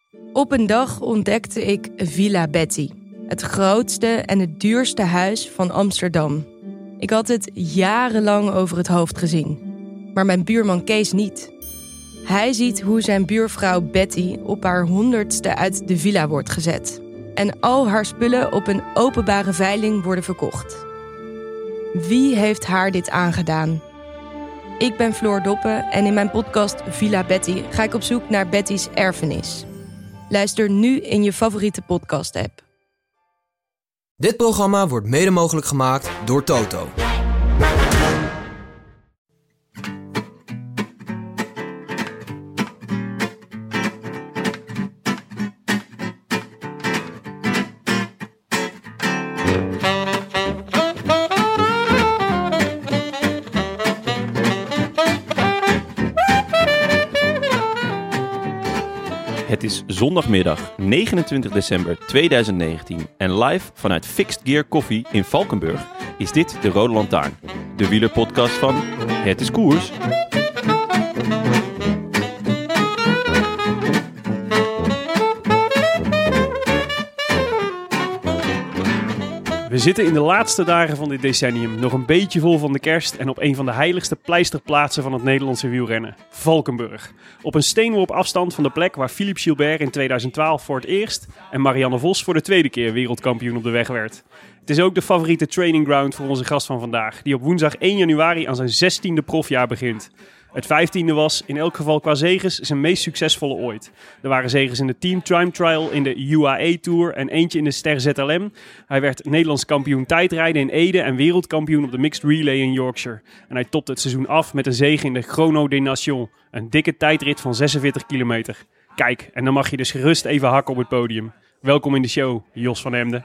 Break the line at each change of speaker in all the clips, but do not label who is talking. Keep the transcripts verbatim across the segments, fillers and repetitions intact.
Op een dag ontdekte ik Villa Betty. Het grootste en het duurste huis van Amsterdam. Ik had het jarenlang over het hoofd gezien. Maar mijn buurman Kees niet. Hij ziet hoe zijn buurvrouw Betty op haar honderdste uit de villa wordt gezet. En al haar spullen op een openbare veiling worden verkocht. Wie heeft haar dit aangedaan? Ik ben Floor Doppen en in mijn podcast Villa Betty ga ik op zoek naar Betty's erfenis. Luister nu in je favoriete podcast-app.
Dit programma wordt mede mogelijk gemaakt door Toto.
Het is zondagmiddag negenentwintig december tweeduizend negentien en live vanuit Fixed Gear Koffie in Valkenburg is dit de Rode Lantaarn, de wielerpodcast van Het is Koers.
We zitten in de laatste dagen van dit decennium, nog een beetje vol van de kerst en op een van de heiligste pleisterplaatsen van het Nederlandse wielrennen, Valkenburg. Op een steenworp afstand van de plek waar Philippe Gilbert in tweeduizend twaalf voor het eerst en Marianne Vos voor de tweede keer wereldkampioen op de weg werd. Het is ook de favoriete training ground voor onze gast van vandaag, die op woensdag één januari aan zijn zestiende profjaar begint. Het vijftiende was, in elk geval qua zeges, zijn meest succesvolle ooit. Er waren zeges in de Team Time Trial, in de U A E Tour en eentje in de Ster Z L M. Hij werd Nederlands kampioen tijdrijden in Ede en wereldkampioen op de Mixed Relay in Yorkshire. En hij topte het seizoen af met een zege in de Chrono des Nations, een dikke tijdrit van zesenveertig kilometer. Kijk, en dan mag je dus gerust even hakken op het podium. Welkom in de show, Jos van Emden.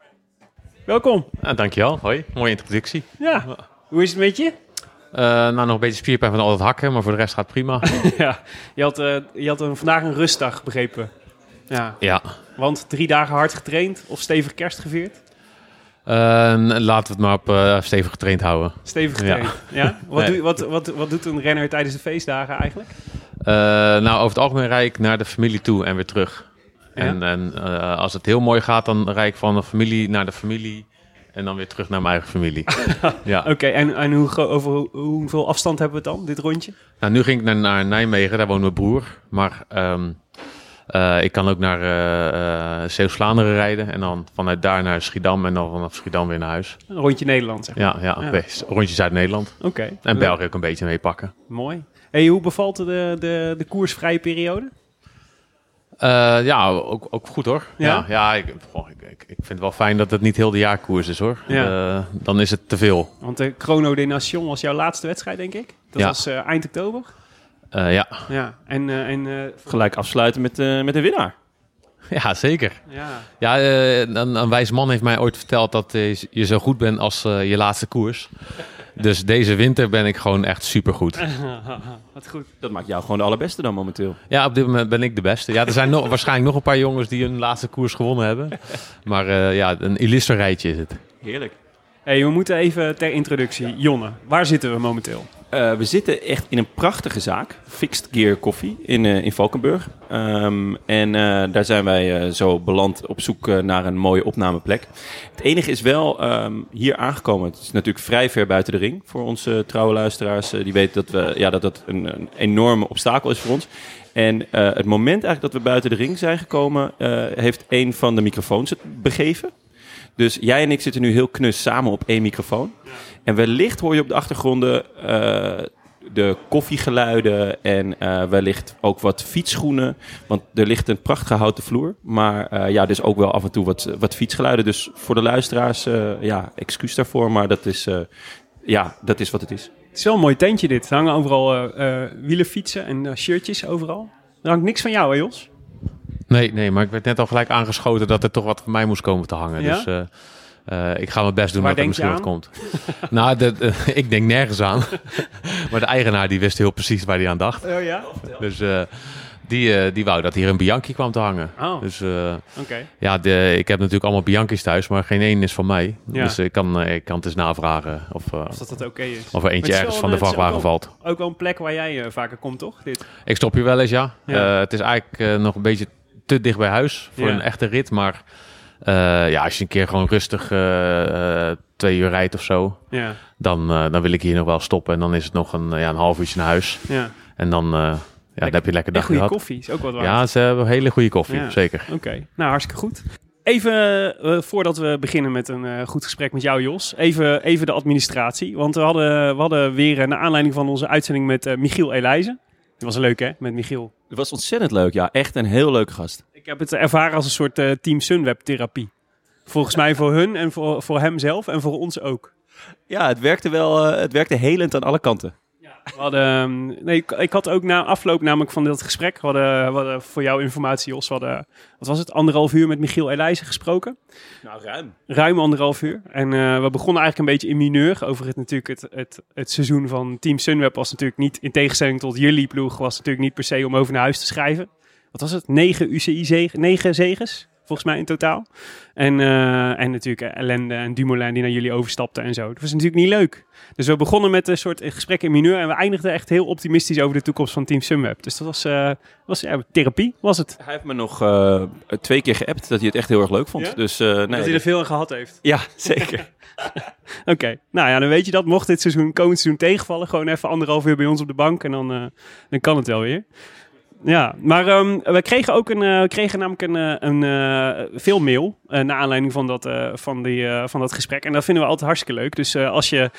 Welkom.
Ah, dankjewel, hoi. Mooie introductie.
Ja, hoe is het met je?
Uh, nou, nog een beetje spierpijn van al het hakken, maar voor de rest gaat het prima.
Ja, je had, uh, je had een, vandaag een rustdag, begrepen. Ja.
Ja.
Want drie dagen hard getraind of stevig kerst gevierd?
Uh, laten we het maar op uh, stevig getraind houden.
Stevig getraind, ja? ja? Wat,
Nee.
doe, wat, wat, wat doet een renner tijdens de feestdagen eigenlijk?
Uh, nou, over het algemeen rijd ik naar de familie toe en weer terug.
Ja?
En, en uh, als het heel mooi gaat, dan rijd ik van de familie naar de familie en dan weer terug naar mijn eigen familie. Ja.
Oké, okay, en, en hoe, over hoe, hoeveel afstand hebben we het dan, dit rondje?
Nou, nu ging ik naar, naar Nijmegen, daar woont mijn broer. Maar um, uh, ik kan ook naar uh, uh, Zeeuws-Vlaanderen rijden en dan vanuit daar naar Schiedam en dan vanaf Schiedam weer naar huis.
Een rondje Nederland, zeg maar.
Ja, ja, ja. Rondje Zuid-Nederland.
Oké. Okay.
En België ook een beetje meepakken.
Mooi. Hey, hoe bevalt de, de, de koersvrije periode?
Uh, ja, ook, ook goed hoor.
Ja,
ja, ja ik, goh, ik, ik, ik vind het wel fijn dat het niet heel de jaarkoers is hoor.
Ja.
Uh, dan is het te veel.
Want de Chrono des Nations was jouw laatste wedstrijd, denk ik? Dat
ja.
was uh, eind oktober?
Uh, ja.
Ja, en... Uh, en uh,
Gelijk afsluiten met, uh, met de winnaar.
Ja, zeker.
Ja,
ja uh, een, een wijs man heeft mij ooit verteld dat uh, je zo goed bent als uh, je laatste koers. Dus deze winter ben ik gewoon echt supergoed.
Wat goed.
Dat maakt jou gewoon de allerbeste dan momenteel.
Ja, op dit moment ben ik de beste. Ja, er zijn nog, waarschijnlijk nog een paar jongens die hun laatste koers gewonnen hebben. Maar uh, ja, een illuster rijtje is het.
Heerlijk.
Hey, we moeten even ter introductie. Jonne, waar zitten we momenteel?
Uh, we zitten echt in een prachtige zaak, Fixed Gear Koffie in, uh, in Valkenburg. Um, en uh, daar zijn wij uh, zo beland op zoek uh, naar een mooie opnameplek. Het enige is wel um, hier aangekomen. Het is natuurlijk vrij ver buiten de ring voor onze uh, trouwe luisteraars. Uh, die weten dat, we, ja, dat dat een, een enorme obstakel is voor ons. En uh, het moment eigenlijk dat we buiten de ring zijn gekomen, uh, heeft een van de microfoons het begeven. Dus jij en ik zitten nu heel knus samen op één microfoon. Ja. En wellicht hoor je op de achtergronden uh, de koffiegeluiden en uh, wellicht ook wat fietsschoenen. Want er ligt een prachtige houten vloer. Maar uh, ja, dus ook wel af en toe wat, wat fietsgeluiden. Dus voor de luisteraars, uh, ja, excuus daarvoor. Maar dat is, uh, ja, dat is wat het is.
Het is wel een mooi tentje dit. Er hangen overal uh, uh, wielenfietsen en uh, shirtjes overal. Er hangt niks van jou, hè Jos?
Nee, nee, maar ik werd net al gelijk aangeschoten dat er toch wat van mij moest komen te hangen.
Ja?
Dus uh, uh, ik ga mijn best doen
Waar
dat er misschien wat komt. Nou, de, de, ik denk nergens aan. Maar de eigenaar die wist heel precies waar hij aan dacht.
Oh ja?
Dus uh, die, uh, die wou dat hier een Bianchi kwam te hangen.
Oh.
Dus uh,
okay.
ja, de, ik heb natuurlijk allemaal Bianchi's thuis, maar geen één is van mij.
Ja.
Dus ik kan, uh, ik kan het eens navragen of, uh,
of dat dat oké is.
Of er eentje ergens van de vrachtwagen valt.
Ook wel een plek waar jij uh, vaker komt, toch? Dit?
Ik stop hier wel eens, ja.
ja.
Uh, het is eigenlijk uh, nog een beetje te dicht bij huis voor
Ja.
een echte rit. Maar uh, ja, als je een keer gewoon rustig uh, uh, twee uur rijdt of zo,
Ja.
dan, uh, dan wil ik hier nog wel stoppen. En dan is het nog een, uh, ja, een half uurtje naar huis.
Ja.
En dan, uh, ja, dan heb je een lekker
En
dag
goede
gehad.
koffie is ook wat waard.
Ja, ze hebben hele goede koffie,
Ja.
zeker.
Oké, okay. Nou hartstikke goed. Even, uh, voordat we beginnen met een uh, goed gesprek met jou, Jos, even, even de administratie. Want we hadden, we hadden weer, uh, naar aanleiding van onze uitzending met uh, Michiel Elijzen. Dat was leuk, hè, met Michiel.
Het was ontzettend leuk, ja. Echt een heel leuke gast.
Ik heb het ervaren als een soort uh, Team Sunweb-therapie. Volgens mij voor hun en voor, voor hem zelf en voor ons ook.
Ja, het werkte wel, uh, het werkte helend aan alle kanten.
We hadden, um, nee, ik, ik had ook na afloop namelijk van dat gesprek, we hadden, we hadden voor jouw informatie, Jos, we hadden, wat was het, anderhalf uur met Michiel Elijzen gesproken.
Nou, ruim.
Ruim anderhalf uur. En uh, we begonnen eigenlijk een beetje in mineur over het natuurlijk het, het, het seizoen van Team Sunweb was natuurlijk niet, in tegenstelling tot jullie ploeg, was natuurlijk niet per se om over naar huis te schrijven. Wat was het? Negen U C I-zegen, negen zeges? Volgens mij in totaal. En, uh, en natuurlijk Ellende en Dumoulin die naar jullie overstapten en zo. Dat was natuurlijk niet leuk. Dus we begonnen met een soort gesprek in mineur. En we eindigden echt heel optimistisch over de toekomst van Team Sunweb. Dus dat was, uh, was ja, therapie, was het.
Hij heeft me nog uh, twee keer geappt dat hij het echt heel erg leuk vond.
Ja?
Dus, uh, nee,
dat hij er veel aan gehad heeft.
Ja, zeker.
Oké, okay. Nou ja, dan weet je dat. Mocht dit seizoen, komend seizoen tegenvallen, gewoon even anderhalf uur bij ons op de bank. En dan, uh, dan kan het wel weer. Ja, maar um, we kregen ook een, uh, we kregen namelijk een, uh, een uh, veel mail uh, naar aanleiding van dat, uh, van, die, uh, van dat gesprek. En dat vinden we altijd hartstikke leuk. Dus uh, als, je,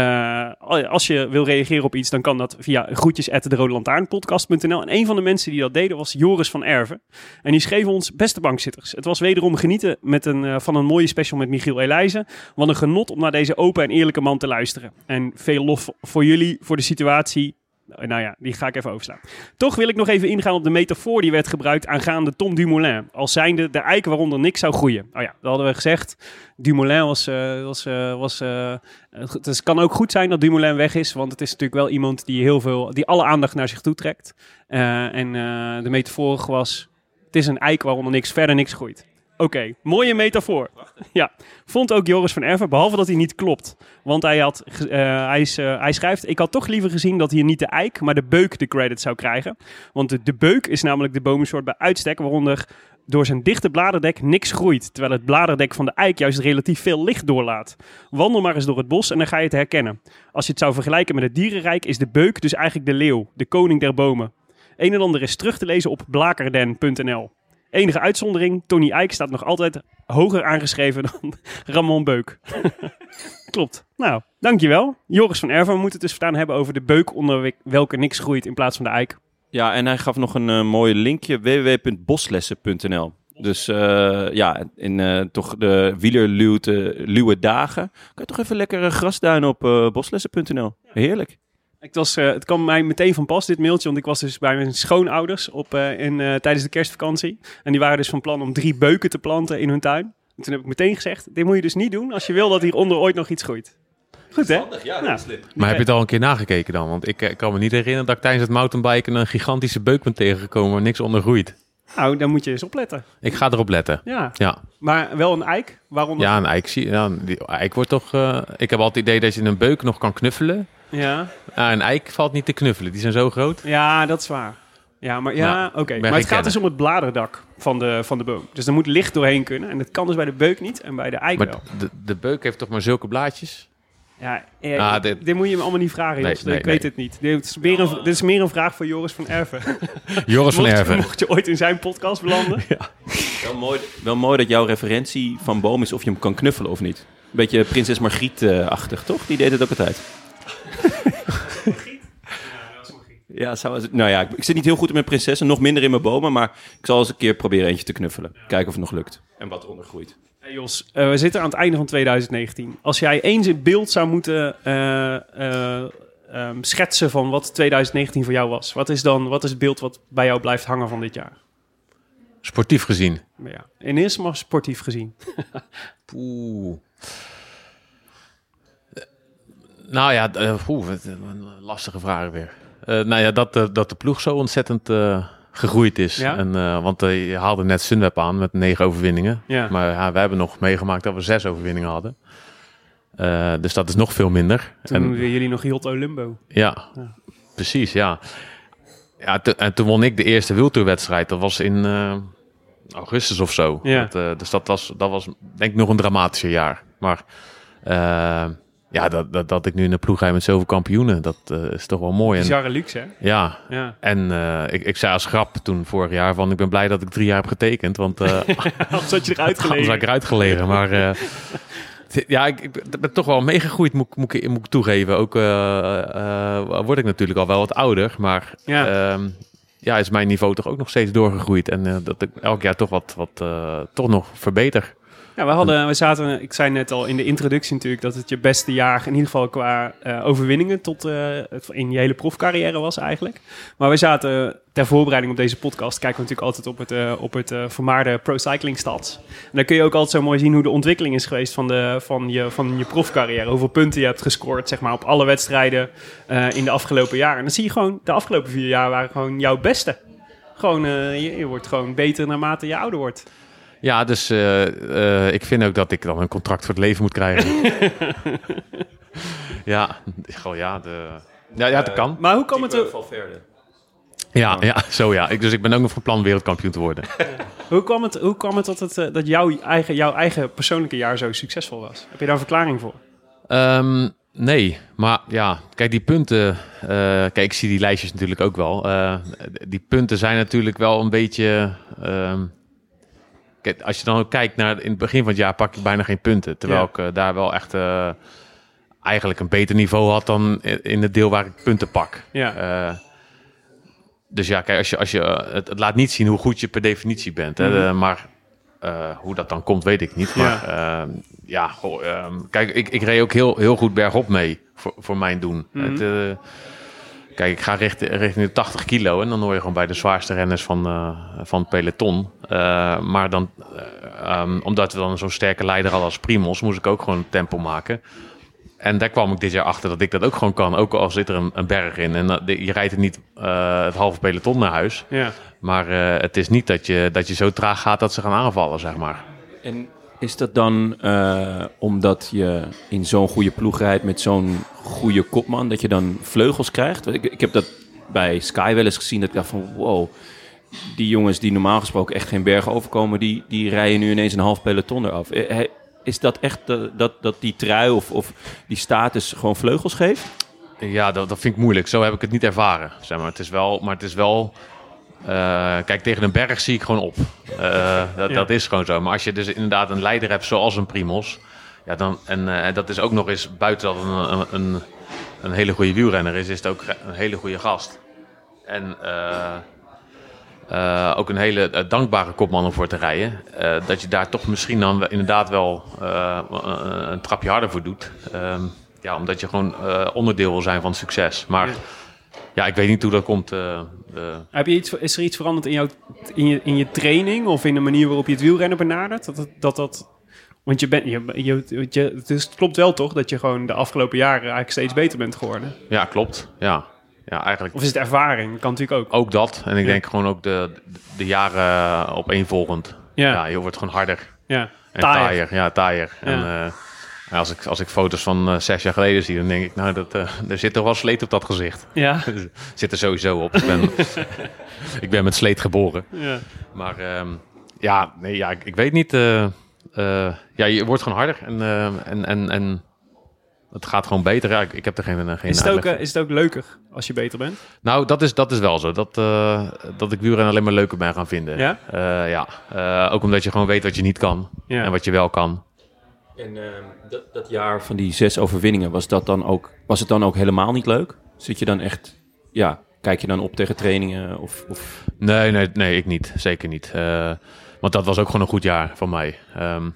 uh, als je wil reageren op iets, dan kan dat via groetjes at de rode lantaarnpodcast punt n l. En een van de mensen die dat deden was Joris van Erven. En die schreef ons: beste bankzitters, het was wederom genieten met een, uh, van een mooie special met Michiel Elijzen. Wat een genot om naar deze open en eerlijke man te luisteren. En veel lof voor jullie, voor de situatie. Nou ja, die ga ik even overslaan. Toch wil ik nog even ingaan op de metafoor die werd gebruikt aangaande Tom Dumoulin. Als zijnde de eik waaronder niks zou groeien. Oh ja, dat hadden we gezegd. Dumoulin was... Uh, was, uh, was uh, het is, kan ook goed zijn dat Dumoulin weg is. Want het is natuurlijk wel iemand die heel veel... die alle aandacht naar zich toe trekt. Uh, en uh, de metafoor was... Het is een eik waaronder niks, verder niks groeit. Oké, okay, mooie metafoor. Ja, vond ook Joris van Erven, behalve dat hij niet klopt. Want hij, had, uh, hij, is, uh, hij schrijft: ik had toch liever gezien dat hier niet de eik, maar de beuk de credit zou krijgen. Want de, de beuk is namelijk de bomensoort bij uitstek waaronder door zijn dichte bladerdek niks groeit. Terwijl het bladerdek van de eik juist relatief veel licht doorlaat. Wandel maar eens door het bos en dan ga je het herkennen. Als je het zou vergelijken met het dierenrijk is de beuk dus eigenlijk de leeuw, de koning der bomen. Een en ander is terug te lezen op blakerden punt n l. Enige uitzondering, Tony Eijk staat nog altijd hoger aangeschreven dan Ramon Beuk. Klopt. Nou, dankjewel. Joris van Erven, we moeten het dus vandaan hebben over de beuk onder welke niks groeit in plaats van de eik.
Ja, en hij gaf nog een uh, mooi linkje, w w w punt boslessen punt n l. Dus uh, ja, in uh, toch de wielerluwe dagen kan je toch even lekker uh, grasduinen op uh, boslessen punt n l. Heerlijk.
Ik was, uh, het kwam mij meteen van pas, dit mailtje, want ik was dus bij mijn schoonouders op, uh, in, uh, tijdens de kerstvakantie. En die waren dus van plan om drie beuken te planten in hun tuin. En toen heb ik meteen gezegd, dit moet je dus niet doen als je wil dat hieronder ooit nog iets groeit. Goed, hè?
Handig, ja,
nou,
slim.
Maar heb je het al een keer nagekeken dan? Want ik, ik kan me niet herinneren dat ik tijdens het mountainbiken een gigantische beuk ben tegengekomen waar niks onder groeit.
Nou, dan moet je eens opletten.
Ik ga erop letten.
Ja,
Ja,
maar wel een eik, waaronder...
ja een eik, zie, ja, die eik wordt toch... Uh, ik heb altijd het idee dat je een beuk nog kan knuffelen.
Ja.
Ah, een eik valt niet te knuffelen, die zijn zo groot.
Ja, dat is waar. Ja, maar, ja,
Nou,
oké. Okay.
ben
Maar het
geen
gaat dus om het bladerdak van de, van de boom. Dus er moet licht doorheen kunnen. En dat kan dus bij de beuk niet en bij de eik
Maar
wel.
de, de beuk heeft toch maar zulke blaadjes?
Ja, eh,
Ah,
dit,
dit-
dit moet je me allemaal niet vragen,
Nee,
Jos.
nee,
ik weet
nee.
het niet. Dit is, meer een, dit is meer een vraag voor Joris van Erven.
Joris van
mocht,
Erven.
mocht je ooit in zijn podcast belanden?
Wel mooi, wel mooi dat jouw referentie van boom is of je hem kan knuffelen of niet. Een beetje Prinses Margriet-achtig, toch? Die deed het ook altijd. Ja, zou, nou ja, ik, ik zit niet heel goed in mijn prinsessen, nog minder in mijn bomen, maar ik zal eens een keer proberen eentje te knuffelen. Kijken of het nog lukt. En wat eronder groeit.
Hey Jos, uh, we zitten aan het einde van twintig negentien. Als jij eens het beeld zou moeten uh, uh, um, schetsen van wat twintig negentien voor jou was, wat is dan wat is het beeld wat bij jou blijft hangen van dit jaar?
Sportief gezien.
Maar ja, in eerste maar sportief gezien.
Oeh. Nou ja, uh, oeh, wat een lastige vraag weer. Uh, nou ja, dat, uh, dat de ploeg zo ontzettend uh, gegroeid is.
Ja?
En, uh, want uh, je haalde net Sunweb aan met negen overwinningen.
Ja.
Maar ja, wij hebben nog meegemaakt dat we zes overwinningen hadden. Uh, dus dat is nog veel minder.
Toen
En,
noemden jullie nog Jotto Lumbo.
ja,
Ja.
precies, ja. ja te, en toen won ik de eerste wieltoerwedstrijd. Dat was in uh, augustus of zo.
Ja.
Dat, uh, dus dat was, dat was denk ik nog een dramatischer jaar. Maar uh, ja, dat, dat, dat ik nu in de ploeg ga met zoveel kampioenen, dat uh, is toch wel mooi.
Bizarre luxe, hè?
Ja,
ja.
en uh, ik, ik zei als grap toen vorig jaar van ik ben blij dat ik drie jaar heb getekend. Want uh,
anders had je eruit gelegen.
Anders had ik eruit gelegen, maar... Uh, Ja, ik, ik ben toch wel meegegroeid, moet, moet, ik, moet ik toegeven. Ook uh, uh, word ik natuurlijk al wel wat ouder. Maar ja. Uh, ja, is mijn niveau toch ook nog steeds doorgegroeid. En uh, dat ik elk jaar toch wat, wat uh, toch nog verbeter.
Ja, we hadden, we zaten, ik zei net al in de introductie natuurlijk, dat het je beste jaar in ieder geval qua uh, overwinningen tot uh, in je hele profcarrière was eigenlijk. Maar we zaten ter voorbereiding op deze podcast, kijken we natuurlijk altijd op het, uh, op het uh, vermaarde Pro Cycling Stats. En dan kun je ook altijd zo mooi zien hoe de ontwikkeling is geweest van, de, van, je, van je profcarrière. Hoeveel punten je hebt gescoord, zeg maar, op alle wedstrijden uh, in de afgelopen jaren. En dan zie je gewoon, de afgelopen vier jaar waren gewoon jouw beste. Gewoon, uh, je, je wordt gewoon beter naarmate je ouder wordt.
Ja, dus uh, uh, ik vind ook dat ik dan een contract voor het leven moet krijgen. ja, goh, ja, de, ja, ja, dat kan.
Maar hoe kwam het...
Valverde.
Ja, ja, zo ja. Ik, dus ik ben ook nog van plan wereldkampioen te worden.
hoe kwam het, hoe kwam het dat, het, dat jouw, eigen, jouw eigen persoonlijke jaar zo succesvol was? Heb je daar een verklaring voor?
Um, nee, maar ja, kijk, die punten... Uh, kijk, ik zie die lijstjes natuurlijk ook wel. Uh, die punten zijn natuurlijk wel een beetje... Um, Kijk, als je dan ook kijkt naar in het begin van het jaar pak ik bijna geen punten. Terwijl ja. ik uh, daar wel echt uh, eigenlijk een beter niveau had dan in het deel waar ik punten pak.
Ja.
Uh, dus ja, kijk, als je, als je, uh, het, het laat niet zien hoe goed je per definitie bent. Hè? Mm-hmm. Uh, maar uh, hoe dat dan komt, weet ik niet. Maar ja, uh, ja goh, uh, kijk, ik, ik reed ook heel, heel goed bergop mee voor, voor mijn doen.
Mm-hmm.
Het, uh, Kijk, ik ga richting, richting de tachtig kilo en dan hoor je gewoon bij de zwaarste renners van, uh, van het peloton. Uh, maar dan, uh, um, omdat we dan zo'n sterke leider hadden als Primoz, moest ik ook gewoon tempo maken. En daar kwam ik dit jaar achter dat ik dat ook gewoon kan, ook al zit er een, een berg in. En uh, de, je rijdt er niet uh, het halve peloton naar huis,
ja.
maar uh, het is niet dat je, dat je zo traag gaat dat ze gaan aanvallen, zeg maar.
En is dat dan uh, omdat je in zo'n goede ploeg rijdt met zo'n goede kopman, dat je dan vleugels krijgt? Ik, ik heb dat bij Sky wel eens gezien, dat ik dacht van wow, die jongens die normaal gesproken echt geen bergen overkomen, die, die rijden nu ineens een half peloton eraf. Is dat echt uh, dat, dat die trui of, of die status gewoon vleugels geeft?
Ja, dat, dat vind ik moeilijk. Zo heb ik het niet ervaren. Zeg maar. Het is wel, maar het is wel... Uh, kijk, tegen een berg zie ik gewoon op. Uh, dat, ja. dat is gewoon zo. Maar als je dus inderdaad een leider hebt zoals een Primoz, ja, dan, en uh, dat is ook nog eens buiten dat een, een, een hele goede wielrenner is, is het ook een hele goede gast. En uh, uh, ook een hele uh, dankbare kopman om voor te rijden. Uh, dat je daar toch misschien dan inderdaad wel uh, een, een trapje harder voor doet. Um, ja, omdat je gewoon uh, onderdeel wil zijn van het succes. Maar ja. Ja, ik weet niet hoe dat komt. Uh, uh.
Heb je iets, is er iets veranderd in, jouw, in, je, in je training of in de manier waarop je het wielrennen benadert? Dat, dat, dat, want je bent, je, je, je, dus het klopt wel toch dat je gewoon de afgelopen jaren eigenlijk steeds beter bent geworden?
Ja, klopt. Ja. Ja, eigenlijk.
Of is het ervaring? Dat kan natuurlijk ook.
Ook dat. En ik
ja.
denk gewoon ook de, de jaren opeenvolgend.
Ja.
Ja, je wordt gewoon harder.
Ja.
En taaier. Ja, taaier.
Ja.
En uh, als ik, als ik foto's van uh, zes jaar geleden zie, dan denk ik, nou, dat, uh, er zit toch wel sleet op dat gezicht.
Ja.
Zit er sowieso op. Ik ben, ik ben met sleet geboren.
Ja.
Maar um, ja, nee, ja, ik, ik weet niet. Uh, uh, ja, je wordt gewoon harder. En, uh, en, en, en het gaat gewoon beter. Ja, ik, ik heb er geen, geen
is, het ook, uh, is het ook leuker als je beter bent?
Nou, dat is, dat is wel zo. Dat, uh, dat ik wielrennen alleen maar leuker ben gaan vinden.
Ja?
Uh, ja. Uh, ook omdat je gewoon weet wat je niet kan.
Ja.
En wat je wel kan.
En uh, dat, dat jaar van die zes overwinningen, was, dat dan ook, was het dan ook helemaal niet leuk? Zit je dan echt, ja, kijk je dan op tegen trainingen? Of, of...
Nee, nee, nee, ik niet. Zeker niet. Uh, want dat was ook gewoon een goed jaar van mij. Um,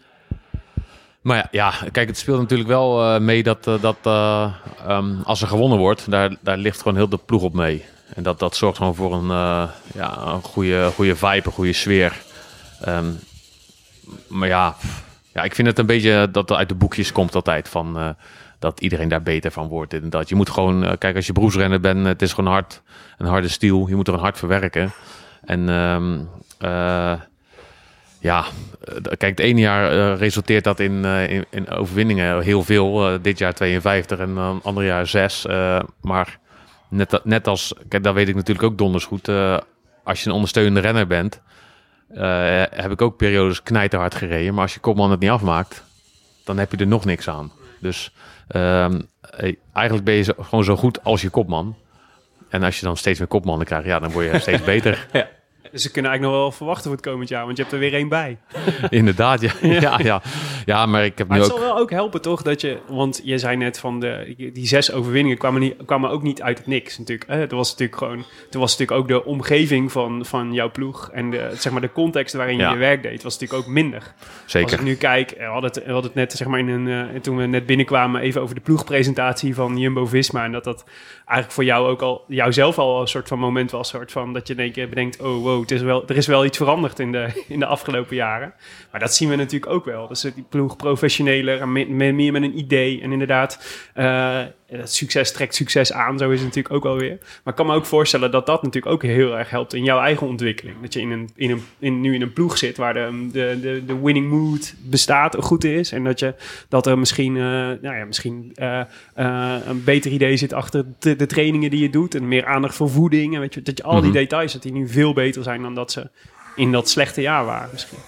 maar ja, ja, kijk, het speelt natuurlijk wel uh, mee dat, uh, dat uh, um, als er gewonnen wordt, daar, daar ligt gewoon heel de ploeg op mee. En dat, dat zorgt gewoon voor een, uh, ja, een goede, goede vibe, een goede sfeer. Um, maar ja... Ja, ik vind het een beetje dat er uit de boekjes komt altijd van uh, dat iedereen daar beter van wordt. En dat je moet gewoon, uh, kijk, als je beroepsrenner bent, het is gewoon hard, een harde stiel. Je moet er een hard verwerken. En um, uh, ja, kijk, het ene jaar uh, resulteert dat in, uh, in, in overwinningen heel veel. Uh, dit jaar tweeënvijftig en dan uh, ander jaar zes. Uh, maar net, net als, kijk, dat weet ik natuurlijk ook donders goed. Uh, als je een ondersteunende renner bent, uh, heb ik ook periodes knijterhard gereden. Maar als je kopman het niet afmaakt, dan heb je er nog niks aan. Dus uh, eigenlijk ben je zo, gewoon zo goed als je kopman. En als je dan steeds meer kopmannen krijgt, ja, dan word je steeds beter.
Ja. Dus ze kunnen eigenlijk nog wel verwachten voor het komend jaar, want je hebt er weer één bij.
Inderdaad, ja. ja. ja, ja. Ja, maar ik heb
maar
nu
het
ook...
zal wel ook helpen, toch? Dat je, want je zei net van de, die zes overwinningen kwamen, niet, kwamen ook niet uit het niks natuurlijk. Hè? Dat was natuurlijk gewoon, toen was natuurlijk ook de omgeving van, van jouw ploeg en de, zeg maar de context waarin je
ja.
je werk deed, was natuurlijk ook minder.
Zeker.
Als ik nu kijk, we hadden het, we hadden het net, zeg maar, in een, uh, toen we net binnenkwamen, even over de ploegpresentatie van Jumbo-Visma en dat dat eigenlijk voor jou ook al, jouzelf al een soort van moment was, soort van dat je denk, bedenkt, oh wow, het is wel, er is wel iets veranderd in de, in de afgelopen jaren. Maar dat zien we natuurlijk ook wel. Dus die ploeg professioneler en me, me, meer met een idee. En inderdaad, uh, succes trekt succes aan. Zo is het natuurlijk ook alweer. Maar ik kan me ook voorstellen dat dat natuurlijk ook heel erg helpt in jouw eigen ontwikkeling. Dat je in een, in een, in, nu in een ploeg zit waar de, de, de, de winning mood bestaat, goed is. En dat, je, dat er misschien, uh, nou ja, misschien uh, uh, een beter idee zit achter de, de trainingen die je doet. En meer aandacht voor voeding. En weet je, dat je al die mm-hmm. details, dat die nu veel beter zijn dan dat ze in dat slechte jaar waren misschien.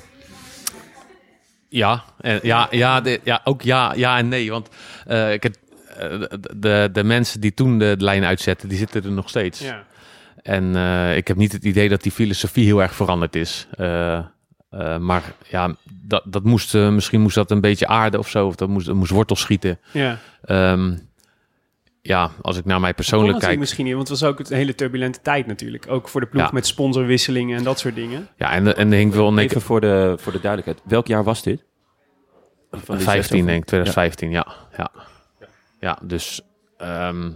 Ja, en, ja, ja, de, ja, ook ja, ja en nee. Want uh, ik het, uh, de, de mensen die toen de lijn uitzetten, die zitten er nog steeds.
Ja.
En uh, ik heb niet het idee dat die filosofie heel erg veranderd is. Uh, uh, maar ja, dat, dat moest, uh, misschien moest dat een beetje aarden of zo. Of dat moest, dat moest wortel schieten.
Ja.
Um, ja, als ik naar mij persoonlijk kijk...
misschien niet, want het was ook een hele turbulente tijd natuurlijk. Ook voor de ploeg
ja.
met sponsorwisselingen en dat soort dingen.
Ja, en, en er hing wel...
Even ik... voor, de, voor de duidelijkheid. Welk jaar was dit?
Van vijftien, denk ik. twintig vijftien, ja. Ja, ja. ja dus... Um,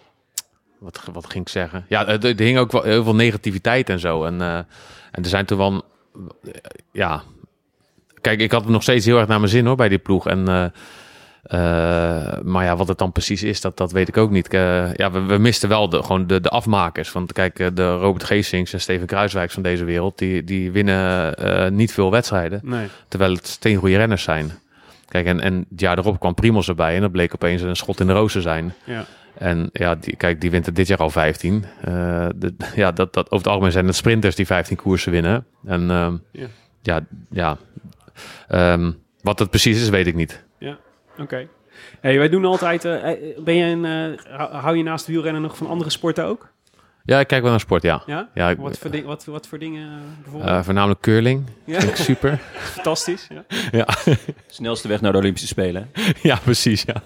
wat, wat ging ik zeggen? Ja, er, er hing ook wel heel veel negativiteit en zo. En, uh, en er zijn toen wel... Uh, ja... Kijk, ik had het nog steeds heel erg naar mijn zin hoor, bij die ploeg. En... Uh, Uh, maar ja, wat het dan precies is, dat, dat weet ik ook niet. Uh, ja, we, we misten wel de, gewoon de, de afmakers. Want kijk, de Robert Geesings en Steven Kruiswijks van deze wereld... die, die winnen uh, niet veel wedstrijden.
Nee.
Terwijl het steengoede renners zijn. Kijk, en, en het jaar erop kwam Primoz erbij... en dat bleek opeens een schot in de roos te zijn.
Ja.
En ja, die, kijk, die wint er dit jaar al vijftien. Uh, de, ja, dat, dat, over het algemeen zijn het sprinters die vijftien koersen winnen. En uh,
ja,
ja, ja um, wat het precies is, weet ik niet.
Ja. Oké. Okay. Hey, wij doen altijd... Uh, ben je een, uh, hou je naast wielrennen nog van andere sporten ook?
Ja, ik kijk wel naar sport, ja.
Ja?
ja ik,
wat, voor ding, wat, wat voor dingen bijvoorbeeld?
Uh, voornamelijk curling.
Ja?
Vind ik super.
Fantastisch, ja.
ja.
Snelste weg naar de Olympische Spelen.
ja, precies, ja.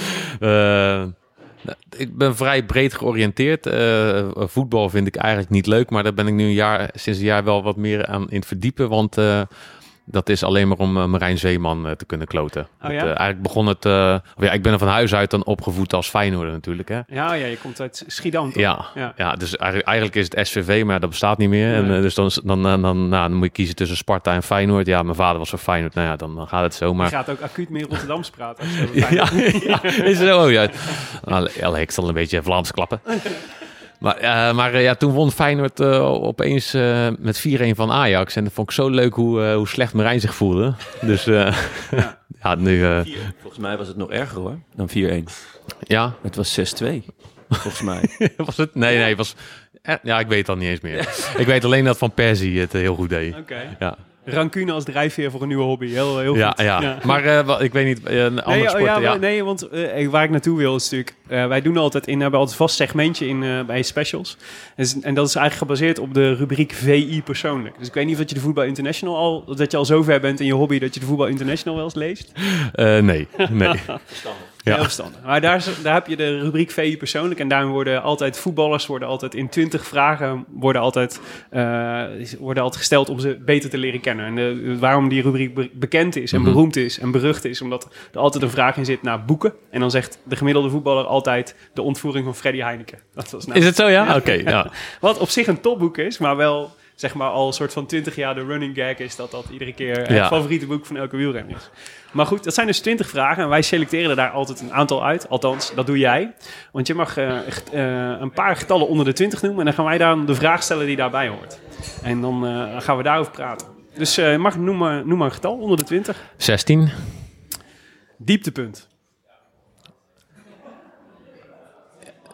uh, ik ben vrij breed georiënteerd. Uh, voetbal vind ik eigenlijk niet leuk, maar daar ben ik nu een jaar, sinds een jaar wel wat meer aan in het verdiepen, want... Uh, dat is alleen maar om uh, Marijn Zeeman uh, te kunnen kloten.
Oh, ja?
het, uh, eigenlijk begon het... Uh, of ja, ik ben er van huis uit dan opgevoed als Feyenoorder natuurlijk. Hè?
Ja, ja, je komt uit Schiedam.
Ja, ja. ja, dus eigenlijk, eigenlijk is het S V V, maar dat bestaat niet meer. Nee. En, uh, dus dan, dan, dan, dan, nou, dan moet je kiezen tussen Sparta en Feyenoord. Ja, mijn vader was van Feyenoord. Nou ja, dan, dan gaat het zo. Maar...
Je gaat ook acuut meer Rotterdams praten.
ja, ja, is het zo? Ja. Nou, ik zal een beetje Vlaams klappen. Maar, uh, maar uh, ja, toen won Feyenoord uh, opeens uh, met vier-een van Ajax. En dat vond ik zo leuk hoe, uh, hoe slecht Marijn zich voelde. Dus uh, ja. ja, nu... Uh...
Volgens mij was het nog erger hoor, dan vier-een.
Ja?
Het was zes-twee, volgens mij.
was het? Nee, nee, het was... Ja, ik weet het al niet eens meer. ik weet alleen dat Van Persie het heel goed deed.
Oké. Okay.
Ja.
Rancune als drijfveer voor een nieuwe hobby. Heel, heel
ja,
goed.
Ja, ja. Maar uh, wel, ik weet niet, uh, een andere
nee,
sport...
Ja,
ja.
Nee, want uh, waar ik naartoe wil is natuurlijk... Uh, wij doen altijd in, hebben altijd een vast segmentje in, uh, bij specials. En, en dat is eigenlijk gebaseerd op de rubriek V I persoonlijk. Dus ik weet niet of dat je de Voetbal International al... dat je al zo ver bent in je hobby dat je de Voetbal International wel eens leest.
Uh, nee, nee.
Ja. Heel verstandig. Maar daar, daar heb je de rubriek V I persoonlijk. En daarin worden altijd voetballers worden altijd in twintig vragen worden altijd, uh, worden altijd gesteld om ze beter te leren kennen. En de, waarom die rubriek be- bekend is en mm-hmm. beroemd is en berucht is, omdat er altijd een vraag in zit naar boeken. En dan zegt de gemiddelde voetballer altijd de ontvoering van Freddy Heineken. Dat was nou,
is het zo, ja?
ja.
Oké. Okay, ja.
Wat op zich een topboek is, maar wel... zeg maar al een soort van twintig jaar de running gag is... dat dat iedere keer het ja. favoriete boek van elke wielrenner is. Maar goed, dat zijn dus twintig vragen... en wij selecteren er daar altijd een aantal uit. Althans, dat doe jij. Want je mag uh, uh, een paar getallen onder de twintig noemen... en dan gaan wij dan de vraag stellen die daarbij hoort. En dan uh, gaan we daarover praten. Dus uh, mag noem maar, noem maar een getal onder de twintig.
zestien.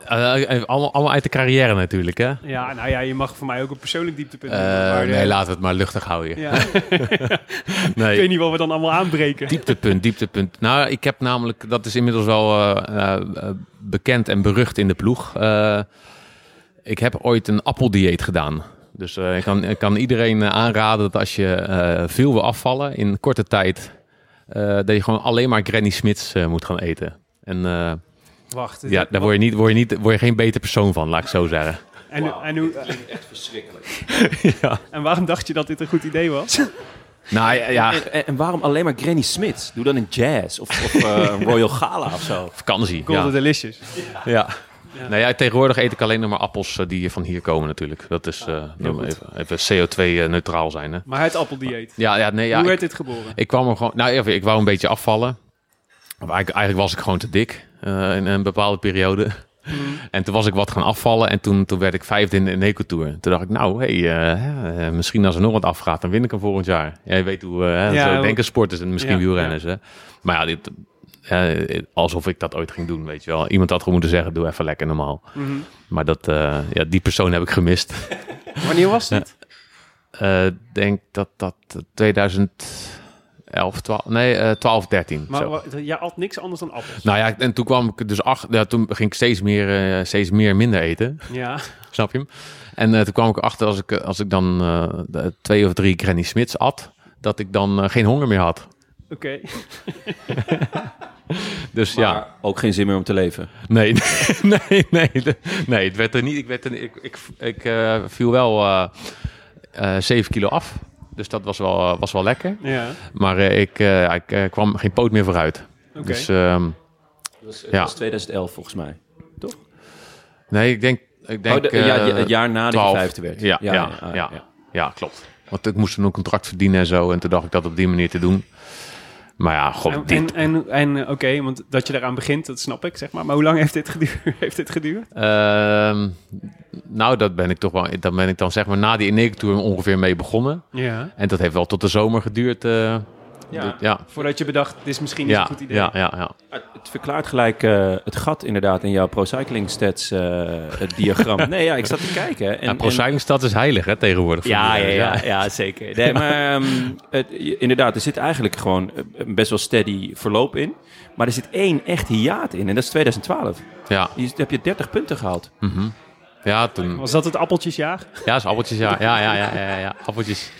Uh, allemaal, allemaal uit de carrière natuurlijk, hè?
Ja, nou ja, je mag voor mij ook een persoonlijk dieptepunt
Uh,
noemen. Maar,
nee,
uh,
laten we het maar luchtig houden.
Ja.
Nee.
Ik weet niet wat we dan allemaal aanbreken.
Dieptepunt, dieptepunt. Nou, ik heb namelijk, dat is inmiddels wel uh, uh, bekend en berucht in de ploeg. Uh, ik heb ooit een appeldieet gedaan. Dus uh, ik, kan, ik kan iedereen uh, aanraden dat als je uh, veel wil afvallen in korte tijd, uh, dat je gewoon alleen maar Granny Smiths uh, moet gaan eten. En uh,
Wacht.
ja, daar word je, niet, word, je niet, word je geen beter persoon van, laat ik zo zeggen.
En,
Wow,
en, hoe,
dit klinkt echt verschrikkelijk.
Ja.
en waarom dacht je dat dit een goed idee was?
Nou ja, ja.
En, en, en waarom alleen maar Granny Smith? Doe dan een jazz of, of uh, een Royal Gala of zo.
Vakantie.
Golden
Ja.
Delicious.
Ja.
Ja.
Nou ja, tegenwoordig eet ik alleen nog maar appels uh, die van hier komen natuurlijk. Dat is uh,
heel
even, even C O twee neutraal zijn. Hè?
Maar het appeldieet.
Ja, ja, nee, ja.
Hoe
Ik,
werd dit geboren?
ik kwam er gewoon. Nou, even, ik wou een beetje afvallen. Maar eigenlijk, eigenlijk was ik gewoon te dik uh, in een bepaalde periode.
Mm.
En toen was ik wat gaan afvallen en toen, toen werd ik vijfde in de Eneco Tour. Toen dacht ik, nou, hey, uh, uh, misschien als er nog wat afgaat, dan win ik hem volgend jaar. Ja, je weet hoe, uh,
Ja,
zo
hoe...
denken sporters en misschien
Ja,
wielrenners.
ja.
Hè? Maar ja, dit, uh, alsof ik dat ooit ging doen, weet je wel. Iemand had gewoon moeten zeggen, doe even lekker normaal.
Mm-hmm.
Maar dat, uh, ja, die persoon heb ik gemist.
Wanneer was dit?
Ik uh, denk dat dat tweeduizend elf, twaalf, nee, uh, twaalf, dertien.
Maar
zo.
wa- jij at niks anders dan appels?
Nou ja, en toen kwam ik dus achter, ja, toen ging ik steeds meer, uh, steeds meer minder eten.
Ja.
Snap je hem? En uh, toen kwam ik erachter als ik, als ik dan uh, de twee of drie Granny Smiths at, dat ik dan uh, geen honger meer had.
Oké. Okay.
Dus
Maar
ja,
ook geen zin meer om te leven.
nee, nee, nee, nee, het werd er niet. Ik, werd er, ik, ik, ik uh, viel wel uh, uh, zeven kilo af. Dus dat was wel, uh, was wel lekker.
Ja.
Maar uh, ik, uh, ik uh, kwam geen poot meer vooruit.
Oké.
Dus um,
Dat was, dat
Ja.
was twintig elf volgens mij.
nee, ik denk, ik denk
oh, de, ja,
uh,
het jaar na
twaalf.
de vijfde werd.
Ja, ja, ja,
ja,
ja, ja, klopt. Want ik moest een contract verdienen en zo. En toen dacht ik dat op die manier te doen. Maar ja, god,
En,
dit...
en, en, en oké, okay, want dat je eraan begint, dat snap ik, zeg maar. Maar hoe lang heeft dit geduurd? heeft dit geduurd?
Uh, nou, dat ben ik toch wel... Dat ben ik dan zeg maar na die Eneco Tour ongeveer mee begonnen.
Ja.
En dat heeft wel tot de zomer geduurd. Uh,
Ja.
de, ja.
Voordat je bedacht, dit is misschien niet
Ja,
een goed idee.
ja, ja, ja.
Het verklaart gelijk uh, het gat inderdaad in jouw pro-cycling stats uh, het diagram. Nee, ja, ik zat te kijken. En,
ja, pro-cycling stad is heilig hè, tegenwoordig. voor
Ja, ja,
iedereen.
ja, ja, zeker. Nee, maar um, het, inderdaad, er zit eigenlijk gewoon een best wel steady verloop in. Maar er zit één echt hiaat in en dat is twintig twaalf.
Ja.
Hier heb je dertig punten gehaald.
Mm-hmm. Ja, toen...
Was dat het appeltjesjaar?
Ja, is appeltjes, ja. Ja, ja, ja, ja, ja, appeltjes.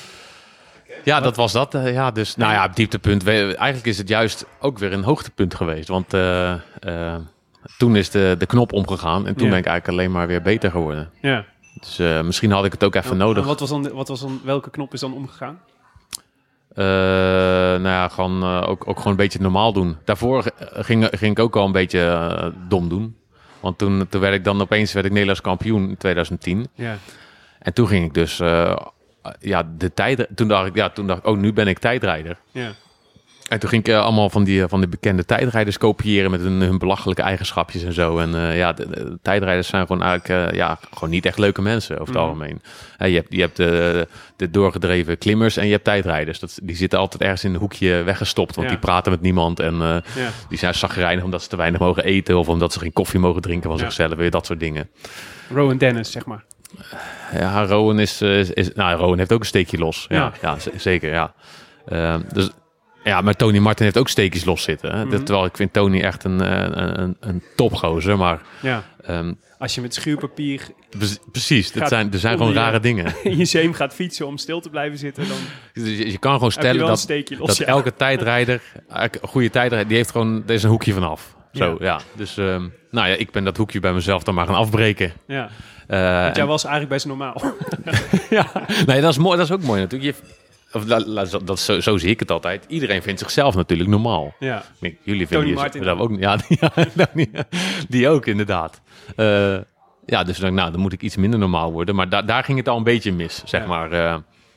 Ja, dat was dat. Uh, ja, dus, nou ja, dieptepunt. We, eigenlijk is het juist ook weer een hoogtepunt geweest. Want uh, uh, toen is de, de knop omgegaan en toen
Ja.
ben ik eigenlijk alleen maar weer beter geworden.
Ja.
Dus uh, misschien had ik het ook even
En,
nodig.
en wat was dan, wat was dan, welke knop is dan omgegaan?
Uh, nou ja, gewoon, uh, ook, ook gewoon een beetje normaal doen. Daarvoor ging, ging ik ook al een beetje uh, dom doen. Want toen, toen werd ik dan opeens werd ik Nederlands kampioen in twintig tien.
Ja.
En toen ging ik dus... Uh, ja, de tijd... Toen dacht ik, ja, toen dacht ik, oh, nu ben ik tijdrijder.
Ja.
En toen ging ik uh, allemaal van die, uh, van die bekende tijdrijders kopiëren met hun, hun belachelijke eigenschapjes en zo. En uh, ja, de, de tijdrijders zijn gewoon eigenlijk uh, ja, gewoon niet echt leuke mensen over het
Mm.
algemeen. Uh, je hebt, je hebt de, de doorgedreven klimmers en je hebt tijdrijders. Dat, die zitten altijd ergens in een hoekje weggestopt, want
Ja.
die praten met niemand. En uh,
Ja.
die zijn chagrijnig omdat ze te weinig mogen eten of omdat ze geen koffie mogen drinken van
Ja.
zichzelf. Weer dat soort dingen.
Rowan Dennis, zeg maar.
Ja, Rowan is, is, is... Nou, Rowan heeft ook een steekje los. Ja,
Ja.
ja. z- zeker, ja. Uh, dus... Ja, maar Tony Martin heeft ook steekjes los zitten. Hè?
Mhm.
Terwijl ik vind Tony echt een, een, een, een topgozer. Maar
Ja.
um,
Als je met schuurpapier
pre- precies, dat
Gaat
zijn, er zijn gewoon
onder je-
rare dingen.
in je zeem gaat fietsen om stil te blijven zitten, dan
Dus je, je kan gewoon
heb je
stellen
wel een
dat,
steekje los.
dat
ja.
elke tijdrijder, eigenlijk een goede tijdrijder, die heeft gewoon, er is een hoekje vanaf. Zo,
Ja.
ja. Dus, um, nou ja, ik ben dat hoekje bij mezelf dan maar gaan afbreken.
Ja.
Uh,
Want jij
en-
was eigenlijk best normaal.
ja, nee, dat is mooi. Dat is ook mooi natuurlijk. Je, of, la, la, dat, zo, zo zie ik het altijd. Iedereen vindt zichzelf natuurlijk normaal.
Ja.
Ik, jullie
Tony
vinden
Martin
dat ook. Ja, die, ja, die, die ook inderdaad. Uh, ja, dus dan, nou, dan moet ik iets minder normaal worden. Maar da, daar ging het al een beetje mis, zeg
Ja.
maar. Uh,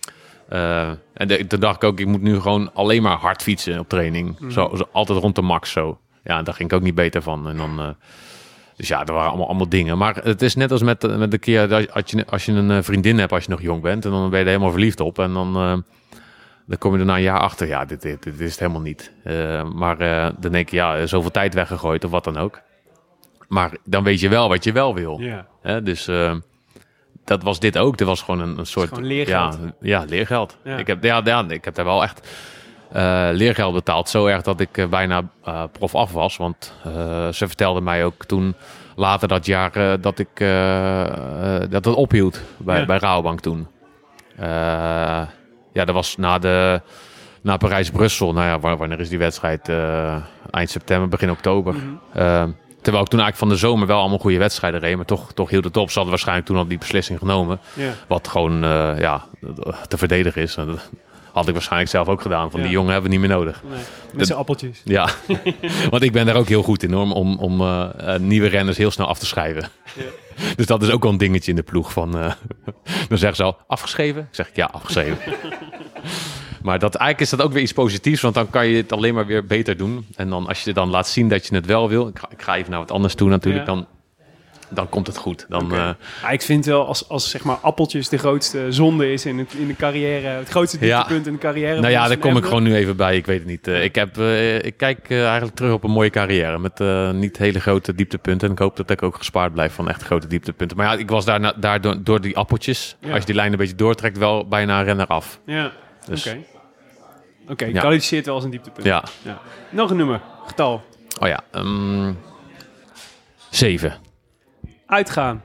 uh, en de, toen dacht ik ook, ik moet nu gewoon alleen maar hard fietsen op training.
Mhm.
Zo, zo, altijd rond de max zo. Ja, en daar ging ik ook niet beter van. En dan... Uh, Dus ja, er waren allemaal, allemaal dingen. Maar het is net als met, met de keer dat als je, als je een uh, vriendin hebt als je nog jong bent. En dan ben je er helemaal verliefd op. En dan, uh, dan kom je er na een jaar achter. Ja, dit, dit, dit is het helemaal niet. Uh, maar uh, dan denk je, ja, zoveel tijd weggegooid of wat dan ook. maar dan weet je wel wat je wel wil.
Ja.
Hè? Dus uh, dat was dit ook. Er was gewoon een, een soort...
Gewoon leergeld.
Ja, ja leergeld.
Ja.
Ik, heb, ja, ja, ik heb daar wel echt uh, leergeld betaald. Zo erg dat ik uh, bijna uh, prof af was. Want uh, ze vertelde mij ook toen... Later dat jaar uh, dat ik uh, uh, dat het ophield bij,
ja.
bij Rabobank toen. Uh, ja, dat was na, de, na Parijs-Brussel. Nou ja, wanneer is die wedstrijd? Uh, eind september, begin oktober. Mm-hmm. Uh, terwijl ik toen eigenlijk van de zomer wel allemaal goede wedstrijden reed. Maar toch, toch hield het op. Ze hadden waarschijnlijk toen al die beslissing genomen. Ja. Wat gewoon uh, ja, te verdedigen is. Had ik waarschijnlijk zelf ook gedaan. Van ja. die jongen hebben we niet meer nodig.
Nee, met zijn appeltjes.
Ja, want ik ben daar ook heel goed in hoor, om, om uh, uh, nieuwe renners heel snel af te schrijven. Ja. Dus dat is ook wel een dingetje in de ploeg. Van, uh, dan zeggen ze al, afgeschreven? Ik zeg, ja, afgeschreven. Maar dat, eigenlijk is dat ook weer iets positiefs, want dan kan je het alleen maar weer beter doen. En dan als je dan laat zien dat je het wel wil, ik ga, ik ga even naar wat anders toe natuurlijk, ja. dan... dan komt het goed. Dan,
okay.
uh,
ja, ik vind wel, als, als zeg maar appeltjes de grootste zonde is in, het, in de carrière, het grootste dieptepunt ja. in de carrière.
Nou ja, daar kom ik gewoon nu even bij. Ik weet het niet. Uh, ik, heb, uh, ik kijk uh, eigenlijk terug op een mooie carrière met uh, niet hele grote dieptepunten. En ik hoop dat ik ook gespaard blijf van echt grote dieptepunten. Maar ja, ik was daar, na, daar door, door die appeltjes, ja. als je die lijn een beetje doortrekt, wel bijna een renner af.
Ja, dus, oké. Okay. Oké, okay,
ja.
kwalificeert wel als een dieptepunt.
Ja.
ja. Nog een nummer, getal.
Oh ja, um, zeven.
Uitgaan.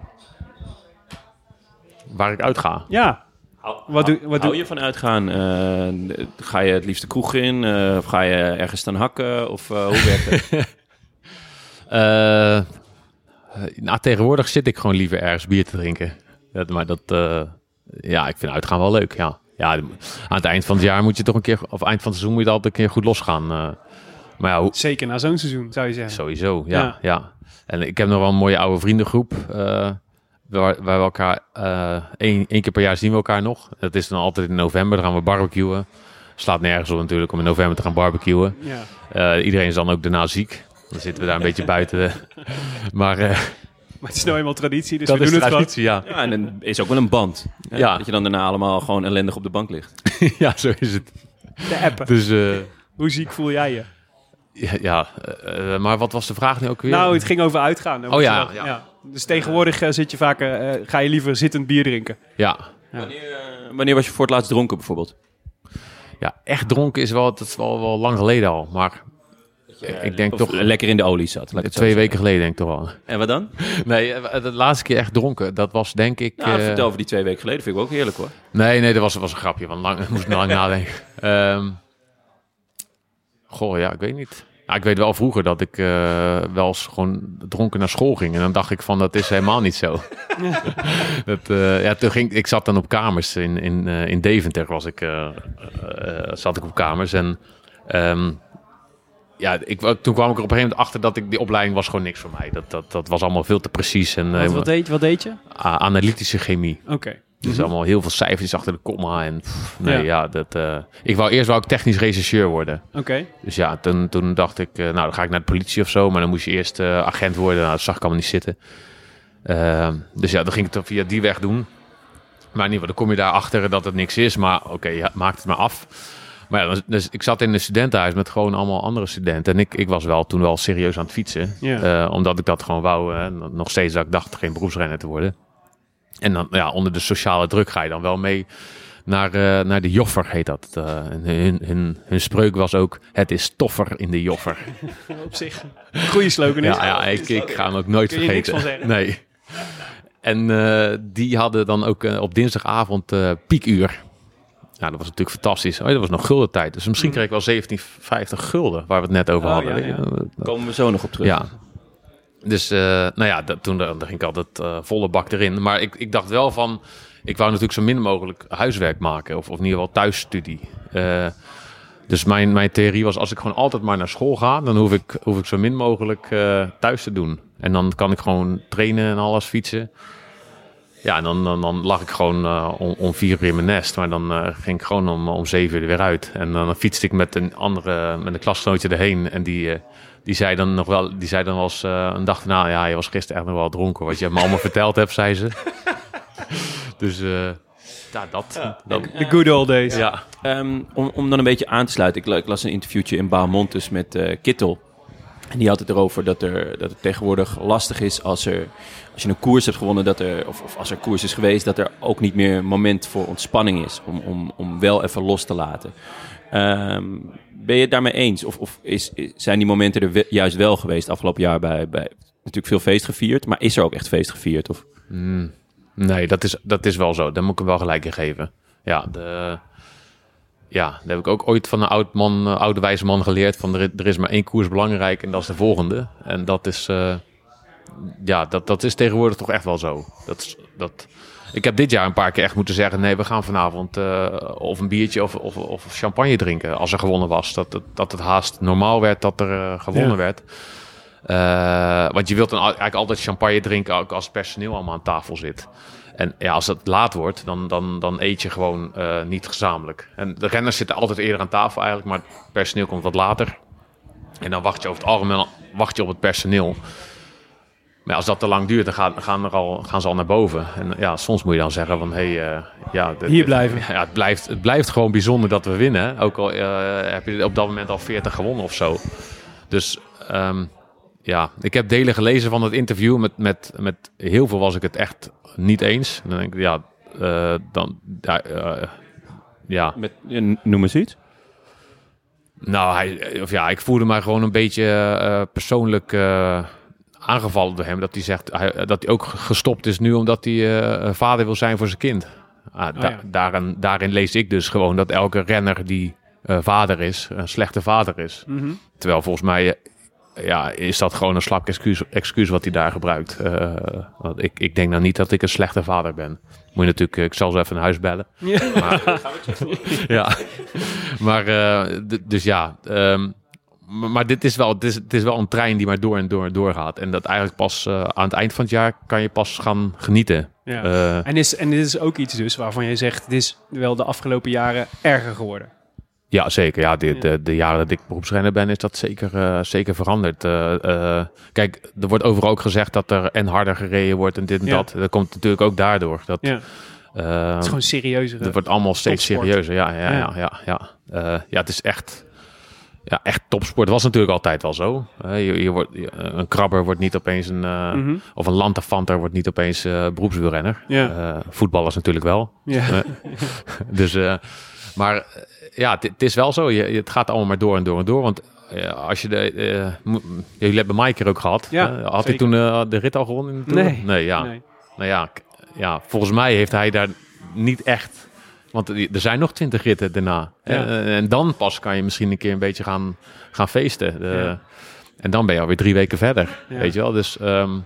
Waar ik uitga?
Ja.
Hou,
wat doe, wat
hou
doe...
je van uitgaan? Uh, ga je het liefst de kroeg in? Uh, of ga je ergens staan hakken? Of uh, hoe werkt het?
uh, nou, tegenwoordig zit ik gewoon liever ergens bier te drinken. Dat, maar dat... Uh, ja, ik vind uitgaan wel leuk, ja. Ja, aan het eind van het jaar moet je toch een keer... Of eind van het seizoen moet je altijd een keer goed losgaan. Uh, maar ja, hoe...
Zeker na zo'n seizoen, zou je zeggen.
Sowieso, ja, ja. ja. En ik heb nog wel een mooie oude vriendengroep. Uh, waar, waar we elkaar uh, één, één keer per jaar zien we elkaar nog. Dat is dan altijd in november. Dan gaan we barbecuen. Slaat nergens op natuurlijk om in november te gaan barbecuen. Ja. Uh, iedereen is dan ook daarna ziek. Dan zitten we daar een beetje buiten. Maar, uh,
maar het is nou eenmaal traditie, dus
dat
we doen
is
het
traditie,
gewoon.
Ja.
Ja, en er is ook wel een band. Hè? Ja. Dat je dan daarna allemaal gewoon ellendig op de bank ligt.
Ja, zo is het.
De appen.
Dus, uh,
hoe ziek voel jij je?
Ja, ja uh, maar wat was de vraag nu ook weer?
Nou, het ging over uitgaan. Dan
oh ja,
dat,
ja.
ja. Dus tegenwoordig uh, zit je vaker, uh, ga je liever zittend bier drinken.
Ja.
ja. Wanneer, uh, wanneer was je voor het laatst dronken bijvoorbeeld?
Ja, echt dronken is wel, dat is wel, wel lang geleden al. Maar ja, ik denk toch...
Lekker in de olie zat.
Twee weken zeggen. geleden denk ik toch wel.
En wat dan?
Nee, de laatste keer echt dronken, dat was denk ik...
Nou,
uh...
vertel over die twee weken geleden, vind ik ook heerlijk hoor.
Nee, nee, dat was, was een grapje, want lang, moest ik lang nadenken. Um, goh, ja, ik weet niet. Nou, ik weet wel vroeger dat ik uh, wel eens gewoon dronken naar school ging. En dan dacht ik van, dat is helemaal niet zo. dat, uh, ja, toen ging, ik zat dan op kamers in, in, uh, in Deventer, was ik, uh, uh, zat ik op kamers. En um, ja, ik, toen kwam ik er op een gegeven moment achter dat ik die opleiding was gewoon niks voor mij. Dat, dat, dat was allemaal veel te precies. En,
wat,
uh,
wat, deed, wat deed je?
A- analytische chemie.
Oké. Okay.
Dus mm-hmm. allemaal heel veel cijfertjes achter de komma. En pff, nee, ja, ja dat, uh, ik wou eerst wou ik technisch rechercheur worden.
Oké. Okay.
Dus ja, toen, toen dacht ik, uh, nou dan ga ik naar de politie of zo. Maar dan moest je eerst uh, agent worden. Nou, dat zag ik allemaal niet zitten. Uh, dus ja, dan ging ik het via die weg doen. Maar in ieder geval, dan kom je daarachter dat het niks is. Maar oké, okay, ja, maak het maar af. Maar ja, dus ik zat in een studentenhuis met gewoon allemaal andere studenten. En ik, ik was wel toen wel serieus aan het fietsen. Yeah. Uh, omdat ik dat gewoon wou. Uh, nog steeds dat ik dacht geen beroepsrenner te worden. En dan ja, onder de sociale druk ga je dan wel mee naar, uh, naar de Joffer, heet dat. Uh, en hun, hun, hun spreuk was ook, het is toffer in de Joffer.
Op zich, goede slogan is.
Ja, ja ik, ik ga hem ook nooit
Kun je
vergeten.
Niks van zeggen.
Nee. En uh, die hadden dan ook uh, op dinsdagavond uh, piekuur. Nou, dat was natuurlijk fantastisch. Oh, dat was nog guldentijd. Dus misschien kreeg ik wel zeventien vijftig gulden, waar we het net over
oh,
hadden.
Ja, ja.
Komen we zo nog op terug.
Ja. Dus, uh, nou ja, dat, toen dan ging ik altijd uh, volle bak erin. Maar ik, ik dacht wel van, ik wou natuurlijk zo min mogelijk huiswerk maken. Of, of in ieder geval thuisstudie. Uh, dus mijn, mijn theorie was, als ik gewoon altijd maar naar school ga, dan hoef ik, hoef ik zo min mogelijk uh, thuis te doen. En dan kan ik gewoon trainen en alles, fietsen. Ja, en dan, dan, dan lag ik gewoon uh, om, om vier uur in mijn nest. Maar dan uh, ging ik gewoon om, om zeven uur er weer uit. En dan fietste ik met een andere, met een klasgenootje erheen. En die, uh, die zei dan nog wel, die zei dan wel eens uh, een dag daarna, ja, je was gisteren echt nog wel dronken. Wat je me allemaal verteld hebt, zei ze. Dus uh, ja, dat.
Ja,
dat
the good old days.
Ja. Um, om, om dan een beetje aan te sluiten. Ik, ik las een interviewtje in Bahamontes met uh, Kittel. En die had het erover dat, er, dat het tegenwoordig lastig is als, er, als je een koers hebt gewonnen, dat er, of, of als er koers is geweest, dat er ook niet meer een moment voor ontspanning is. Om, om, om wel even los te laten. Um, ben je het daarmee eens? Of, of is, zijn die momenten er we, juist wel geweest afgelopen jaar bij, bij natuurlijk veel feest gevierd, maar is er ook echt feest gevierd? Of?
Mm, nee, dat is, dat is wel zo. Daar moet ik hem wel gelijk in geven. Ja, de, ja, dat heb ik ook ooit van een oud man, uh, oude wijze man geleerd. Van er, er is maar één koers belangrijk en dat is de volgende. En dat is, uh, ja, dat, dat is tegenwoordig toch echt wel zo. Dat, dat, ik heb dit jaar een paar keer echt moeten zeggen, nee, we gaan vanavond uh, of een biertje of, of, of champagne drinken als er gewonnen was. Dat, dat, dat het haast normaal werd dat er uh, gewonnen ja. werd. Uh, want je wilt dan eigenlijk altijd champagne drinken ook als het personeel allemaal aan tafel zit. En ja, als het laat wordt, dan, dan, dan eet je gewoon uh, niet gezamenlijk. En de renners zitten altijd eerder aan tafel eigenlijk, maar het personeel komt wat later. En dan wacht je over het algemeen wacht je op het personeel. Maar als dat te lang duurt, dan gaan, gaan, er al, gaan ze al naar boven. En ja, soms moet je dan zeggen van, hé... Hey, uh, ja, de,
Hier blijven.
Ja, het blijft, het blijft gewoon bijzonder dat we winnen. Ook al uh, heb je op dat moment al veertig gewonnen of zo. Dus... Um, Ja, ik heb delen gelezen van het interview. Met, met, met heel veel was ik het echt niet eens. Dan denk ik, ja, uh, dan... Ja, uh, ja.
Met, noem eens iets.
Nou, hij, of ja, ik voelde mij gewoon een beetje uh, persoonlijk uh, aangevallen door hem. Dat hij zegt hij, dat hij ook gestopt is nu omdat hij uh, vader wil zijn voor zijn kind. Ah,
oh,
da-
ja.
daarin, daarin lees ik dus gewoon dat elke renner die uh, vader is, een slechte vader is.
Mm-hmm.
Terwijl volgens mij... Uh, Ja, is dat gewoon een slap excuus, excuus wat hij daar gebruikt. Uh, want ik, ik denk nou niet dat ik een slechte vader ben. Moet je natuurlijk, ik zal zo even naar huis bellen.
Ja.
Maar, ja. maar uh, d- dus ja. Um, maar, maar dit is wel, het is, het is wel een trein die maar door en door en door gaat. En dat eigenlijk pas uh, aan het eind van het jaar kan je pas gaan genieten.
Ja.
Uh,
en, is, en dit is ook iets dus waarvan jij zegt, het is wel de afgelopen jaren erger geworden.
Ja, zeker. Ja, de, de, de jaren dat ik beroepsrenner ben, is dat zeker, uh, zeker veranderd. Uh, uh, kijk, er wordt overal ook gezegd dat er en harder gereden wordt en dit en
ja.
dat. Dat komt natuurlijk ook daardoor. Dat,
ja.
uh,
het is gewoon serieuzer.
Het wordt allemaal steeds
topsport.
serieuzer. Ja, ja, ja. ja, ja, ja. Uh, ja, het is echt, ja, echt topsport. Was natuurlijk altijd wel zo. Uh, je, je wordt, een krabber wordt niet opeens een... Uh, mm-hmm. Of een lanterfanter wordt niet opeens uh, beroepswielrenner.
Ja.
Uh, voetballers natuurlijk wel.
Ja.
Uh, dus... Uh, maar ja, het, het is wel zo. Je, het gaat allemaal maar door en door en door. Want uh, als je de... Uh, mo- jullie hebben Mike er ook gehad.
Ja,
uh, had
zeker.
hij toen uh, de rit al gewonnen in de Tour?
Nee.
Nee, ja.
Nee.
Nou ja, k- ja, volgens mij heeft hij daar niet echt... Want er zijn nog twintig ritten daarna.
Ja.
Uh, en dan pas kan je misschien een keer een beetje gaan, gaan feesten. De,
Ja.
En dan ben je alweer drie weken verder.
Ja.
Weet je wel? Dus um,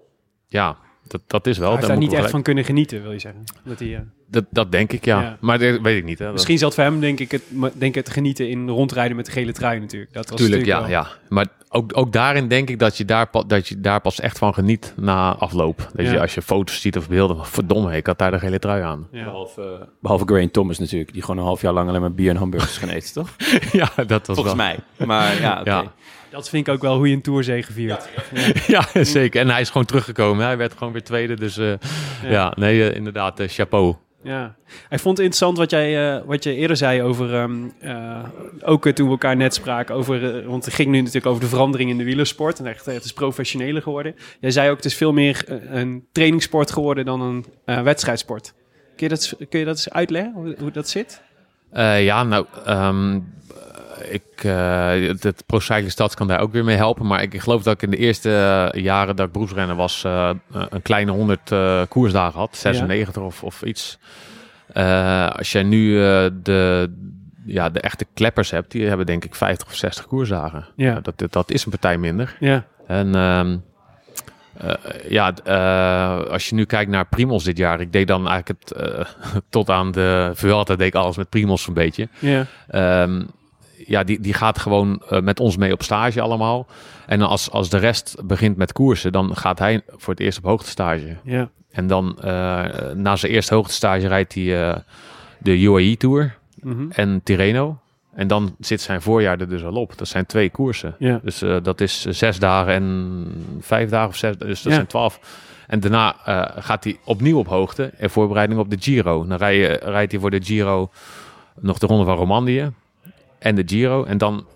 ja, dat, dat is wel...
Hij heeft
daar
daar
moet
niet
ik wel
echt van kunnen genieten, wil je zeggen. Dat hij, uh,
Dat, dat denk ik, ja.
Ja.
Maar dat weet ik niet. Hè. Dat-
misschien zat voor hem, denk ik, het, denk ik, het genieten in rondrijden met de gele trui natuurlijk. Dat was
Tuurlijk, ja,
natuurlijk
ja. Maar ook, ook daarin denk ik dat je, daar, pa- dat je daar pas echt van geniet na afloop. Dat
Ja.
je als je foto's ziet of beelden, verdomme, ik had daar de gele trui aan.
wel- Ja.
Behalve, uh, behalve Geraint Thomas natuurlijk, die gewoon een half jaar lang alleen maar bier en hamburgers gaan eten, toch?
ja, dat was
Volgens
wel.
mij. Maar ja, oké.
Ja.
Dat vind ik ook wel hoe je een tourzege viert.
ja, zeker. En hij is gewoon teruggekomen. Hij werd gewoon weer tweede. Dus uh, ja. ja, nee, uh, inderdaad, uh, chapeau.
Ja, ik vond het interessant wat jij uh, wat je eerder zei over, um, uh, ook uh, toen we elkaar net spraken over, uh, want het ging nu natuurlijk over de verandering in de wielersport en echt, het is professioneler geworden. Jij zei ook, het is veel meer uh, een trainingssport geworden dan een uh, wedstrijdsport. Kun je dat, kun je dat eens uitleggen, hoe, hoe dat zit?
Uh, ja, nou, um, ik, uh, het, het Pro Cycling Stats kan daar ook weer mee helpen. Maar ik, ik geloof dat ik in de eerste uh, jaren dat ik beroepsrenner was, uh, een kleine honderd uh, koersdagen had. zesennegentig ja. of, of iets. Uh, als jij nu uh, de, ja, de echte kleppers hebt, die hebben denk ik vijftig of zestig koersdagen.
Ja.
Uh, dat, dat is een partij minder.
Ja.
En um, uh, ja, uh, als je nu kijkt naar Primoz dit jaar. Ik deed dan eigenlijk het, uh, tot aan de Vuelta deed ik alles met Primoz een beetje.
Ja.
Um, ja, die, die gaat gewoon uh, met ons mee op stage allemaal. En als, als de rest begint met koersen, dan gaat hij voor het eerst op hoogtestage.
Ja.
En dan uh, na zijn eerste hoogtestage rijdt hij uh, de U A E Tour
Mm-hmm.
en Tirreno. En dan zit zijn voorjaar er dus al op. Dat zijn twee koersen.
Ja.
Dus uh, dat is zes dagen en vijf dagen of zes. Dus dat
Ja.
zijn twaalf. En daarna uh, gaat hij opnieuw op hoogte en voorbereiding op de Giro. Dan rij je, rijdt hij voor de Giro nog de Ronde van Romandie en de Giro. En dan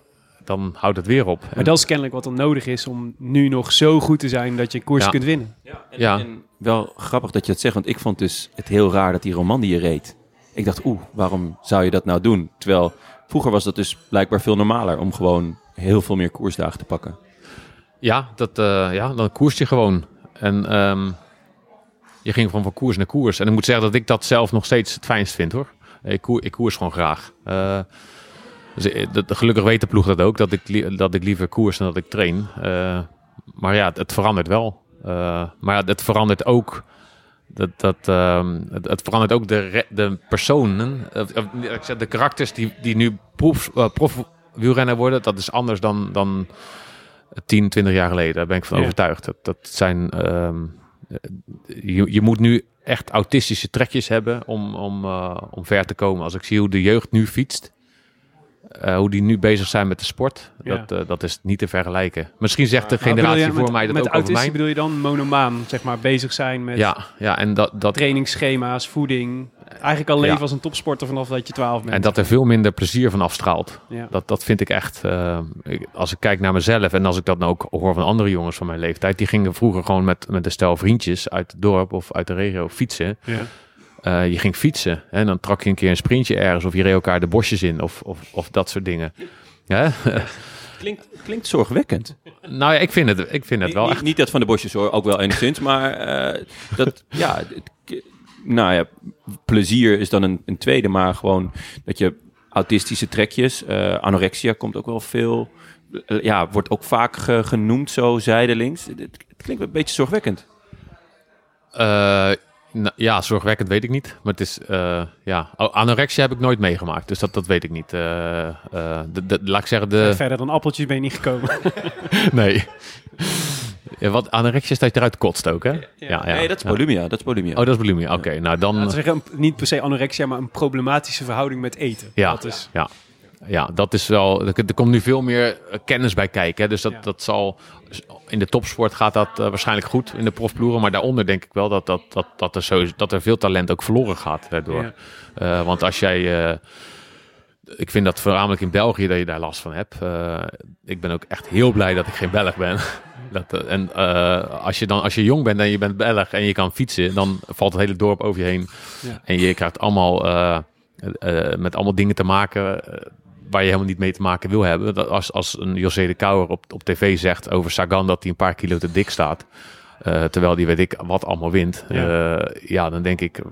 dan houdt het weer op.
Maar dat is kennelijk wat er nodig is om nu nog zo goed te zijn dat je koers
Ja.
kunt winnen.
Ja, en,
Ja.
en wel grappig dat je het zegt, want ik vond dus het heel raar dat die Romandie reed. Ik dacht, oeh, waarom zou je dat nou doen? Terwijl vroeger was dat dus blijkbaar veel normaler om gewoon heel veel meer koersdagen te pakken.
Ja, dat, uh, ja, dan koers je gewoon. En um, je ging gewoon van koers naar koers. En ik moet zeggen dat ik dat zelf nog steeds het fijnst vind, hoor. Ik, koer, ik koers gewoon graag. Uh, dus, dat, gelukkig weet de ploeg dat ook, dat ik, li- dat ik liever koers dan dat ik train. Uh, maar ja, het, het verandert wel. Uh, maar ja, het verandert ook... Dat, dat, um, het, het verandert ook de, re- de personen, uh, ik zeg, de karakters die, die nu proef, uh, profwielrenner worden. Dat is anders dan, dan tien, twintig jaar geleden. Daar ben ik van
Ja.
overtuigd. Dat, dat zijn, um, je, je moet nu echt autistische trekjes hebben om, om, uh, om ver te komen. Als ik zie hoe de jeugd nu fietst, uh, hoe die nu bezig zijn met de sport,
Ja.
dat, uh, dat is niet te vergelijken. Misschien zegt de
Maar bedoel
generatie
je
voor
met,
mij dat
met
ook over
autistisch
mij.
bedoel je dan monomaan, zeg maar, bezig zijn met
Ja, ja, en dat, dat,
trainingsschema's, voeding. Eigenlijk al leven
Ja.
als een topsporter vanaf dat je twaalf bent.
en dat er veel minder plezier van afstraalt.
Ja.
Dat, dat vind ik echt... Uh, ik, als ik kijk naar mezelf en als ik dat nou ook hoor van andere jongens van mijn leeftijd... die gingen vroeger gewoon met, met een stel vriendjes uit het dorp of uit de regio fietsen.
Ja.
Uh, je ging fietsen hè, en dan trak je een keer een sprintje ergens... of je reed elkaar de bosjes in of, of, of dat soort dingen. Ja?
Klinkt, klinkt zorgwekkend.
Nou ja, ik vind het, ik vind het wel
niet,
echt...
niet dat van de bosjes hoor, ook wel enigszins, maar uh, dat, ja, het, nou ja, plezier is dan een, een tweede, maar gewoon dat je autistische trekjes, uh, anorexia komt ook wel veel, uh, ja, wordt ook vaak ge, genoemd zo zijdelings. Het, het klinkt een beetje zorgwekkend.
Uh, nou, ja, zorgwekkend weet ik niet. Maar het is, uh, ja, anorexia heb ik nooit meegemaakt. Dus dat, dat weet ik niet. Uh, uh, de, de, laat ik zeggen, de...
Verder dan appeltjes ben je niet gekomen.
nee. Ja, wat anorexia is dat je eruit kotst ook, hè? Ja, ja,
nee, dat is
ja.
bulimia. Dat is bulimia.
Oh, dat is bulimia. Oké, okay, nou dan...
Laten we zeggen, niet per se anorexia, maar een problematische verhouding met eten.
Ja,
dat is...
ja. Ja, dat is wel... Er, er komt nu veel meer kennis bij kijken. Hè? Dus dat,
Ja.
dat zal... In de topsport gaat dat uh, waarschijnlijk goed in de profploegen. Maar daaronder denk ik wel dat, dat, dat, dat, er, sowieso, dat er veel talent ook verloren gaat daardoor. Ja. Uh, want als jij... Uh, ik vind dat voornamelijk in België dat je daar last van hebt. Uh, ik ben ook echt heel blij dat ik geen Belg ben. dat, uh, en uh, als je dan als je jong bent en je bent Belg en je kan fietsen... dan valt het hele dorp over je heen. Ja. En je krijgt allemaal... Uh, uh, met allemaal dingen te maken... Uh, waar je helemaal niet mee te maken wil hebben. Dat als, als een José de Kouwer op, op tv zegt over Sagan dat hij een paar kilo te dik staat. Uh, terwijl die weet ik wat allemaal wint. Ja. Uh, ja, dan denk ik...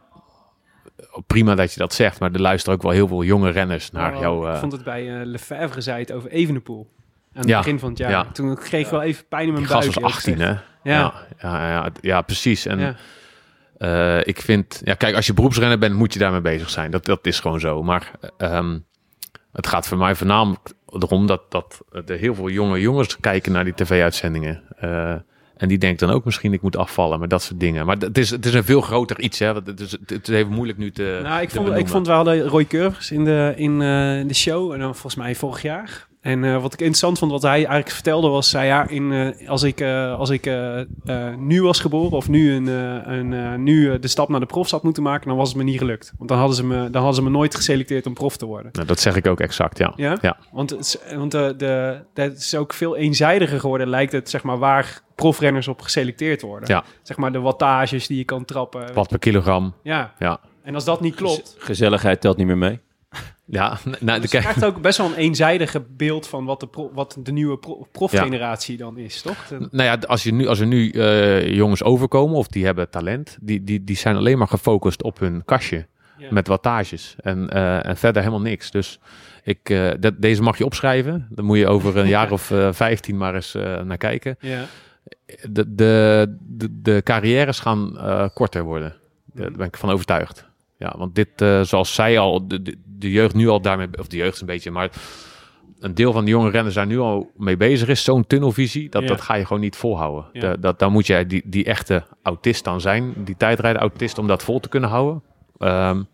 Prima dat je dat zegt, maar er luisteren ook wel heel veel jonge renners naar
oh,
jou. Uh...
Ik vond het bij uh, Lefebvre zei het over Evenepoel. Aan het
ja,
begin van het jaar.
Ja.
Toen kreeg ik wel even pijn in mijn
die
buik.
gast was achttien, hè? Ja. Ja, ja, ja, ja, precies. En ja. Uh, ik vind... Ja, kijk, als je beroepsrenner bent, moet je daarmee bezig zijn. Dat, dat is gewoon zo. Maar... Um, Het gaat voor mij voornamelijk erom dat, dat er heel veel jonge jongens kijken naar die tv-uitzendingen. Uh, en die denken dan ook misschien ik moet afvallen, maar dat soort dingen. Maar het is, het is een veel groter iets. Hè? Het, is, het is even moeilijk nu te
Nou, ik
te
vond, ik vond we hadden Roy Curvers in de, in, uh, in de show. En dan volgens mij vorig jaar. En uh, wat ik interessant vond, wat hij eigenlijk vertelde was... Zei, ja, in, uh, als ik, uh, als ik uh, uh, nu was geboren of nu, een, uh, een, uh, nu uh, de stap naar de profs had moeten maken... dan was het me niet gelukt. Want dan hadden ze me, dan hadden ze me nooit geselecteerd om prof te worden.
Nou, dat zeg ik ook exact, ja.
Ja?
ja.
Want, het, want de, de, het is ook veel eenzijdiger geworden, lijkt het, zeg maar, waar profrenners op geselecteerd worden.
Ja.
Zeg maar de wattages die je kan trappen.
Wat per kilogram.
Ja.
ja.
En als dat niet klopt...
Gezelligheid telt niet meer mee.
Ja, nou,
dus je krijgt ook best wel een eenzijdige beeld van wat de, pro, wat de nieuwe pro, profgeneratie ja. dan is, toch? De...
Nou ja, als, je nu, als er nu uh, jongens overkomen of die hebben talent, die, die, die zijn alleen maar gefocust op hun kastje ja. met wattages en, uh, en verder helemaal niks. Dus ik, uh, dat, deze mag je opschrijven. Dan moet je over een jaar of uh, vijftien maar eens uh, naar kijken.
Ja.
De, de, de, de carrières gaan uh, korter worden. Daar ben ik van overtuigd. Ja, want dit, uh, zoals zij al, de, de, de jeugd nu al daarmee, of de jeugd een beetje, maar een deel van de jonge renners daar nu al mee bezig is, zo'n tunnelvisie, dat, ja. dat ga je gewoon niet volhouden. Ja. De, dat, dan moet jij die, die echte autist dan zijn, die tijdrijder autist, om dat vol te kunnen houden. Um,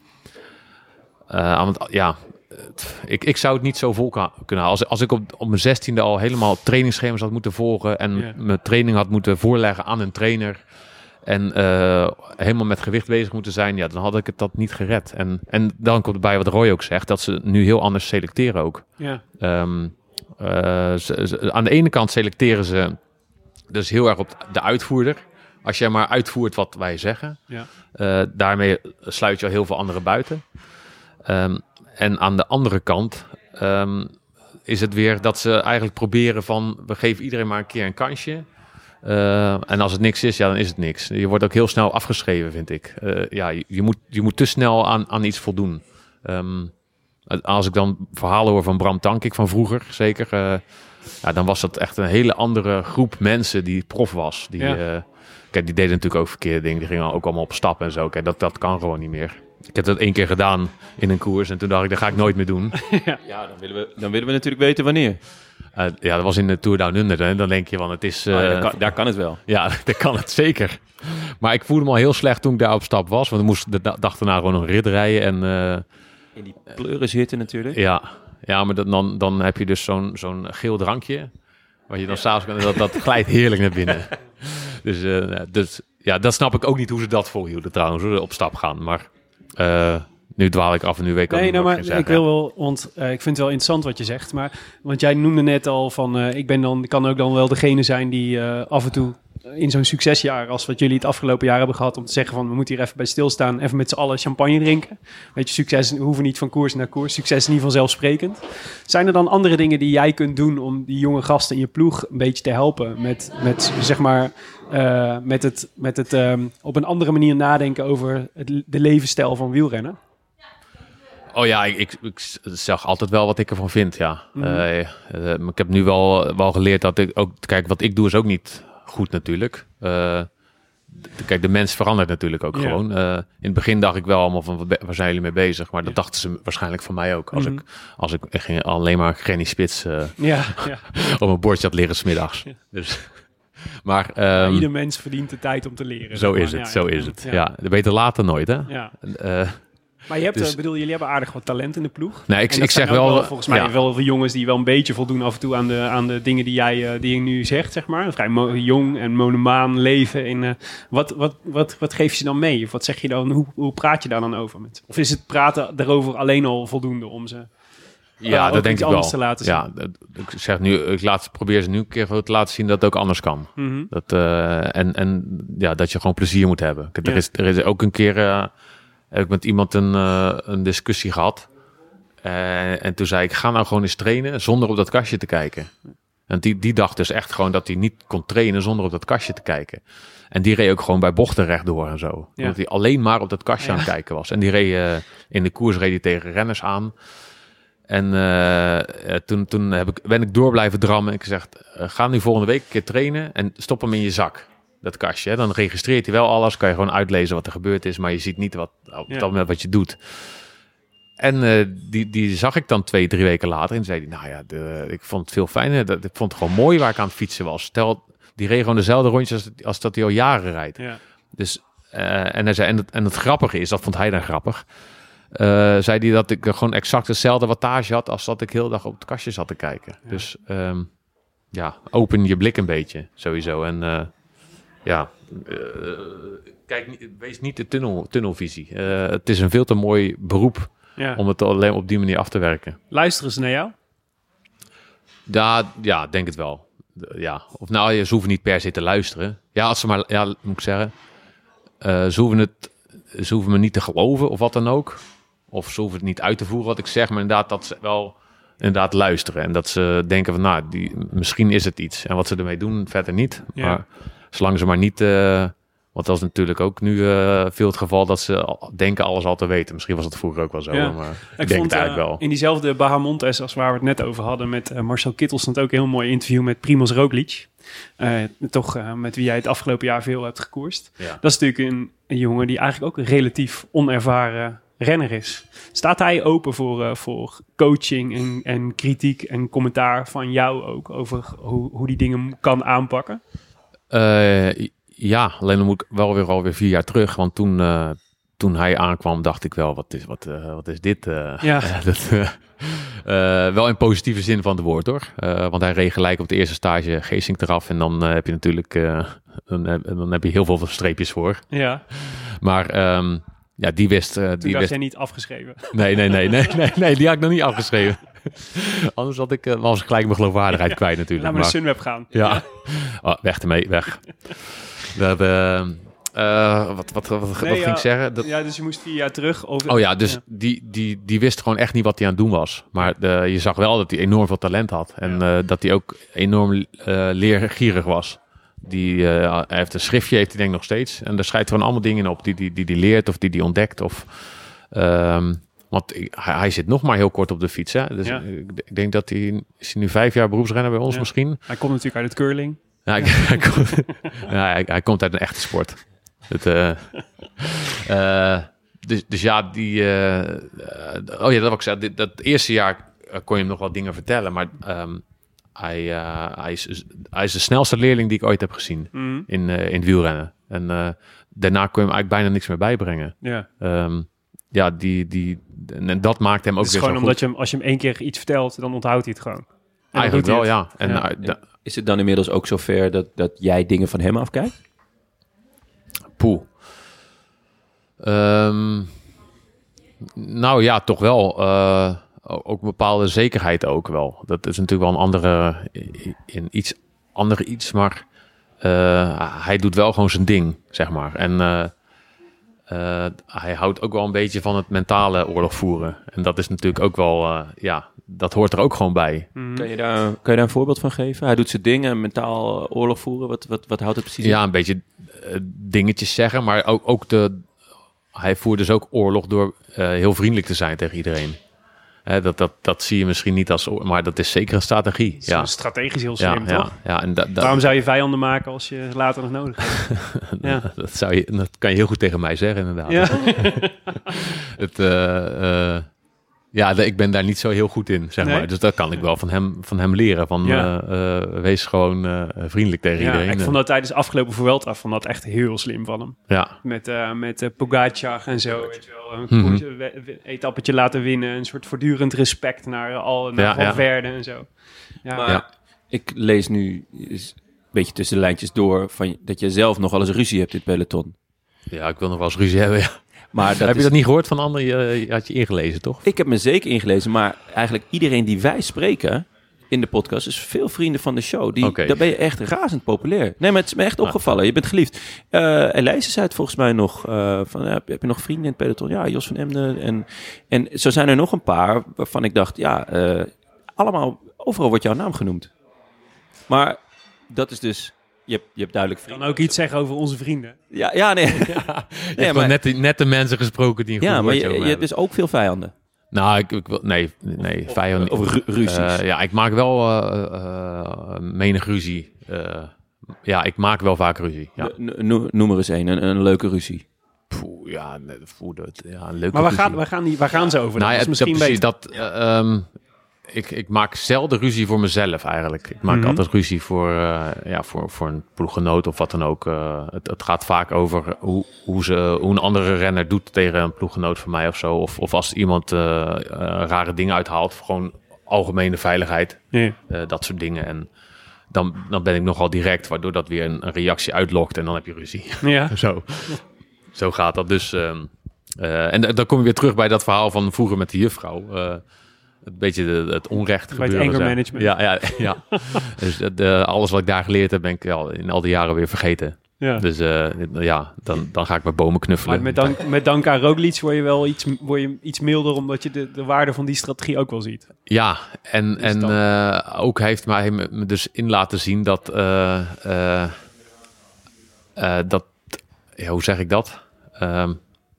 uh, want ja, ik, ik zou het niet zo vol kunnen houden. Als, als ik op, op mijn zestiende al helemaal trainingsschema's had moeten volgen en ja. mijn training had moeten voorleggen aan een trainer en uh, helemaal met gewicht bezig moeten zijn, ja, dan had ik het dat niet gered. En, en dan komt erbij wat Roy ook zegt, dat ze nu heel anders selecteren ook.
Ja.
Um, uh, ze, ze, aan de ene kant selecteren ze dus heel erg op de uitvoerder. Als jij maar uitvoert wat wij zeggen,
Ja.
uh, daarmee sluit je al heel veel anderen buiten. Um, en aan de andere kant um, is het weer dat ze eigenlijk proberen van, we geven iedereen maar een keer een kansje. Uh, en als het niks is, ja, dan is het niks. Je wordt ook heel snel afgeschreven, vind ik. Uh, ja, je, je, moet, je moet te snel aan, aan iets voldoen. Um, als ik dan verhalen hoor van Bram Tankink van vroeger, zeker. Uh, ja, dan was dat echt een hele andere groep mensen die prof was. Die,
Ja.
uh, kijk, die deden natuurlijk ook verkeerde dingen. Die gingen ook allemaal op stap en zo. Kijk, dat, dat kan gewoon niet meer. Ik heb dat één keer gedaan in een koers. En toen dacht ik, dat ga ik nooit meer doen.
Ja, dan willen we, dan willen we natuurlijk weten wanneer.
Uh, ja, dat was in de Tour Down Under. Hè. Dan denk je van, het is... Uh,
Oh, ja, daar, kan, daar kan het wel.
Ja, dat kan het zeker. Maar ik voelde me al heel slecht toen ik daar op stap was. Want ik moest de dag daarna gewoon nog een rit rijden. En, uh,
In die pleuren zitten natuurlijk.
ja, ja, maar dat, dan, dan heb je dus zo'n, zo'n geel drankje. Waar je dan s'avonds kan... Dat, dat glijdt heerlijk naar binnen. Dus, uh, dus ja, dat snap ik ook niet hoe ze dat volhielden trouwens. Hoe ze op stap gaan. Maar uh, nu dwaal ik af en nu weet ik ook
Nee,
niet
nou,
wat
maar
ik ga
ik
zeggen.
wil wel, want uh, ik vind het wel interessant wat je zegt. Maar, want jij noemde net al van, uh, ik ben dan, kan ook dan wel degene zijn die uh, af en toe in zo'n succesjaar, als wat jullie het afgelopen jaar hebben gehad, om te zeggen van, we moeten hier even bij stilstaan, even met z'n allen champagne drinken. Weet je, succes, we hoeven niet van koers naar koers. Succes is niet vanzelfsprekend. Zijn er dan andere dingen die jij kunt doen om die jonge gasten in je ploeg een beetje te helpen met, met zeg maar, uh, met het, met het um, op een andere manier nadenken over het, de levensstijl van wielrennen?
Oh ja, ik, ik, ik zeg altijd wel wat ik ervan vind, ja.
Mm.
Uh, uh, ik heb nu wel, wel geleerd dat ik ook... Kijk, wat ik doe is ook niet goed natuurlijk. Uh, d- kijk, de mens verandert natuurlijk ook
Ja.
gewoon. Uh, in het begin dacht ik wel allemaal van, waar zijn jullie mee bezig? Maar dat
Ja.
dachten ze waarschijnlijk van mij ook. Als,
Mhm.
ik, als ik ik ging alleen maar Granny Spits uh,
Ja, ja.
op mijn bordje had liggen 's middags.
Ja.
Dus, maar um,
Ieder mens verdient de tijd om te leren.
zo
zeg
is
maar.
het,
Ja,
zo
ja,
is het.
ja.
Ja, beter later nooit, hè?
Ja.
Uh,
Maar je hebt,
Dus-
dus, bedoel, jullie hebben aardig wat talent in de ploeg.
nee, ik,
En dat
ik zeg
zijn ook
wel...
volgens mij
ja.
wel veel jongens die wel een beetje voldoen af en toe aan de, aan de dingen die jij uh, die je nu zegt, zeg maar. Vrij mo- jong en monomaan leven. In, uh, wat, wat, wat, wat geef je ze dan mee? Of wat zeg je dan? Hoe, hoe praat je daar dan over met? Of is het praten daarover alleen al voldoende om ze...
Ja,
uh, ook
dat denk
iets
ik
anders
wel.
te laten zien?
Ja, dat- ik zeg nu, ik laat, probeer ze nu een keer te laten zien dat het ook anders kan.
Mhm.
Dat, uh, en, en ja, dat je gewoon plezier moet hebben. Kijk, er,
Ja.
is, er is ook een keer, uh, heb ik met iemand een, uh, een discussie gehad. Uh, en toen zei ik, ga nou gewoon eens trainen zonder op dat kastje te kijken. En die, die dacht dus echt gewoon dat hij niet kon trainen zonder op dat kastje te kijken. En die reed ook gewoon bij bochten rechtdoor en zo.
Ja.
Omdat hij alleen maar op dat kastje
Ja.
aan het kijken was. En die reed uh, in de koers reed hij tegen renners aan. En uh, toen, toen heb ik, ben ik door blijven drammen. Ik zeg, uh, ga nu volgende week een keer trainen en stop hem in je zak. Dat kastje. Hè? Dan registreert hij wel alles. Kan je gewoon uitlezen wat er gebeurd is. Maar je ziet niet wat, op
Ja.
dat moment wat je doet. En uh, die, die zag ik dan twee, drie weken later. En zei hij, nou ja, de, ik vond het veel fijner. Dat, ik vond het gewoon mooi waar ik aan het fietsen was. Stel, die reed gewoon dezelfde rondjes als, als dat hij al jaren rijdt.
Ja.
Dus, uh, en, hij zei, en, het, en het grappige is, dat vond hij dan grappig. Uh, zei hij dat ik gewoon exact dezelfde wattage had als dat ik heel de dag op het kastje zat te kijken.
Ja.
Dus um, ja, open je blik een beetje, sowieso. En uh, ja, uh, kijk, niet- wees niet de tunnel, tunnelvisie. Uh, het is een veel te mooi beroep
Ja.
om het alleen op die manier af te werken.
Luisteren ze naar jou?
Ja, ja, denk het wel. Ja, of nou, ze hoeven niet per se te luisteren. Ja, als ze maar, ja, moet ik zeggen, uh, ze hoeven het, ze hoeven me niet te geloven of wat dan ook. Of ze hoeven het niet uit te voeren wat ik zeg, maar inderdaad dat ze wel inderdaad luisteren. En dat ze denken van, nou, die, misschien is het iets. En wat ze ermee doen, verder niet.
Ja.
Maar zolang ze maar niet, uh, want dat is natuurlijk ook nu uh, veel het geval dat ze al- denken alles al te weten. Misschien was dat vroeger ook wel zo,
Ja.
maar ik,
Ik
denk
vond
het eigenlijk
uh,
wel.
in diezelfde Bahamontes als waar we het net over hadden met uh, Marcel Kittel stond ook een heel mooi interview met Primoz Roglic. Uh, toch uh, met wie jij het afgelopen jaar veel hebt gekoerst.
Ja.
Dat is natuurlijk een, een jongen die eigenlijk ook een relatief onervaren renner is. Staat hij open voor, uh, voor coaching en, en kritiek en commentaar van jou ook over hoe, hoe die dingen kan aanpakken?
Uh, ja, alleen dan moet ik wel weer alweer vier jaar terug. Want toen, uh, toen hij aankwam, dacht ik wel, wat is, wat, uh, wat is dit? Uh,
Ja.
dat, uh, uh, wel in positieve zin van het woord, hoor. Uh, want hij reed gelijk op de eerste stage Geesink eraf. En dan uh, heb je natuurlijk uh, dan, heb, dan heb je heel veel streepjes voor.
Ja,
Maar um, ja, die wist... Uh,
toen
die
dacht
wist
jij niet afgeschreven.
nee, nee, nee, nee, nee, nee, die had ik nog niet afgeschreven. Anders had ik, uh, was ik gelijk mijn geloofwaardigheid ja. kwijt natuurlijk.
Laat maar naar Sunweb gaan.
Ja, ja. Oh, weg ermee, weg. We hebben... Uh, wat wat, wat, wat
nee,
ging
ja,
ik zeggen? Dat...
Ja, dus je moest vier jaar terug. Over...
Oh ja, dus
ja.
Die, die, die wist gewoon echt niet wat hij aan het doen was. Maar de, je zag wel dat hij enorm veel talent had. En ja. uh, dat hij ook enorm uh, leergierig was. Die, uh, hij heeft een schriftje, heeft hij denk ik nog steeds. En daar schrijft gewoon allemaal dingen op die hij die, die, die leert of die hij ontdekt. Of, um, want hij, hij zit nog maar heel kort op de fiets. Hè? Dus ja. ik, ik denk dat hij... Is hij nu vijf jaar beroepsrenner bij ons
ja.
misschien?
Hij komt natuurlijk uit het curling.
Ja, hij, hij, komt, ja, hij, hij komt uit een echte sport. Het, uh, uh, dus, dus ja, die... Uh, uh, oh ja, dat wat ik zei. Dit, dat eerste jaar kon je hem nog wat dingen vertellen. Maar um, hij, uh, hij, is, hij is de snelste leerling die ik ooit heb gezien mm. in, uh, in het wielrennen. En uh, daarna kon je hem eigenlijk bijna niks meer bijbrengen.
Ja,
um, ja die, die, en dat maakt hem ook weer zo goed.
Het is gewoon omdat je hem, als je hem één keer iets vertelt, dan onthoudt hij het gewoon. En
eigenlijk wel, ja. En,
ja.
Uh, da-
is het dan inmiddels ook zover dat, dat jij dingen van hem afkijkt?
Poeh. Um, nou ja, toch wel. Uh, ook een bepaalde zekerheid ook wel. Dat is natuurlijk wel een andere, in iets andere iets, maar uh, hij doet wel gewoon zijn ding, zeg maar. En uh, uh, hij houdt ook wel een beetje van het mentale oorlog voeren. En dat is natuurlijk ook wel, uh, ja, dat hoort er ook gewoon bij.
Mm-hmm. Kan je daar, kan je daar een voorbeeld van geven? Hij doet zijn dingen, mentaal oorlog voeren. Wat, wat, wat houdt het precies in?
Ja, een beetje uh, dingetjes zeggen, maar ook, ook de... Hij voert dus ook oorlog door uh, heel vriendelijk te zijn tegen iedereen. Hè, dat, dat, dat zie je misschien niet als... Maar dat is zeker een strategie.
Dat is
ja.
strategisch heel slim,
ja,
toch?
Ja, ja, en da, da,
Waarom zou je vijanden maken als je later nog nodig hebt?
ja. dat, zou je, dat kan je heel goed tegen mij zeggen, inderdaad.
Ja,
het, uh, uh, ja ik ben daar niet zo heel goed in, zeg nee? maar. Dus dat kan ik wel van hem, van hem leren. Van, ja. uh, uh, wees gewoon uh, vriendelijk tegen
ja,
iedereen.
Ik vond dat tijdens de afgelopen Vuelta vond dat echt heel slim van hem.
Ja.
Met, uh, met uh, Pogacar en zo, weet je wel. Een mm-hmm. koers, we, we, etappetje laten winnen. Een soort voortdurend respect naar al naar ja, Valverde ja. en zo. Ja.
Maar ja. ik lees nu een beetje tussen de lijntjes door van dat je zelf nog wel eens ruzie hebt in het peloton.
Ja, ik wil nog wel eens ruzie hebben, ja. Maar dat
heb
is...
je
dat niet gehoord van anderen? Je, je had je ingelezen, toch?
Ik heb me zeker ingelezen, maar eigenlijk iedereen die wij spreken in de podcast is veel vrienden van de show. Die, okay. Daar ben je echt razend populair. Nee, maar het is me echt opgevallen. Je bent geliefd. Uh, Elijse zei het volgens mij nog. Uh, van, uh, heb je nog vrienden in het peloton? Ja, Jos van Emden. En, en zo zijn er nog een paar waarvan ik dacht, ja, uh, allemaal, overal wordt jouw naam genoemd. Maar dat is dus... Je hebt, je hebt duidelijk vrienden.
Kan ook iets zeggen over onze vrienden.
Ja, ja nee. ja.
Je nee, hebt maar, net, de, net de mensen gesproken die een goed
ja, maar je, je
hebben.
hebt dus ook veel vijanden.
Nou, ik, ik wil... Nee, nee of, vijanden.
Of ru- ruzies. Uh,
ja, ik maak wel uh, uh, menig ruzie. Uh, ja, ik maak wel vaak ruzie. Ja.
No, noem er eens een, een, een leuke ruzie.
Poeh, ja, voel dat, ja, een leuke
maar waar
ruzie.
gaan, waar, gaan die, waar gaan ze over?
Nou,
dat
ja,
is misschien
dat, precies,
beter.
dat... Uh, um, Ik, ik maak zelden ruzie voor mezelf eigenlijk. Ik maak mm-hmm. altijd ruzie voor, uh, ja, voor, voor een ploeggenoot of wat dan ook. Uh, het, het gaat vaak over hoe, hoe, ze, hoe een andere renner doet tegen een ploeggenoot van mij of zo. Of, of als iemand uh, uh, rare dingen uithaalt. Gewoon algemene veiligheid. Yeah. Uh, dat soort dingen. En dan, dan ben ik nogal direct, waardoor dat weer een, een reactie uitlokt. En dan heb je ruzie.
Ja.
zo. zo gaat dat dus. Uh, uh, en dan kom je weer terug bij dat verhaal van vroeger met de juffrouw. Uh, Een beetje de, het onrecht
bij
gebeuren.
Het anger management.
Ja, ja, ja. Dus de, alles wat ik daar geleerd heb, ben ik ja, in al die jaren weer vergeten. Ja. Dus uh, ja, dan, dan ga ik met bomen knuffelen.
Maar met dank, met dank aan Roglic word je wel iets, word je iets milder, omdat je de, de waarde van die strategie ook wel ziet.
Ja, en, en uh, ook heeft mij me dus in laten zien dat... Uh, uh, uh, dat ja, hoe zeg ik dat? Uh,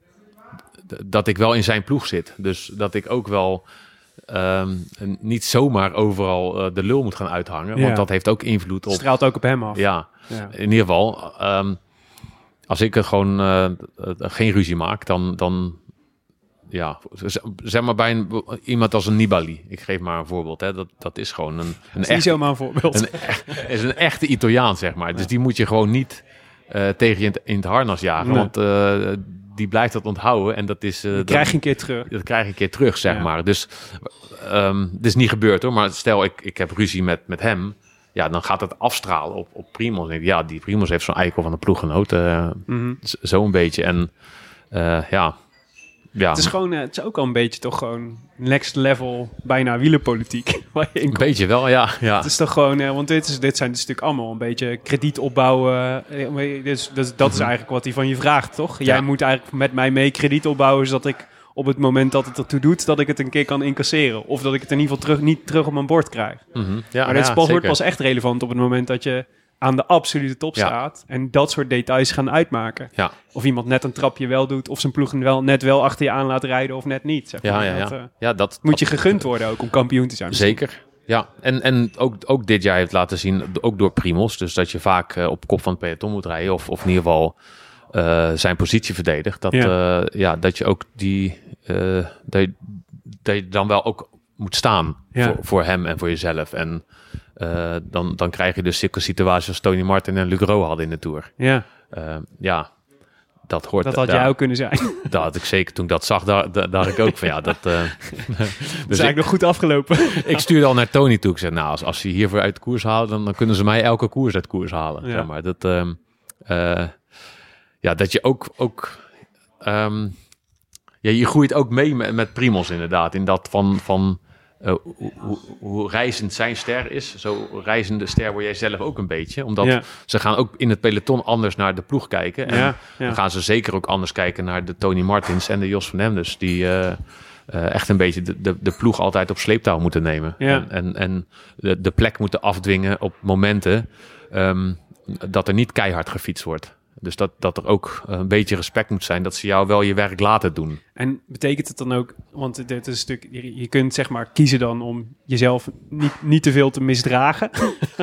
d- dat ik wel in zijn ploeg zit. Dus dat ik ook wel... Um, niet zomaar overal uh, de lul moet gaan uithangen. Ja. Want dat heeft ook invloed op...
Straalt ook op hem af.
Ja, ja. In ieder geval. Um, als ik er gewoon uh, geen ruzie maak, dan... dan ja, zeg maar bij een, iemand als een Nibali. Ik geef maar een voorbeeld. Hè. Dat, dat is gewoon een... een
is echt, niet zomaar een voorbeeld.
Een, is een echte Italiaan, zeg maar. Ja. Dus die moet je gewoon niet uh, tegen je in, in het harnas jagen. Nee. Want... Uh, die blijft dat onthouden en dat is... Uh,
dat krijg je een keer terug.
Dat krijg je een keer terug, zeg ja. maar. Dus um, dit is niet gebeurd hoor. Maar stel, ik, ik heb ruzie met, met hem. Ja, dan gaat het afstralen op, op Primoz. En ja, die Primoz heeft zo'n eikel van de ploeggenoot. Uh, mm-hmm. Zo'n beetje. En uh, ja, Ja,
Het is gewoon, uh, het is ook al een beetje toch gewoon next level, bijna wielerpolitiek. Waar je in
een
komt.
beetje wel, ja. ja.
Het is toch gewoon, uh, want dit, is, dit zijn dus natuurlijk allemaal een beetje krediet opbouwen. Uh, dus, dus, dat is eigenlijk wat hij van je vraagt, toch? Jij
Ja.
moet eigenlijk met mij mee krediet opbouwen, zodat ik op het moment dat het ertoe doet, dat ik het een keer kan incasseren. Of dat ik het in ieder geval terug, niet terug op mijn bord krijg.
Mm-hmm. ja
maar dit
ja,
pas, wordt
zeker.
pas echt relevant op het moment dat je aan de absolute top
Ja.
staat. En dat soort details gaan uitmaken.
Ja.
Of iemand net een trapje wel doet, of zijn ploeg wel, net wel achter je aan laat rijden of net niet. Zeg
Ja,
maar.
ja,
Dat,
ja.
uh,
ja dat,
moet je gegund worden ook om kampioen te zijn.
Zeker. Ja, en, en ook, ook dit jaar heeft laten zien, ook door Primoz, dus dat je vaak uh, op kop van het peloton moet rijden, of, of in ieder geval uh, zijn positie verdedigt. Dat,
Ja.
uh, ja, dat je ook die, uh, dat, je, dat je dan wel ook moet staan
Ja.
voor, voor hem en voor jezelf. En uh, dan, dan krijg je dus zulke situaties als Tony Martin en Luc Rowe hadden in de Tour.
Ja,
Uh, ja, dat hoort.
dat had
daar-
jij ook kunnen zijn.
Dat had ik zeker. Toen ik dat zag, da- da- dacht ik ook van ja, dat... Uh,
Dat is
dus ik,
eigenlijk nog goed afgelopen.
ik stuurde al naar Tony toe. Ik zei, nou, als, als ze hiervoor uit de koers halen, dan, dan kunnen ze mij elke koers uit koers halen.
Ja.
Zeg maar. Dat, um, uh, ja, dat je ook... ook um, ja, je groeit ook mee met, met Primoz inderdaad. In dat van... van uh, hoe, hoe, hoe reizend zijn ster is, zo reizende ster word jij zelf ook een beetje. Omdat
Ja.
ze gaan ook in het peloton anders naar de ploeg kijken. En
Ja, ja.
dan gaan ze zeker ook anders kijken naar de Tony Martins en de Jos van Emden. Die uh, uh, echt een beetje de, de, de ploeg altijd op sleeptouw moeten nemen.
Ja.
En, en, en de, de plek moeten afdwingen op momenten um, dat er niet keihard gefietst wordt. Dus dat, dat er ook een beetje respect moet zijn dat ze jou wel je werk laten doen.
En betekent het dan ook, want dit is een stuk, je, je kunt zeg maar kiezen dan om jezelf niet, niet te veel te misdragen.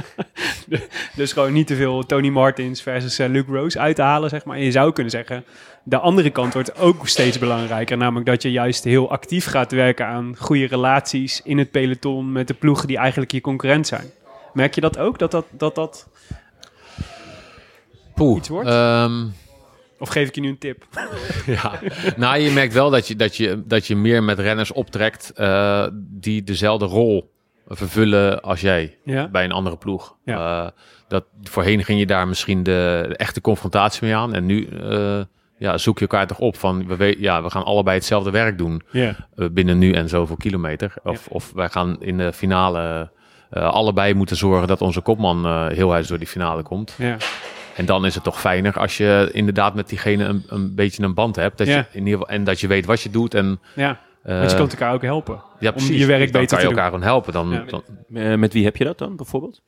Dus gewoon niet te veel Tony Martins versus uh, Luc Rose uit te halen, zeg maar. En je zou kunnen zeggen, de andere kant wordt ook steeds belangrijker. Namelijk dat je juist heel actief gaat werken aan goede relaties in het peloton met de ploegen die eigenlijk je concurrent zijn. Merk je dat ook, dat dat... dat, dat
Poeh,
Iets wordt?
Um,
of geef ik je nu een tip?
ja, nou je merkt wel dat je, dat je, dat je meer met renners optrekt uh, die dezelfde rol vervullen als jij
Ja?
bij een andere ploeg.
Ja.
Uh, dat, voorheen ging je daar misschien de, de echte confrontatie mee aan en nu uh, ja, zoek je elkaar toch op van we, weet, ja, we gaan allebei hetzelfde werk doen
Ja.
uh, binnen nu en zoveel kilometer. Of,
Ja.
of wij gaan in de finale uh, allebei moeten zorgen dat onze kopman uh, heel huis door die finale komt.
Ja.
En dan is het toch fijner als je inderdaad met diegene een, een beetje een band hebt. Dat
Ja.
je in ieder geval, en dat je weet wat je doet. En,
Ja,
uh,
want je kunt elkaar ook helpen.
ja,
om
precies.
je werk
Dan
beter
kan
te
je
doen.
elkaar gewoon helpen. Dan,
Ja.
dan,
Uh, met wie heb je dat dan bijvoorbeeld?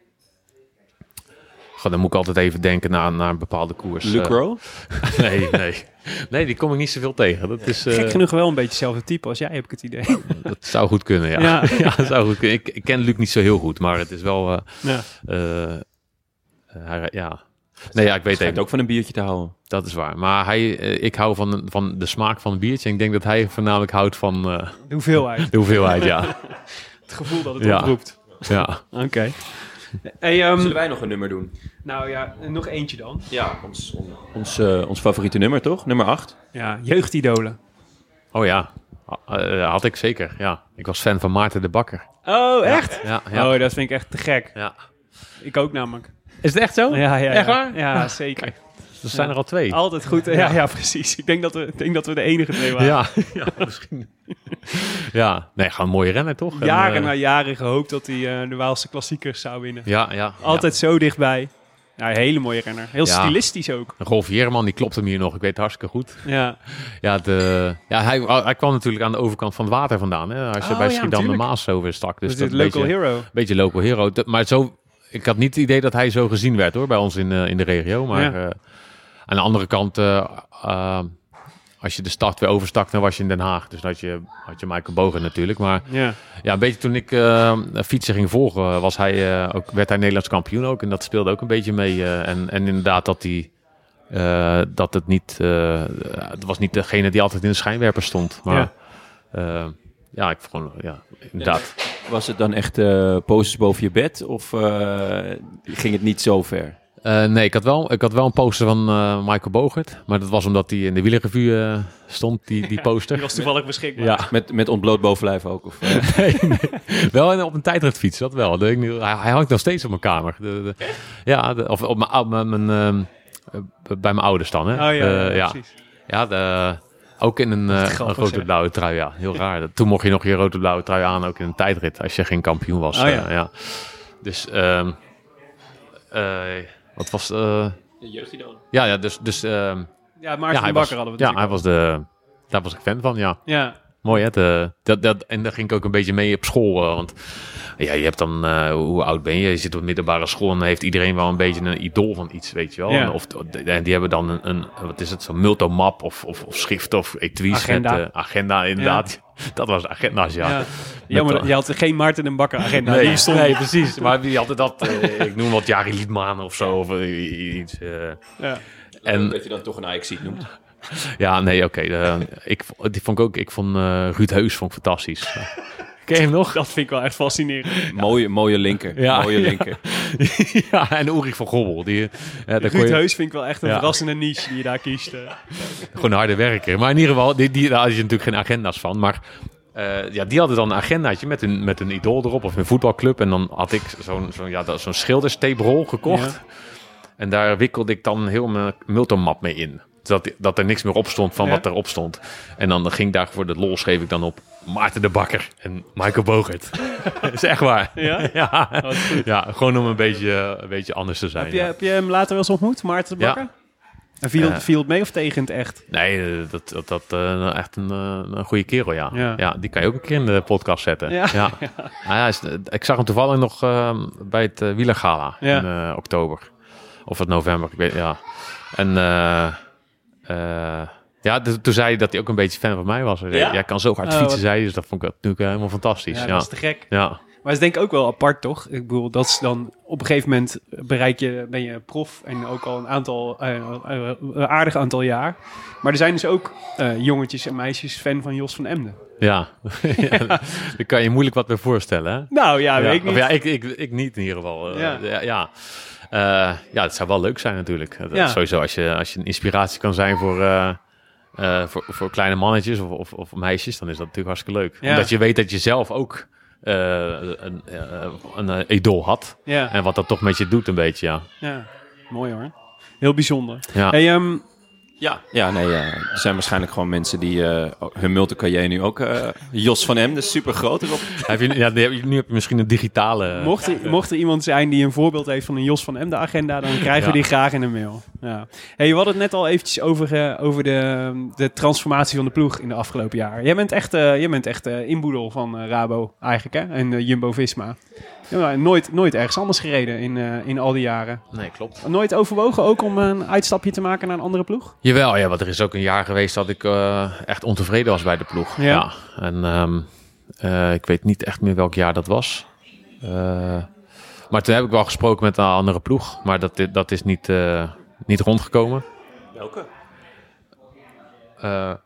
goh, dan moet ik altijd even denken naar, naar een bepaalde koers.
Luc
Uh,
Rowe?
nee, nee. Nee, die kom ik niet zoveel tegen. Dat, is, uh,
Gek genoeg wel een beetje hetzelfde type als jij, heb ik het idee.
dat zou goed kunnen, ja.
Ja.
Ja, dat zou goed kunnen. Ik, ik ken Luc niet zo heel goed, maar het is wel... Uh,
Ja.
uh, hij, ja. Nee, ja, ik weet
Schijnt
even.
ook van een biertje te houden.
Dat is waar. Maar hij, uh, ik hou van, van de smaak van een biertje. En ik denk dat hij voornamelijk houdt van uh,
De hoeveelheid.
de hoeveelheid, ja.
Het gevoel dat het
Ja.
oproept.
ja.
Oké. Hey, um,
Zullen wij nog een nummer doen?
nou ja, nog eentje dan.
Ja, ons, on, ons, uh, ons favoriete nummer toch? Nummer acht.
Ja, jeugdidolen.
Oh ja, uh, had ik zeker, ja. Ik was fan van Maarten de Bakker.
Oh, echt?
Ja, ja.
Oh, dat vind ik echt te gek.
ja.
Ik ook namelijk.
Is het echt zo?
Ja, ja, ja.
Echt waar?
Ja, zeker.
Er zijn er al twee.
Altijd goed. Ja, ja, precies. Ik denk dat we, ik denk dat we de enige twee waren.
Ja, ja, misschien. ja, nee, gewoon een mooie renner toch?
Jaren
en, uh,
na jaren gehoopt dat hij uh, de Waalse klassiekers zou winnen.
Ja, ja.
Altijd zo dichtbij. Ja, een hele mooie renner. Heel
Ja.
stilistisch ook.
Ja. Rolf Jereman, die klopt hem hier nog. Ik weet het hartstikke goed.
Ja.
Ja, de, ja hij, hij kwam natuurlijk aan de overkant van het water vandaan. Hè? Als je
Oh,
bij
ja,
Schiedam de
natuurlijk.
Maas over stak. Dus
Dus
dat
dit
een
local
beetje,
hero.
beetje local hero. De- Maar zo, ik had niet het idee dat hij zo gezien werd hoor, bij ons in, uh, in de regio. Maar
Ja.
uh, aan de andere kant, uh, uh, als je de stad weer overstak, dan was je in Den Haag. Dus dan had je, had je Michael Bogen natuurlijk. Maar
Ja.
ja, een beetje toen ik uh, fietsen ging volgen, was hij, uh, ook, werd hij Nederlands kampioen ook. En dat speelde ook een beetje mee. Uh, en, en inderdaad dat hij... Uh, dat het niet... Uh, het was niet degene die altijd in de schijnwerper stond. Maar ja, uh, ja ik vond gewoon... Ja, inderdaad.
Was het dan echt uh, posters boven je bed? Of uh, ging het niet zo ver?
Uh, nee, ik had, wel, ik had wel een poster van uh, Michael Bogert. Maar dat was omdat hij in de wielerrevue uh, stond, die, die poster.
Die was toevallig beschikbaar.
Ja,
Met, met ontbloot bovenlijf ook? Of, uh?
nee, nee. Wel in- op een tijdritfiets, dat wel. Dat ik nu, hij, hij hangt nog steeds op mijn kamer. De, de, ja, de, of op mijn, op mijn, mijn, uh, bij mijn ouders dan. Hè.
Oh ja, ja,
Uh, ja.
precies.
Ja, de, Ook in een, uh,
grappig,
een rood-blauwe trui, ja. Heel raar. Toen mocht je nog je rood-blauwe trui aan, ook in een tijdrit, als je geen kampioen was.
Oh, ja.
Uh, ja. Dus, um, uh, wat was... Uh,
De jeugdidolen.
ja, ja, dus... dus um,
Ja, Maarten
ja,
de Bakker
was,
hadden we
Ja,
natuurlijk
hij was de... Daar was ik fan van, ja.
Ja.
Mooi, hè? De, dat, dat, en daar ging ik ook een beetje mee op school. Uh, want ja, je hebt dan... Uh, hoe oud ben je? Je zit op middelbare school en dan heeft iedereen wel een beetje een idool van iets, weet je wel.
Ja.
En, of, en die hebben dan een... een wat is het? Zo'n multomap of, of, of schrift of etuis.
Agenda.
Met, uh, agenda, inderdaad. Ja. Dat was agenda's, ja.
ja. Jammer,
Met,
je had geen Maarten en Bakker agenda.
Nee,
Die stond...
nee, precies. Maar die hadden dat... Uh, ik noem wat Jari Liedman of zo. Of uh, iets... Uh,
Ja.
En dat je dan toch een Ajaxiet noemt.
Ja, nee, oké. Okay. Uh, ik die vond ik ook. Ik vond uh, Ruud Heus vond ik fantastisch. Ken je hem nog?
Dat vind ik wel echt fascinerend.
Mooie, mooie linker.
Ja,
mooie
ja.
linker.
Ja, en Ulrich van Gobbel. Die, uh, daar kon
Ruud
je,
Heus vind ik wel echt een
Ja.
verrassende niche die je daar kiest. Uh.
gewoon een harde werker. Maar in ieder geval, die, die, daar had je natuurlijk geen agenda's van. Maar uh, ja, die hadden dan een agendaatje met een, met een idool erop of een voetbalclub. En dan had ik zo'n zo'n ja, zo'n schilderstaperol gekocht.
Ja.
En daar wikkelde ik dan heel mijn multomap mee in. Dat, dat er niks meer op stond van
Ja.
wat erop stond. En dan ging daar voor de lol schreef ik dan op Maarten de Bakker en Michael Bogert. Dat is echt waar.
Ja?
Ja.
Oh, dat is goed.
Ja, gewoon om een beetje, een beetje anders te zijn.
Heb je,
ja.
heb je hem later wel eens ontmoet, Maarten de
Ja.
Bakker? En viel,
Uh,
viel het mee of tegen in het echt?
Nee, eh, dat dat, dat uh, echt een, uh, een goede kerel, ja.
Ja.
ja. Die kan je ook een keer in de podcast zetten.
Ja.
ja. ja. Nou ja, is, ik zag hem toevallig nog uh, bij het uh, Wielergala
Ja.
in uh, oktober. Of het november, ik weet ja. En uh, uh, ja, dus, toen zei hij dat hij ook een beetje fan van mij was.
Ja?
Jij kan zo hard
Oh,
fietsen,
wat...
zei hij. Dus dat vond ik natuurlijk uh, helemaal fantastisch.
Ja,
Ja,
dat is te gek.
ja.
Maar het is denk ik ook wel apart, toch? Ik bedoel, dat is dan op een gegeven moment bereik je, ben je prof en ook al een aantal, uh, uh, uh, aardig aantal jaar. Maar er zijn dus ook uh, jongetjes en meisjes fan van Jos van Emden.
Ja. ja. Daar kan je moeilijk wat bij voorstellen, hè?
Nou ja, weet ik niet.
Of ja, ik, ik, ik niet in ieder geval. Uh,
Ja.
ja. ja. Uh, ja, het zou wel leuk zijn natuurlijk. Dat
Ja.
Sowieso als je, als je een inspiratie kan zijn voor, uh, uh, voor, voor kleine mannetjes of, of, of meisjes, dan is dat natuurlijk hartstikke leuk.
Ja.
Omdat je weet dat je zelf ook uh, een, uh, een uh, idool had.
Ja,
En wat dat toch met je doet een beetje, ja.
ja. Mooi hoor. Heel bijzonder.
Ja,
Hey, um,
Ja, ja nee, uh, er zijn waarschijnlijk gewoon mensen die uh, hun multicarrière nu ook... Uh, Jos van Emden, super groot erop.
heb je, ja, nu heb je misschien een digitale...
mocht, er, mocht er iemand zijn die een voorbeeld heeft van een Jos van Emden agenda, dan krijgen we
Ja.
die graag in een mail. Ja. Hey, we hadden het net al eventjes over, uh, over de, de transformatie van de ploeg in de afgelopen jaren. Jij bent echt, uh, jij bent echt uh, inboedel van uh, Rabo eigenlijk, hè? En uh, Jumbo-Visma. Ja, nooit, nooit ergens anders gereden in, uh, in al die jaren.
Nee, klopt.
Nooit overwogen ook om een uitstapje te maken naar een andere ploeg?
Jawel, ja, want er is ook een jaar geweest dat ik uh, echt ontevreden was bij de ploeg.
Ja.
Ja. En um, uh, ik weet niet echt meer welk jaar dat was. Uh, maar toen heb ik wel gesproken met een andere ploeg. Maar dat, dat is niet, uh, niet rondgekomen.
Welke?
Uh,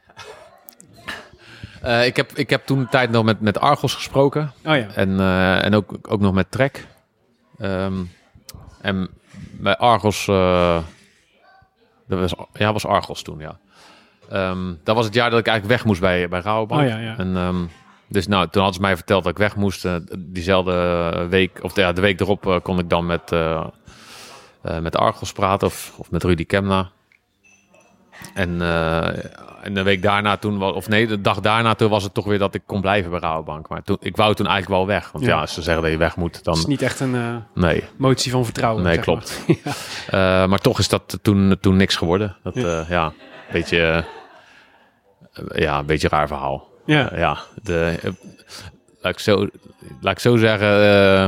uh, ik, heb, ik heb toen een tijd nog met, met Argos gesproken.
Oh ja.
En, uh, en ook, ook nog met Trek. Um, en bij Argos... Uh, dat was, ja, was Argos toen, ja. Um, dat was het jaar dat ik eigenlijk weg moest bij, bij Rabobank.
Oh ja, ja.
En, um, dus nou, toen hadden ze mij verteld dat ik weg moest. Uh, diezelfde week, of ja, de week erop uh, kon ik dan met, uh, uh, met Argos praten. Of, of met Rudy Kemna. En, uh, en de week daarna toen, was, of nee, de dag daarna toen was het toch weer dat ik kon blijven bij Rabobank. Maar toen, ik wou toen eigenlijk wel weg. Want
Ja.
ja, als ze zeggen dat je weg moet, dan...
Het is niet echt een uh,
Nee,
motie van vertrouwen.
nee
zeg
klopt.
maar. ja.
Uh, maar toch is dat toen, toen niks geworden. Dat,
Ja.
ja, uh, ja een beetje, uh, ja, een beetje een raar verhaal.
Ja.
Uh, ja, de, uh, laat, ik zo, laat ik zo zeggen, uh,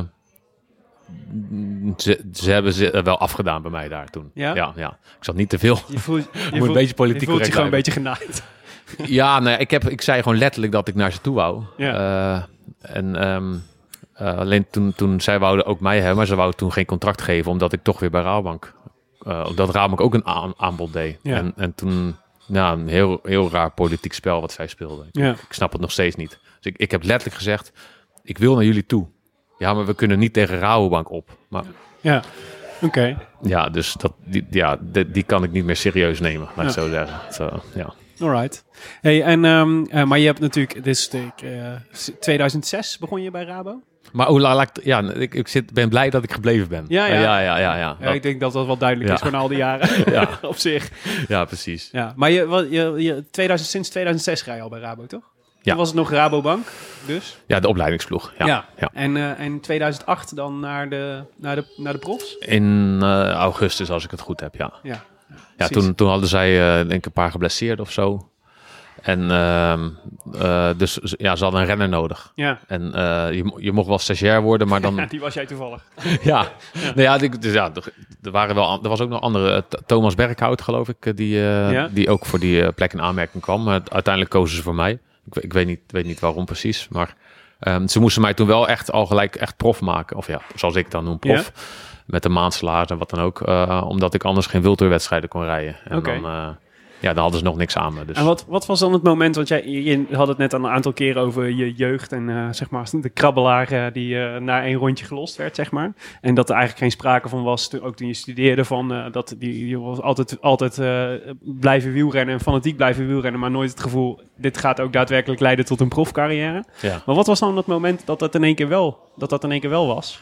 ze, ze hebben ze wel afgedaan bij mij daar toen.
Ja?
Ja, ja. Ik zat niet te veel.
Je voelt je,
een
voelt,
beetje politiek
je, voelt je
correct
gewoon een beetje
blijven.
genaaid.
Ja, nee, ik, heb, ik zei gewoon letterlijk dat ik naar ze toe wou.
Ja.
Uh, en um, uh, alleen toen, toen zij wouden ook mij hebben, maar ze wouden toen geen contract geven, omdat ik toch weer bij Rabobank, uh, omdat Rabobank ook een aan, aanbod deed.
Ja.
En, en toen, ja, een heel, heel raar politiek spel wat zij speelden. Ik,
Ja.
ik snap het nog steeds niet. Dus ik, ik heb letterlijk gezegd, ik wil naar jullie toe. Ja, maar we kunnen niet tegen Rabobank op. Maar
Ja, oké. Okay.
ja, dus dat, die, ja, die, die kan ik niet meer serieus nemen, laat ik
Ja.
zo zeggen. So, ja.
Alright. Hey, en, um, uh, maar je hebt natuurlijk, dit is de, uh, tweeduizend zes begon je bij Rabo?
Maar hoe la- la- ja, ik, ik zit, ben blij dat ik gebleven ben.
Ja, ja.
Uh, ja, ja, ja, ja.
Ja,
Dat-
ik denk dat dat wel duidelijk
Ja.
is van al die jaren.
Ja.
Op zich.
ja, precies.
Ja. Maar je, wat- je, je, tweeduizend, sinds tweeduizend zes rij je al bij Rabo, toch?
Ja.
Toen was het nog Rabobank, dus.
Ja, de opleidingsploeg. Ja.
Ja.
Ja.
En uh, in tweeduizend acht dan naar de, naar de, naar de profs?
In uh, augustus, als ik het goed heb, ja.
Ja.
Ja,
Precies.
toen, toen hadden zij uh, denk ik een paar geblesseerd of zo. En uh, uh, dus ja, ze hadden een renner nodig.
Ja.
En uh, je, mo- je mocht wel stagiair worden, maar dan...
Ja, die was jij toevallig.
ja, nou ja, die, dus ja, er, er waren wel, an- er was ook nog andere. uh, T- Thomas Berghout, geloof ik, uh, die, uh,
Ja?
die ook voor die uh, plek in aanmerking kwam. Maar uiteindelijk kozen ze voor mij. Ik, we- ik weet, niet, weet niet waarom precies, maar um, ze moesten mij toen wel echt al gelijk echt prof maken. Of ja, zoals ik het dan noem, prof.
Ja?
Met een maandsalaris en wat dan ook. Uh, omdat ik anders geen wildtoerwedstrijden kon rijden. En
Oké.
dan, uh, ja, dan hadden ze nog niks aan me. Dus.
En wat, wat was dan het moment, want jij je had het net een aantal keren over je jeugd en uh, zeg maar de krabbelaar uh, die uh, na één rondje gelost werd, zeg maar. En dat er eigenlijk geen sprake van was, toen, ook toen je studeerde, van uh, dat die, je was altijd, altijd uh, blijven wielrennen en fanatiek blijven wielrennen, maar nooit het gevoel, dit gaat ook daadwerkelijk leiden tot een profcarrière.
Ja.
Maar wat was dan het moment dat dat in één keer wel, dat dat in één keer wel was?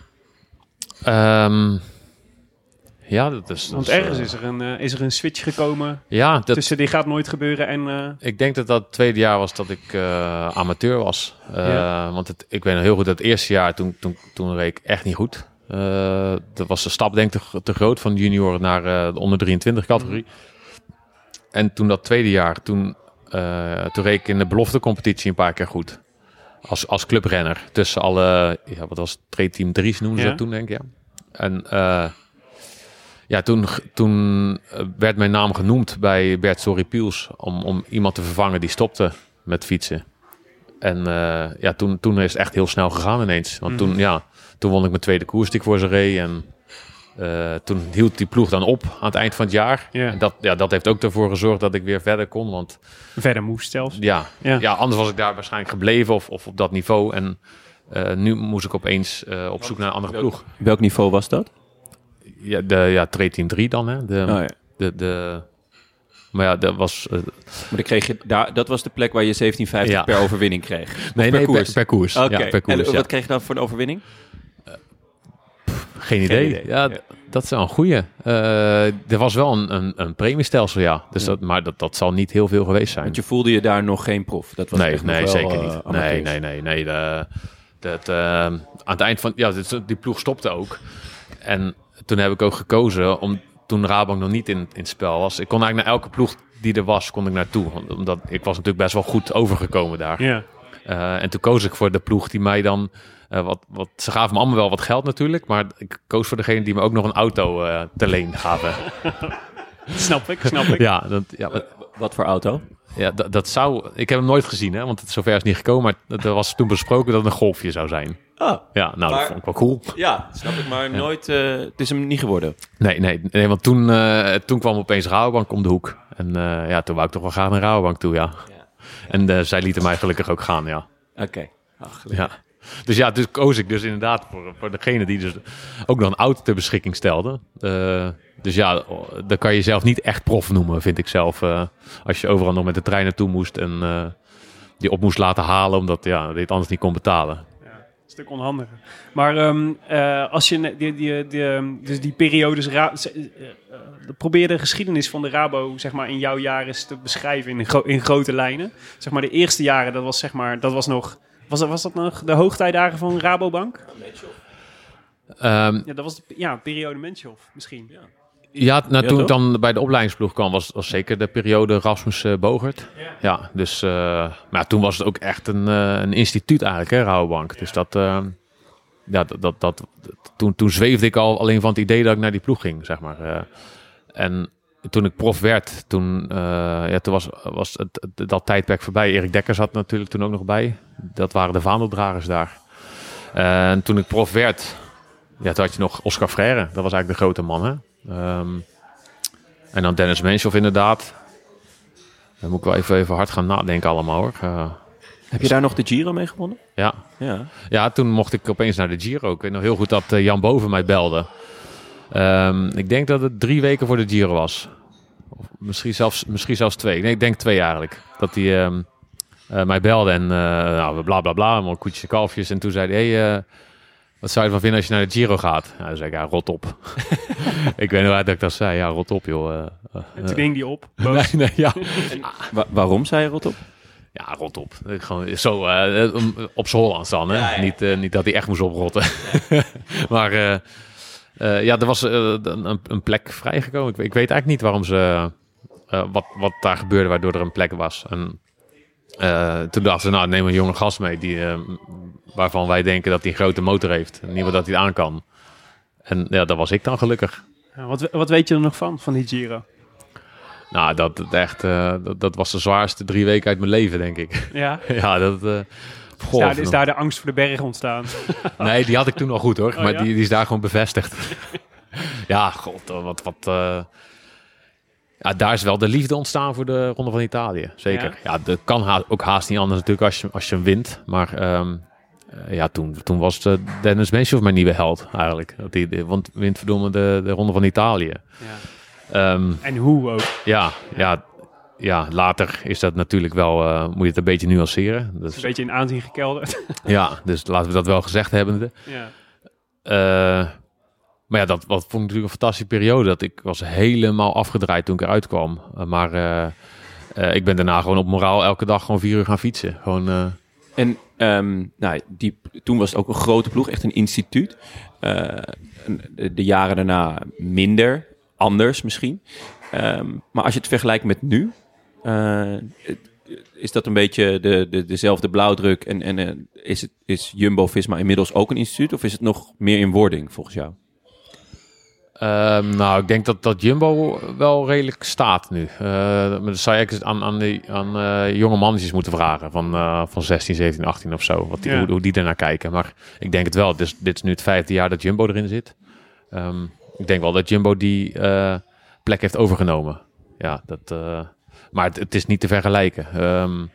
Um, ja, dat is...
Want
dat is,
ergens
uh,
is er, een, uh, is er een switch gekomen
ja, dat,
tussen dit gaat nooit gebeuren en... Uh,
Ik denk dat dat het tweede jaar was dat ik uh, amateur was. Uh,
Ja.
Want het, ik weet nog heel goed dat het eerste jaar, toen, toen, toen reed ik echt niet goed. Uh, dat was de stap denk ik te, te groot van junior naar uh, de onder drieëntwintig categorie. En toen dat tweede jaar, toen, uh, toen reed ik in de beloftecompetitie een paar keer goed. Als, als clubrenner. Tussen alle, ja, wat was het, Treteam Dries noemden ze
Ja.
dat toen denk ik. Ja. En... Uh, Ja, toen, toen werd mijn naam genoemd bij Bert Sorry Piels om, om iemand te vervangen die stopte met fietsen. En uh, ja, toen, toen is het echt heel snel gegaan ineens. Want
Mhm.
toen, ja, toen won ik mijn tweede koers die ik voor ze reed. En uh, toen hield die ploeg dan op aan het eind van het jaar.
Ja.
En dat, ja, dat heeft ook ervoor gezorgd dat ik weer verder kon. Want
verder moest zelfs.
ja,
Ja.
ja. anders was ik daar waarschijnlijk gebleven of, of op dat niveau. En uh, nu moest ik opeens uh, op zoek naar een andere ploeg.
Welk niveau was dat?
Ja, de ja, Treteam drie dan, hè. De,
Oh, ja.
de, de, maar ja, dat was... Uh,
Maar dan kreeg je daar, dat was de plek waar je zeventien vijftig
Ja.
per overwinning kreeg?
nee,
per
nee,
koers?
Per, per koers.
Oké.
Ja, per koers,
En
ja.
wat kreeg je dan voor een overwinning?
Geen idee.
idee.
Ja,
Ja.
d- dat is wel een goeie. Uh, er was wel een, een, een premiestelsel, ja. Dus
Ja.
Dat, maar dat, dat zal niet heel veel geweest zijn.
Want je voelde je daar nog geen prof? Dat was
nee,
echt nog
nee
wel,
zeker
uh,
niet. Nee,
amateurs.
nee, nee. nee de, dat, uh, aan het eind van... Ja, dit, die ploeg stopte ook. En toen heb ik ook gekozen om... Toen Rabobank nog niet in, in het spel was. Ik kon eigenlijk naar elke ploeg die er was, kon ik naartoe. Omdat ik was natuurlijk best wel goed overgekomen daar.
Ja.
Uh, en toen koos ik voor de ploeg die mij dan... Uh, wat, wat, ze gaven me allemaal wel wat geld natuurlijk. Maar ik koos voor degene die me ook nog een auto uh, te leen gaven.
Snap ik, snap ik.
ja, dat, ja,
Wat, wat voor auto?
ja dat, dat zou... Ik heb hem nooit gezien, hè, want het zover is niet gekomen. Maar er was toen besproken dat het een Golfje zou zijn.
Oh,
Ja, nou,
Maar-
dat vond ik wel cool.
ja, snap ik, maar nooit... Uh, het is hem niet geworden.
Nee, nee, nee want toen, uh, toen kwam opeens Rabobank om de hoek. En uh, ja, toen wou ik toch wel graag naar Rabobank toe, ja.
Ja.
En uh, zij lieten mij gelukkig ook gaan, ja.
Oké. Okay. Ach,
Ja. Dus ja, dus koos ik dus inderdaad voor, voor degene die dus ook nog een auto ter beschikking stelde. Uh, dus ja, dan kan je jezelf niet echt prof noemen, vind ik zelf. Uh, als je overal nog met de trein naartoe moest en uh, die op moest laten halen, omdat ja, je het anders niet kon betalen.
Een stuk onhandiger. Maar um, uh, als je ne- die, die, die, dus die periodes... Ra- uh, uh, probeer de geschiedenis van de Rabo zeg maar, in jouw jaren eens te beschrijven in, gro- in grote lijnen. Zeg maar de eerste jaren, dat was, zeg maar, dat was nog... Was dat, was dat nog de hoogtijdagen van Rabobank?
Um,
Ja, dat was de ja, periode Menschhoff misschien. Ja.
ja, nou,
Ja,
toen ik
toch?
dan bij de opleidingsploeg kwam, was, was zeker de periode Rasmus uh, Bogert.
Ja.
Ja, dus uh, maar ja, toen was het ook echt een, uh, een instituut eigenlijk, hè, Rabobank. Dus dat... Uh, Ja, dat, dat, dat, toen, toen zweefde ik al alleen van het idee dat ik naar die ploeg ging, zeg maar. Uh, en toen ik prof werd, toen, uh, ja, toen was, was het, het, dat tijdperk voorbij. Erik Dekker zat natuurlijk toen ook nog bij. Dat waren de vaandeldragers daar. Uh, en toen ik prof werd, ja, toen had je nog Oscar Freire. Dat was eigenlijk de grote man, hè. Um, en dan Dennis Menschhoff inderdaad. Dan moet ik wel even, even hard gaan nadenken allemaal, hoor. Uh,
Heb je daar nog de Giro mee gewonnen?
ja.
Ja.
Ja, toen mocht ik opeens naar de Giro. Ik weet nog heel goed dat uh, Jan Boven mij belde. Um, ik denk dat het drie weken voor de Giro was. Of misschien zelfs, misschien zelfs twee. Nee, ik denk twee eigenlijk. Dat hij um, uh, mij belde en uh, nou, bla bla bla, allemaal koetjes en kalfjes. En toen zei hij, hey, uh, wat zou je ervan vinden als je naar de Giro gaat? Nou, dan zei ik, ja, rot op. Ik weet niet waar dat ik dat zei. Ja, rot op, joh. Uh, uh,
en toen ging die op.
Nee, nee, ja.
Wa- waarom zei je rot op?
Ja, rot op. Gewoon zo uh, op z'n Hollands dan. Hè? Ja, ja. Niet, uh, niet dat hij echt moest oprotten. Ja. Maar uh, uh, ja, er was uh, een, een plek vrijgekomen. Ik, ik weet eigenlijk niet waarom ze... Uh, wat, wat daar gebeurde waardoor er een plek was. En uh, toen dachten ze, nou, neem een jonge gast mee... Die, uh, waarvan wij denken dat hij een grote motor heeft. En niet dat hij het aan kan. En ja, dat was ik dan gelukkig.
Ja, wat, wat weet je er nog van, van die Giro?
Nou, dat, dat, echt, uh, dat, dat was de zwaarste drie weken uit mijn leven, denk ik.
Ja?
Ja, dat... Uh,
Is daar, is daar de angst voor de berg ontstaan?
Nee, die had ik toen al goed, hoor.
Oh,
maar
ja?
die, die is daar gewoon bevestigd. Ja, god, wat... wat uh... ja, daar is wel de liefde ontstaan voor de Ronde van Italië. Zeker. Ja, ja dat kan ha- ook haast niet anders natuurlijk als je, als je hem wint. Maar um, uh, ja, toen, toen was uh, Dennis Menchov mijn nieuwe held, eigenlijk. Dat die, die, want wint verdomme de, de Ronde van Italië.
Ja.
Um,
en hoe ook.
Ja, ja, ja, later is dat natuurlijk wel... Uh, moet je het een beetje nuanceren. Dus,
een beetje in aanzien gekelderd.
Ja, dus laten we dat wel gezegd hebben.
Ja.
Uh, maar ja, dat wat vond ik natuurlijk een fantastische periode. Dat ik was helemaal afgedraaid toen ik eruit kwam. Uh, maar uh, uh, ik ben daarna gewoon op moraal elke dag gewoon vier uur gaan fietsen. Gewoon... Uh,
En um, nou, die, toen was het ook een grote ploeg, echt een instituut. Uh, de, de jaren daarna minder, anders misschien. Um, maar als je het vergelijkt met nu, uh, is dat een beetje de, de, dezelfde blauwdruk. En, en uh, is, het, is Jumbo-Visma inmiddels ook een instituut? Of is het nog meer in wording volgens jou?
Um, nou, ik denk dat, dat Jumbo wel redelijk staat nu. Uh, maar dat zou je eigenlijk aan, aan, de, aan uh, jonge mannetjes moeten vragen. Van, uh, van zestien, zeventien, achttien of zo. Wat die, ja. hoe, hoe die ernaar kijken. Maar ik denk het wel. Dus, dit is nu het vijfde jaar dat Jumbo erin zit. Um, ik denk wel dat Jumbo die uh, plek heeft overgenomen. Ja, dat, uh, maar het, het is niet te vergelijken. Um,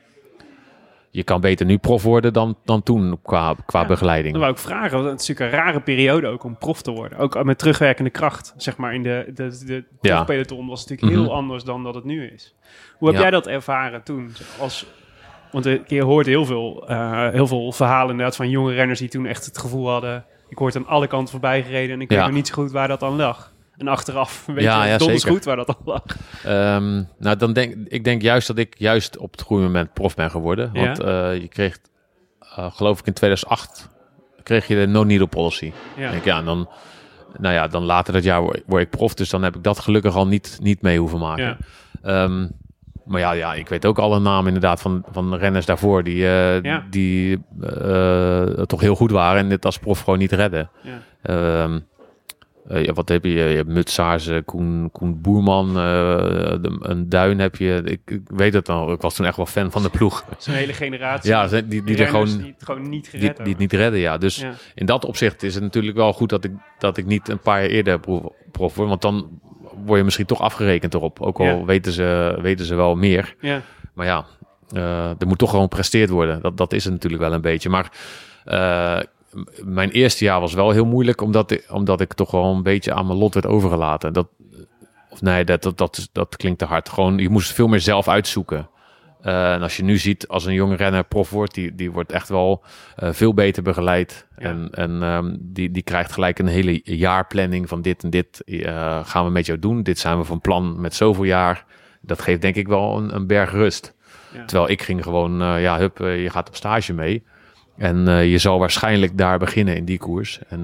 je kan beter nu prof worden dan, dan toen qua, qua
ja,
begeleiding.
Dat wou ik vragen, want het is natuurlijk een rare periode ook om prof te worden. Ook met terugwerkende kracht, zeg maar. In de, de, de
ja.
peloton was het natuurlijk
Mm-hmm.
heel anders dan dat het nu is. Hoe heb
ja.
jij dat ervaren toen? Als, want je hoort heel veel, uh, heel veel verhalen inderdaad van jonge renners die toen echt het gevoel hadden... Ik word aan alle kanten voorbij gereden en ik weet
ja.
nog niet zo goed waar dat aan lag. En achteraf weet
ja,
je
ja,
donders
zeker.
goed waar dat aan lag.
Um, nou, dan denk ik denk juist dat ik juist op het goede moment prof ben geworden. Want ja. uh, je kreeg, uh, geloof ik in tweeduizend acht, kreeg je de no-needle policy.
Ja.
Denk, ja, en dan, nou ja, dan later dat jaar word, word ik prof. Dus dan heb ik dat gelukkig al niet, niet mee hoeven maken. Ja. Um, maar ja, ja, ik weet ook alle namen inderdaad van, van renners daarvoor die, uh, ja. die uh, toch heel goed waren en dit als prof gewoon niet redden. Ja. Um, Uh, ja, wat heb je? Je hebt Mutsaars, uh, Koen, Koen Boerman, uh, de, een Duin heb je. Ik, ik weet het al. Ik was toen echt wel fan van de ploeg.
Zo'n hele generatie.
Ja, die, die, die er gewoon,
die het gewoon niet gered
die, die het niet redden, ja. Dus ja. in dat opzicht is het natuurlijk wel goed dat ik, dat ik niet een paar jaar eerder prof, prof word. Want dan word je misschien toch afgerekend erop. Ook al ja. weten, ze, weten ze wel meer.
Ja.
Maar ja, uh, er moet toch gewoon gepresteerd worden. Dat, dat is het natuurlijk wel een beetje. Maar... Uh, mijn eerste jaar was wel heel moeilijk, omdat ik, omdat ik toch wel een beetje aan mijn lot werd overgelaten. Dat, of nee, dat, dat, dat, dat klinkt te hard. Gewoon, je moest veel meer zelf uitzoeken. Uh, en als je nu ziet, als een jonge renner prof wordt, die, die wordt echt wel uh, veel beter begeleid. Ja. En, en um, die, die krijgt gelijk een hele jaarplanning van dit en dit uh, gaan we met jou doen. Dit zijn we van plan met zoveel jaar. Dat geeft denk ik wel een, een berg rust. Ja. Terwijl ik ging gewoon, uh, ja, hup, uh, je gaat op stage mee. En uh, je zal waarschijnlijk daar beginnen in die koers. En,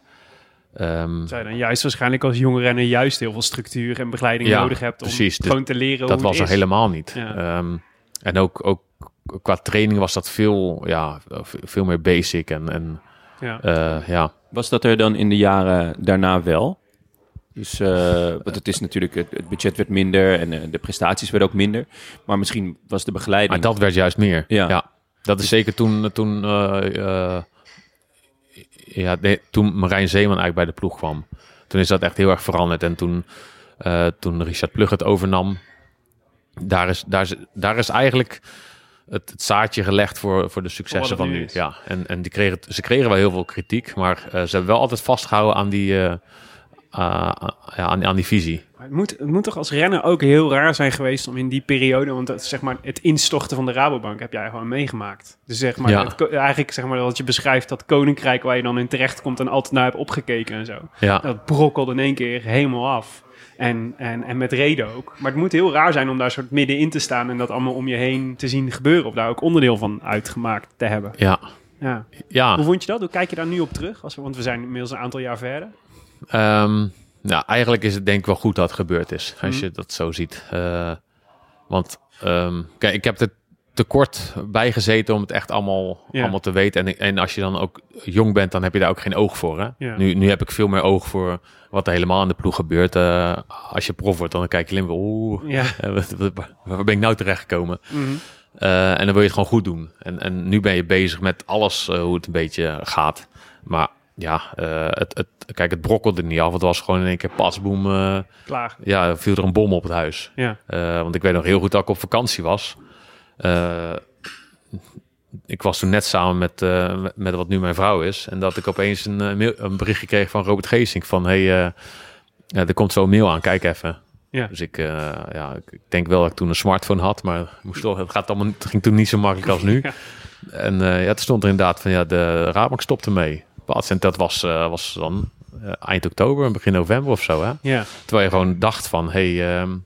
uh, um,
Zou je dan juist waarschijnlijk als jonge renner juist heel veel structuur en begeleiding
ja,
nodig hebt om
precies.
gewoon te leren
dat
hoe het
was
is?
er helemaal niet.
Ja.
Um, en ook, ook qua training was dat veel, ja, veel meer basic. En, en, ja. Uh, ja.
Was dat er dan in de jaren daarna wel? Dus, uh, want het is natuurlijk, het, het budget werd minder en uh, de prestaties werden ook minder. Maar misschien was de begeleiding...
Maar dat werd juist meer,
ja.
ja. Dat is zeker toen, toen, uh, uh, ja, nee, toen Marijn Zeeman eigenlijk bij de ploeg kwam. Toen is dat echt heel erg veranderd. En toen, uh, toen Richard Plug het overnam, daar is, daar is, daar is eigenlijk het, het zaadje gelegd voor, voor de successen van nu. Ja, en en die kregen, ze kregen wel heel veel kritiek, maar uh, ze hebben wel altijd vastgehouden aan die, uh, uh, ja, aan, aan die visie.
Het moet, het moet toch als renner ook heel raar zijn geweest om in die periode, want dat, zeg maar, het instorten van de Rabobank heb jij gewoon meegemaakt. Dus zeg maar,
Ja.
het, eigenlijk zeg maar wat je beschrijft, dat koninkrijk waar je dan in terecht komt en altijd naar hebt opgekeken en zo.
Ja.
Dat brokkelde in één keer helemaal af. En, en, en met reden ook. Maar het moet heel raar zijn om daar soort middenin te staan en dat allemaal om je heen te zien gebeuren. Of daar ook onderdeel van uitgemaakt te hebben.
Ja.
Ja.
Ja.
Hoe vond je dat? Hoe kijk je daar nu op terug? Als we, want we zijn inmiddels een aantal jaar verder.
Um, nou, eigenlijk is het denk ik wel goed dat het gebeurd is. Als
Mhm.
je dat zo ziet. Uh, want um, kijk, ik heb er te kort bij gezeten om het echt allemaal,
Ja.
allemaal te weten. En, en als je dan ook jong bent, dan heb je daar ook geen oog voor. Hè?
Ja.
Nu, nu heb ik veel meer oog voor wat er helemaal aan de ploeg gebeurt. Uh, als je prof wordt, dan kijk je alleen maar, oeh,
Ja.
uh, wat- wat- waar, waar ben ik nou terechtgekomen?
Mhm.
Uh, en dan wil je het gewoon goed doen. En, en nu ben je bezig met alles uh, hoe het een beetje gaat. Maar ja, uh, het, het, kijk, het brokkelde niet af. Het was gewoon in één keer pasboom. Uh,
Klaar.
ja, viel er een bom op het huis.
Ja.
Uh, want ik weet nog heel goed dat ik op vakantie was. Uh, ik was toen net samen met, uh, met, met wat nu mijn vrouw is. En dat ik opeens een, uh, mail, een berichtje kreeg van Robert Geesink. Van, hey, uh, ja, er komt zo'n mail aan, kijk even.
Ja.
Dus ik, uh, ja, ik denk wel dat ik toen een smartphone had. Maar moest toch, het, gaat allemaal, het ging toen niet zo makkelijk als nu.
Ja.
En uh, ja, het stond er inderdaad van, ja, de Rabobank stopte mee. En dat was, uh, was dan uh, eind oktober, begin november of zo. Hè?
Ja.
Terwijl je gewoon dacht van, hey, um,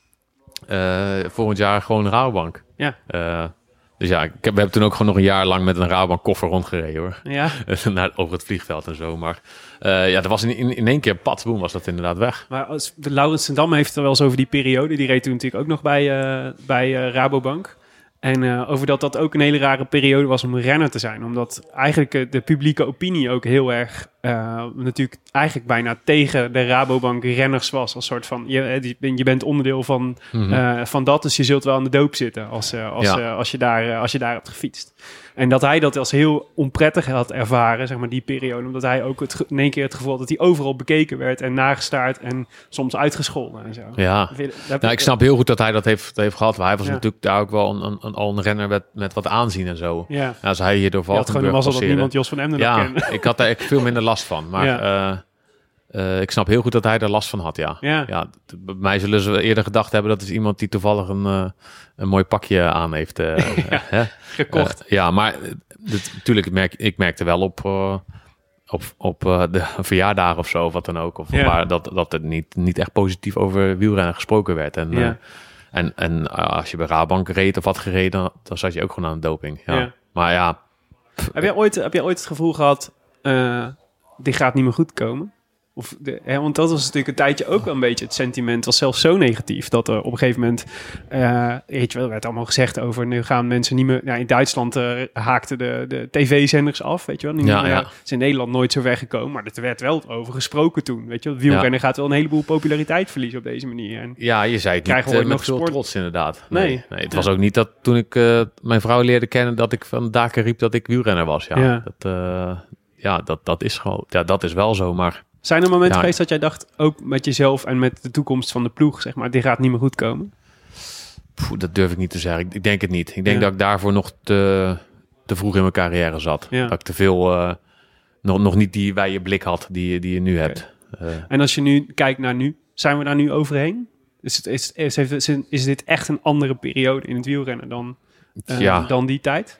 uh, volgend jaar gewoon een Rabobank.
Ja.
Uh, dus ja, ik heb, we hebben toen ook gewoon nog een jaar lang met een Rabobank koffer rondgereden, hoor.
Ja.
Naar, over het vliegveld en zo. Maar uh, ja, dat was in, in, in één keer, patboom, was dat inderdaad weg.
Maar als, de Laurens ten Dam heeft het er wel eens over die periode. Die reed toen natuurlijk ook nog bij, uh, bij uh, Rabobank. En uh, over dat dat ook een hele rare periode was om renner te zijn. Omdat eigenlijk uh, de publieke opinie ook heel erg uh, natuurlijk eigenlijk bijna tegen de Rabobank renners was. Als soort van, je, je bent onderdeel van,
Mm-hmm.
uh, van dat, dus je zult wel aan de doop zitten als, uh, als,
Ja.
uh, als, je daar, uh, als je daar hebt gefietst. En dat hij dat als heel onprettig had ervaren, zeg maar die periode. Omdat hij ook het, ge- in één keer het gevoel had dat hij overal bekeken werd en nagestaard en soms uitgescholden en zo.
Ja.
Vind je- dat-
Nou, ik snap heel goed dat hij dat heeft, heeft gehad. Maar hij was
Ja.
natuurlijk daar ook wel een, een, een, al een renner met, met wat aanzien en zo.
Ja.
Ja, als hij hier door
Je had gewoon de
Valkenburg
mazzel dat
passeerde.
niemand Jos van Emden nog
Ja,
kende.
ik had daar echt veel minder last van. Maar
Ja.
uh, uh, ik snap heel goed dat hij daar last van had, ja.
Ja.
ja t- bij mij zullen ze eerder gedacht hebben... dat is iemand die toevallig een, uh, een mooi pakje aan heeft. Uh,
Ja.
hè?
Gekocht.
Uh, ja, maar natuurlijk, ik, merk, ik merkte wel op... Uh, op, op uh, de verjaardagen of zo, of wat dan ook. Of
Ja.
waar, dat, dat er niet, niet echt positief over wielrennen gesproken werd. En,
Ja.
uh, en, en uh, als je bij Rabobank reed of had gereden... dan, dan zat je ook gewoon aan de doping. Ja.
Ja.
Maar ja...
Heb jij ooit, heb jij ooit het gevoel gehad, uh, dit gaat niet meer goed komen? Of de, hè, want dat was natuurlijk een tijdje ook wel een beetje het sentiment, was zelfs zo negatief, dat er op een gegeven moment, uh, weet je wel, er werd allemaal gezegd over, nu gaan mensen niet meer, nou, in Duitsland uh, haakten de, de tv-zenders af, weet je wel. Niet
Ja,
meer,
ja.
Het is in Nederland nooit zo ver gekomen, maar er werd wel over gesproken toen, weet je wel. Wielrennen gaat wel een heleboel populariteit verliezen op deze manier. En,
Ja, je zei het
Krijgen
niet
we
uh,
ooit
met
nog
veel
sport?
trots inderdaad.
Nee.
Nee, nee het was ook niet dat toen ik uh, mijn vrouw leerde kennen... dat ik van daken riep dat ik wielrenner was. Ja,
Ja.
Dat, uh, ja dat, dat is gewoon... Ja, dat is wel zo, maar...
zijn er momenten
Ja.
geweest dat jij dacht, ook met jezelf en met de toekomst van de ploeg, zeg maar, dit gaat niet meer goed komen?
Poeh, dat durf ik niet te zeggen. Ik, ik denk het niet. Ik denk
Ja.
dat ik daarvoor nog te, te vroeg in mijn carrière zat.
Ja.
Dat ik te veel... Uh, nog, nog niet die wijde blik had die, die je nu hebt. Uh,
En als je nu kijkt naar nu, zijn we daar nu overheen? Is, het, is, is, is, is dit echt een andere periode in het wielrennen dan, uh,
Ja.
dan die tijd?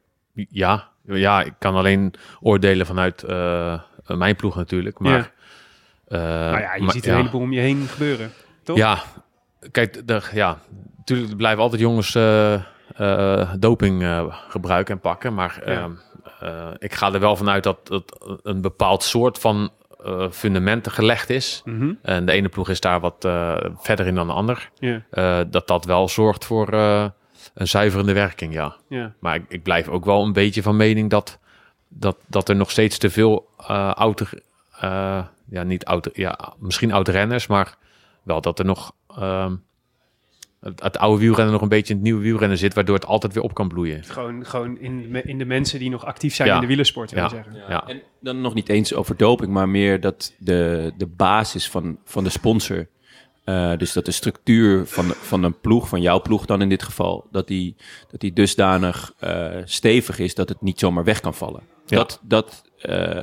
ja, ja, ik kan alleen oordelen vanuit uh, mijn ploeg natuurlijk. Maar,
Ja.
uh,
nou ja, je
maar-
ziet een
ja.
heleboel om je heen gebeuren, toch?
Ja, kijk, de, ja, natuurlijk blijven altijd jongens uh, uh, doping uh, gebruiken en pakken. Maar
Ja.
uh, uh, ik ga er wel vanuit dat, dat een bepaald soort van uh, fundamenten gelegd is.
Mhm.
En de ene ploeg is daar wat uh, verder in dan de ander.
Ja,
Uh, dat dat wel zorgt voor uh, een zuiverende werking, ja.
ja,
Maar ik, ik blijf ook wel een beetje van mening dat, dat, dat er nog steeds te veel uh, oude... Uh, ja, niet oude... Ja, misschien oude renners, maar wel dat er nog... Um, het, het oude wielrennen nog een beetje in het nieuwe wielrennen zit... waardoor het altijd weer op kan bloeien.
gewoon, gewoon in, in de mensen die nog actief zijn
Ja.
in de wielersport, wil je
Ja.
zeggen.
Ja.
En dan nog niet eens over doping, maar meer dat de, de basis van, van de sponsor... Uh, dus dat de structuur van, van een ploeg, van jouw ploeg dan in dit geval... dat die, dat die dusdanig uh, stevig is dat het niet zomaar weg kan vallen.
Ja.
Dat, dat, uh,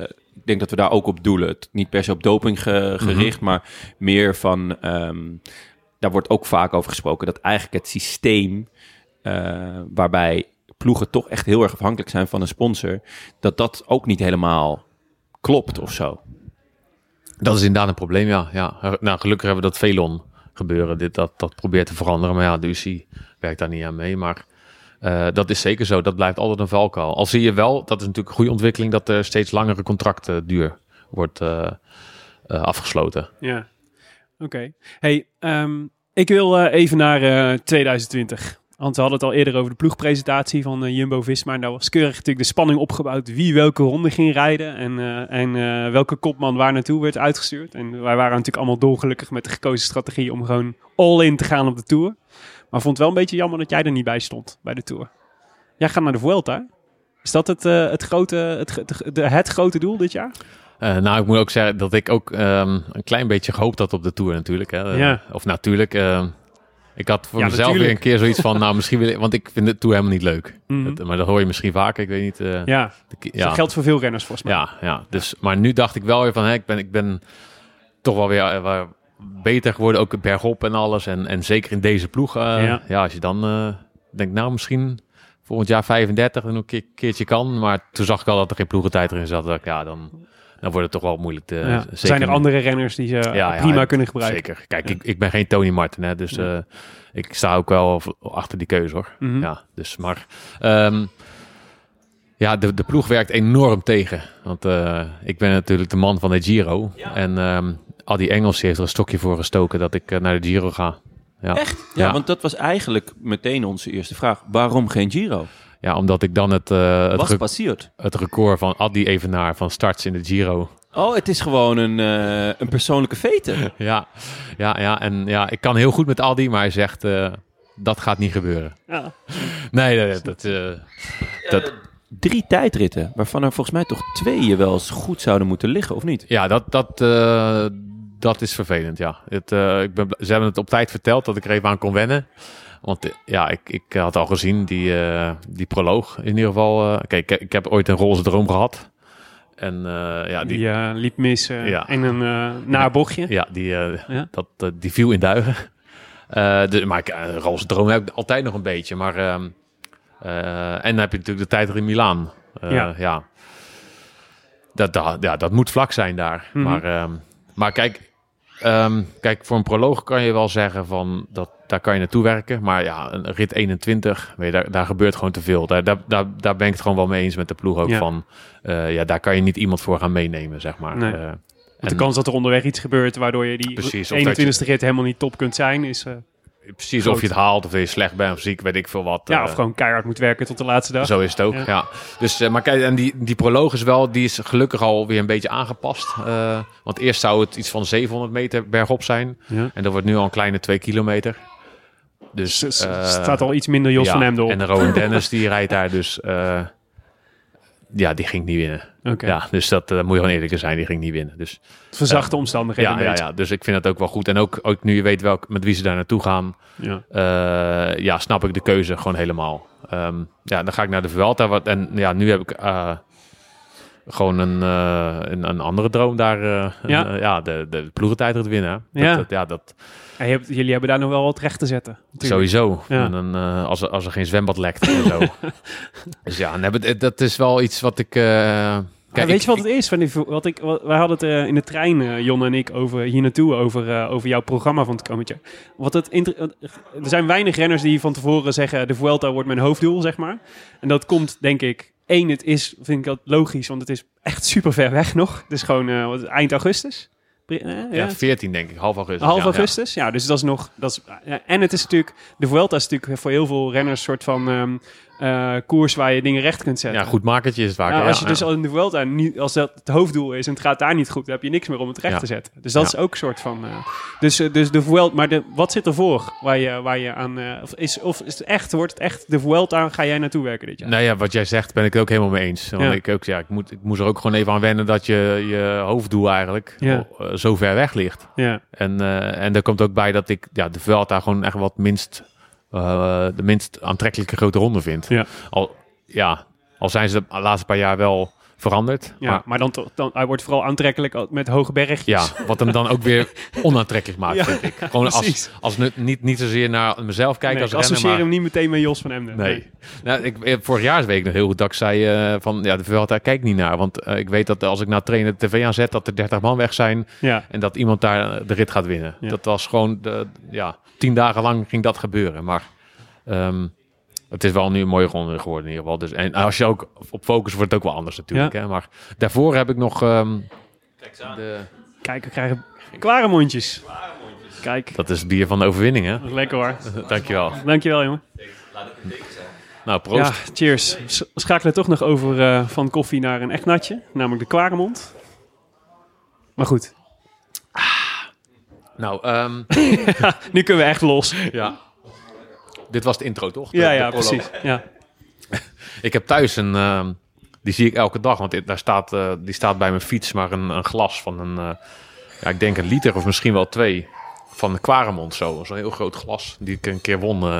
denk dat we daar ook op doelen. Het, niet per se op doping ge, gericht, mm-hmm. maar meer van... Um, daar wordt ook vaak over gesproken dat eigenlijk het systeem uh, waarbij ploegen toch echt heel erg afhankelijk zijn van een sponsor, dat dat ook niet helemaal klopt of zo.
Dat is inderdaad een probleem, ja. ja. Nou, gelukkig hebben we dat Velon gebeuren. Dit, dat, dat probeert te veranderen, maar ja, de U C I werkt daar niet aan mee. Maar uh, dat is zeker zo. Dat blijft altijd een valkuil. Al zie je wel, dat is natuurlijk een goede ontwikkeling, dat er steeds langere contracten duur wordt uh, uh, afgesloten.
Ja, oké. Okay. Hey, um, ik wil uh, even naar uh, twintig twintig. Want we hadden het al eerder over de ploegpresentatie van uh, Jumbo-Visma. En daar was keurig natuurlijk de spanning opgebouwd wie welke ronde ging rijden. En, uh, en uh, welke kopman waar naartoe werd uitgestuurd. En wij waren natuurlijk allemaal dolgelukkig met de gekozen strategie om gewoon all-in te gaan op de Tour. Maar vond het wel een beetje jammer dat jij er niet bij stond bij de Tour. Jij gaat naar de Vuelta. Is dat het, uh, het, grote, het, het, de, het grote doel dit jaar?
Uh, nou, ik moet ook zeggen dat ik ook um, een klein beetje gehoopt had op de Tour natuurlijk. Hè. Uh,
ja.
Of natuurlijk... Uh, Ik had voor
ja,
mezelf
natuurlijk.
weer een keer zoiets van, nou misschien wil ik, want ik vind de Tour helemaal niet leuk.
Mm-hmm.
Het, maar dat hoor je misschien vaker, ik weet niet. Uh,
ja,
de,
ja. dat geldt voor veel renners volgens mij.
Ja, ja dus, maar nu dacht ik wel weer van, hè, ik, ben, ik ben toch wel weer uh, beter geworden, ook bergop en alles. En, en zeker in deze ploeg, uh, ja. ja, als je dan uh, denkt, nou misschien volgend jaar vijfendertig en een keer, keertje kan. Maar toen zag ik al dat er geen ploegentijd erin zat. Dat ik, ja, dan... Dan wordt het toch wel moeilijk. Te,
ja.
zeker
Zijn er andere renners die ze ja, prima ja, kunnen gebruiken?
Zeker. Kijk,
ja.
ik, ik ben geen Tony Martin, hè, dus ja. uh, ik sta ook wel achter die keuze, hoor.
Mm-hmm.
Ja, dus maar um, ja, de, de ploeg werkt enorm tegen. Want uh, ik ben natuurlijk de man van de Giro. Ja. En um, Adi Engels heeft er een stokje voor gestoken dat ik uh, naar de Giro ga. Ja.
Echt? Ja, ja, want dat was eigenlijk meteen onze eerste vraag. Waarom geen Giro?
Ja, omdat ik dan het, uh, het,
Wat rec-
het record van Adi Evenaar van starts in de Giro.
Oh, het is gewoon een, uh, een persoonlijke vete.
ja, ja, ja, en ja, ik kan heel goed met Adi, maar hij zegt, uh, dat gaat niet gebeuren.
Ja.
Nee, nee, dat... Uh, dat...
Uh, drie tijdritten, waarvan er volgens mij toch twee je wel eens goed zouden moeten liggen, of niet?
Ja, dat, dat, uh, dat is vervelend, ja. Het, uh, ik ben, ze hebben het op tijd verteld dat ik er even aan kon wennen. Want ja, ik, ik had al gezien die, uh, die proloog in ieder geval. Uh, kijk, ik, ik heb ooit een roze droom gehad. En uh, ja, die,
die uh, liep mis uh,
ja.
in een uh, nabochtje.
Ja, die, uh, ja? Dat, uh, die viel in duigen. Uh, de, maar uh, een roze droom heb ik altijd nog een beetje. Maar, uh, uh, en dan heb je natuurlijk de tijd in Milaan. Uh, ja. ja. Dat, dat, ja, dat moet vlak zijn daar. Mm-hmm. Maar, um, maar kijk, um, kijk, voor een proloog kan je wel zeggen van dat. Daar kan je naartoe werken. Maar ja, een rit eenentwintig, weet je, daar, daar gebeurt gewoon te veel. Daar, daar, daar, daar ben ik het gewoon wel mee eens met de ploeg ook ja. van. Uh, ja, daar kan je niet iemand voor gaan meenemen, zeg maar.
Nee.
Uh,
en de kans dat er onderweg iets gebeurt waardoor je die
precies,
eenentwintigste je, rit helemaal niet top kunt zijn, is uh,
precies,
groot.
Of je het haalt, of je slecht bent, of ziek, weet ik veel wat.
Ja,
uh,
of gewoon keihard moet werken tot de laatste dag.
Zo is het ook, ja. ja. Dus, uh, maar kijk, en die, die proloog is wel, die is gelukkig al weer een beetje aangepast. Uh, want eerst zou het iets van zevenhonderd meter bergop zijn. Ja. En dat wordt nu al een kleine twee kilometer. Dus
uh, staat al iets minder Jos
ja,
van Emden op.
En Rowan Dennis die rijdt daar dus. Uh, ja, die ging niet winnen.
Okay.
Ja, dus dat uh, moet je gewoon eerlijk zijn, die ging niet winnen. Dus
verzachte uh, omstandigheden.
Ja, ja, ja, dus ik vind het ook wel goed. En ook, ook nu je weet welk, met wie ze daar naartoe gaan, ja. Uh, ja, snap ik de keuze gewoon helemaal. Um, ja, dan ga ik naar de Vuelta. Wat, en ja, nu heb ik uh, gewoon een, uh, een, een andere droom daar. Uh, ja, een, uh, ja de, de ploegentijdrit winnen. Dat,
ja.
Dat, ja, dat.
Ja, je hebt, jullie hebben daar nog wel wat recht te zetten.
Natuurlijk. Sowieso. Ja. En dan, uh, als, er, als er geen zwembad lekt en zo. Dus ja, nee, dat is wel iets wat ik... Uh,
kijk, ja, weet
ik,
je wat het is? Van die, wat ik, wat, wij hadden het uh, in de trein, uh, Jon en ik, over, hier naartoe, over, uh, over jouw programma van het komend jaar. Wat het inter- er zijn weinig renners die van tevoren zeggen, de Vuelta wordt mijn hoofddoel, zeg maar. En dat komt, denk ik, één, het is, vind ik dat logisch, want het is echt super ver weg nog. Het is gewoon uh, wat, eind augustus.
Ja, ja, veertien denk ik, half augustus.
Half
ja,
augustus, ja. ja. Dus dat is nog... Dat is, ja, en het is natuurlijk... De Vuelta is natuurlijk voor heel veel renners een soort van um, uh, koers waar je dingen recht kunt zetten.
Ja, goed makertje is het vaak.
Nou, als je
ja,
dus
ja.
al in de Vuelta, niet, als dat het hoofddoel is en het gaat daar niet goed, dan heb je niks meer om het recht
ja.
te zetten. Dus dat ja. is ook een soort van... Uh, dus, uh, dus de Vuelta... Maar de, wat zit ervoor waar je, waar je aan... Uh, of, is, of is het echt, wordt het echt de Vuelta, ga jij naartoe werken dit jaar?
Nou ja, wat jij zegt ben ik het ook helemaal mee eens. Want ja. ik, ook, ja, ik, moet, ik moest er ook gewoon even aan wennen dat je je hoofddoel eigenlijk ja. uh, zo ver weg ligt.
Ja.
En, uh, en er komt ook bij dat ik ja, de Vuelta gewoon echt wat minst, uh, de minst aantrekkelijke grote ronde vind.
Ja.
Al, ja, al zijn ze de laatste paar jaar wel veranderd.
Ja,
maar,
maar dan, toch- dan hij wordt vooral aantrekkelijk met hoge bergjes.
ja, wat hem dan ook weer onaantrekkelijk maakt,
Ja,
vind ik. Gewoon als,
precies.
als nu- niet, niet zozeer naar mezelf kijken
Nee,
als
ik
renner,
associeer
maar...
hem niet meteen met Jos van Emden.
Nee. Nou, ik, eh, vorig jaar weet ik nog heel goed dat ik zei eh, van... Ja, de Vuelta kijk niet naar. Want eh, ik weet dat als ik nou trainer de tv aanzet... dat er dertig man weg zijn
Ja.
en dat iemand daar de rit gaat winnen.
Ja.
Dat was gewoon... De, ja, tien dagen lang ging dat gebeuren. Maar um, het is wel nu een mooie ronde geworden in ieder geval. Dus, en als je ook op focus wordt het ook wel anders natuurlijk.
Ja.
Hè? Maar daarvoor heb ik nog... Um, de,
Kijk, we krijgen klare mondjes. Kijk,
dat is het bier van de overwinning, hè?
dat is lekker hoor.
Dankjewel.
Dankjewel, jongen.
Nou, proost.
Ja, cheers. S- schakelen toch nog over uh, van koffie naar een echt natje. Namelijk de Kwaremond. Maar goed,
Nou, um,
nu kunnen we echt los.
ja. Dit was de intro, toch? De-
Ja,
de
ja,
proloog.
precies. Ja.
Ik heb thuis een... Uh, die zie ik elke dag, want dit- daar staat, uh, die staat bij mijn fiets maar een, een glas van een... Uh, ja, ik denk een liter of misschien wel twee. Van de Kwaremond zo. Zo'n heel groot glas die ik een keer won. Uh,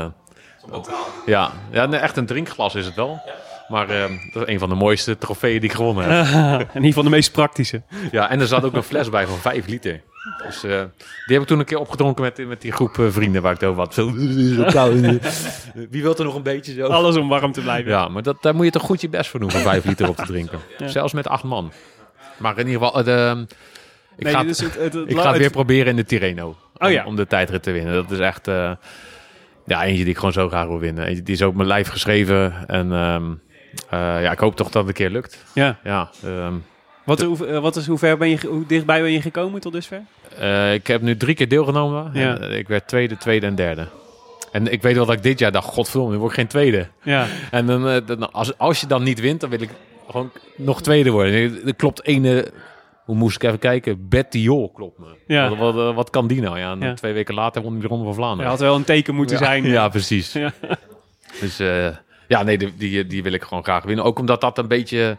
ja, ja nee, echt een drinkglas is het wel. Maar uh, dat is een van de mooiste trofeeën die ik gewonnen heb.
In ieder geval de meest praktische.
Ja, en er zat ook een fles bij van vijf liter. Dus uh, die heb ik toen een keer opgedronken met, met die groep uh, vrienden waar ik het over had. Zo, zo koud. Wie wil er nog een beetje zo?
Alles om warm te blijven.
Ja, maar dat, daar moet je toch goed je best voor doen om vijf liter op te drinken.
Ja.
Zelfs met acht man. Maar in ieder geval, de, ik
Nee,
ga,
dit is het, het, het,
ik ga het weer
het-
proberen in de Tirreno.
Oh ja.
om, om de tijdrit te winnen. Dat is echt uh, ja, eentje die ik gewoon zo graag wil winnen. Eentje, die is ook mijn lijf geschreven. En um, uh, ja, ik hoop toch dat het een keer lukt.
Ja.
Ja, um,
Wat, hoe, eh, wat is, hoe, ver ben je, ge- hoe dichtbij ben je gekomen tot dusver?
uh, ik heb nu drie keer deelgenomen.
Ja.
En, uh, ik werd tweede, tweede en derde. En ik weet wel dat ik dit jaar dacht, godverdomme, nu word ik geen tweede.
Ja.
En dan, uh, dan, als, als je dan niet wint, dan wil ik gewoon nog tweede worden. Er klopt ene, hoe moest ik even kijken? Bettiol klopt me.
Ja.
Wat, wat, wat kan die nou? Ja, en
Ja.
twee weken later won hij de Ronde van
Je
Vlaanderen.
had wel een teken moeten
ja,
zijn.
Ja, precies.
Ja.
Dus uh, ja, nee, die, die, die wil ik gewoon graag winnen. Ook omdat dat een beetje,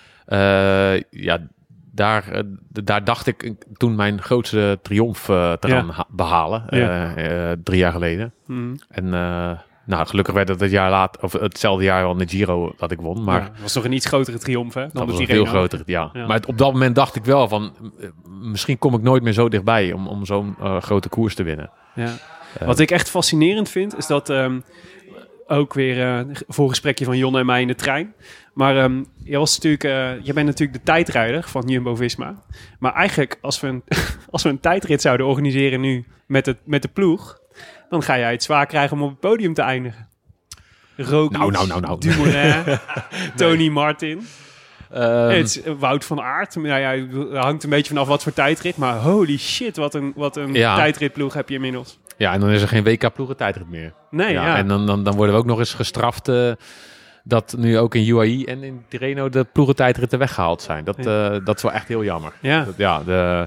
uh, ja, daar, uh, daar dacht ik toen mijn grootste triomf uh, te
Ja.
gaan ha- behalen.
Ja.
Uh, uh, drie jaar geleden.
Mhm.
En uh, nou, gelukkig werd het het jaar later, of hetzelfde jaar al de Giro dat ik won. Maar
Ja, dat was nog een iets grotere triomf, hè? Dan
dat
de
was een
Tirreno.
veel groter, ja.
Ja.
Maar het, op dat moment dacht ik wel van, uh, misschien kom ik nooit meer zo dichtbij om, om zo'n uh, grote koers te winnen.
Ja.
Uh,
Wat ik echt fascinerend vind, is dat um, ook weer uh, een voorgesprekje van Jon en mij in de trein. Maar um, jij, was natuurlijk, uh, jij bent natuurlijk de tijdrijder van Jumbo-Visma. Maar eigenlijk, als we, een, als we een tijdrit zouden organiseren nu met, het, met de ploeg, dan ga jij het zwaar krijgen om op het podium te eindigen. Roglic,
Nou, nou, nou, nou.
Dumoulin, Tony Martin.
um,
Het is, uh, Wout van Aert. Nou ja, het hangt een beetje vanaf wat voor tijdrit. Maar holy shit, wat een, wat een
Ja.
tijdritploeg heb je inmiddels.
ja, en dan is er geen W K-ploegen tijdrit meer.
Nee, ja.
ja, En dan, dan, dan worden we ook nog eens gestraft uh, dat nu ook in U A E en in Tirreno de ploegentijdritten weggehaald zijn. Dat,
Ja.
uh, dat is wel echt heel jammer.
Ja.
Dat, ja, de...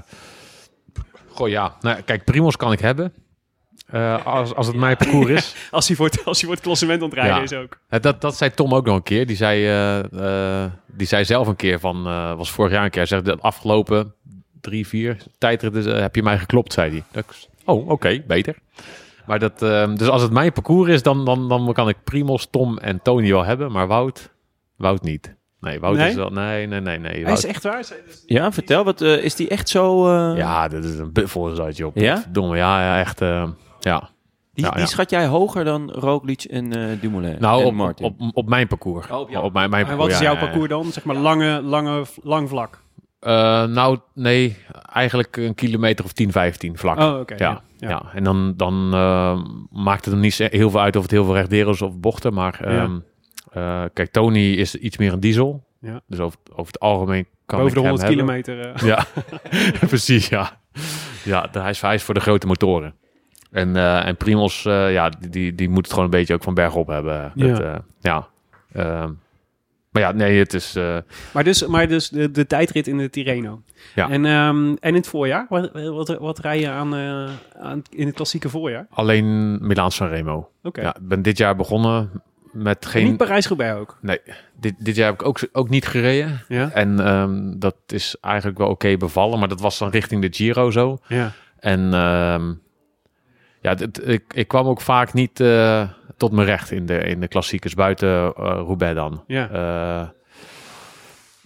Goh, ja. Nou, kijk, Primoz kan ik hebben. Uh, als, als het mijn parcours is.
Als hij voor het, als hij voor het klassement ontrijden
Ja.
is ook.
Uh, dat, dat zei Tom ook nog een keer. Die zei, uh, uh, die zei zelf een keer van, uh, was vorig jaar een keer, hij zegt de afgelopen drie, vier tijdritten uh, heb je mij geklopt, zei hij. Dat ik, oh, oké, okay, beter. Maar dat, uh, dus als het mijn parcours is, dan, dan, dan kan ik Primoz, Tom en Tony wel hebben, maar Wout, Wout niet. Nee, Wout
Nee?
is wel, nee, nee, nee, nee.
Hij
Wout,
is echt waar.
Ja, vertel, wat, uh, is die echt zo... Uh...
ja, dat is een buffel op.
Ja?
Domme, ja, ja, echt, uh, ja.
Die,
Ja,
die
ja.
schat jij hoger dan Roglic en uh, Dumoulin
Nou,
en
op,
Martin?
op, op, op mijn parcours.
Oh, op jouw
op mijn, mijn
En
parcours,
wat is
ja,
jouw
ja, ja.
parcours dan? Zeg maar lange, lange, lang vlak.
Uh, nou, nee, eigenlijk een kilometer of tien, vijftien vlak.
Oh, oké.
ja,
ja.
ja. En dan, dan uh, maakt het er niet zo heel veel uit of het heel veel rechtderos is of bochten. Maar
Ja.
um, uh, kijk, Tony is iets meer een diesel.
Ja.
Dus over, over het algemeen kan
Boven de
ik hem
honderd
hebben.
kilometer. uh.
Ja, precies, ja. Ja, de- hij is, hij is voor de grote motoren. En, uh, en Primoz, uh, ja, die, die, die moet het gewoon een beetje ook van bergop hebben.
Ja.
Met, uh, ja. Um, maar ja, nee, het is... Uh,
Maar dus, maar dus de, de tijdrit in de Tirreno.
Ja.
En, um, en in het voorjaar? Wat, wat, wat rij je aan, uh, aan in het klassieke voorjaar?
alleen Milaan Sanremo.
Oké.
Okay. Ja, ik ben dit jaar begonnen met
En
geen...
niet Parijs-Roubaix ook?
Nee, dit, dit jaar heb ik ook, ook niet gereden.
Ja.
En um, dat is eigenlijk wel oké okay bevallen. Maar dat was dan richting de Giro zo.
Ja.
En um, ja, dit, ik, ik kwam ook vaak niet uh, tot mijn recht in de, in de klassiekers buiten uh, Roubaix dan.
Ja.
Uh,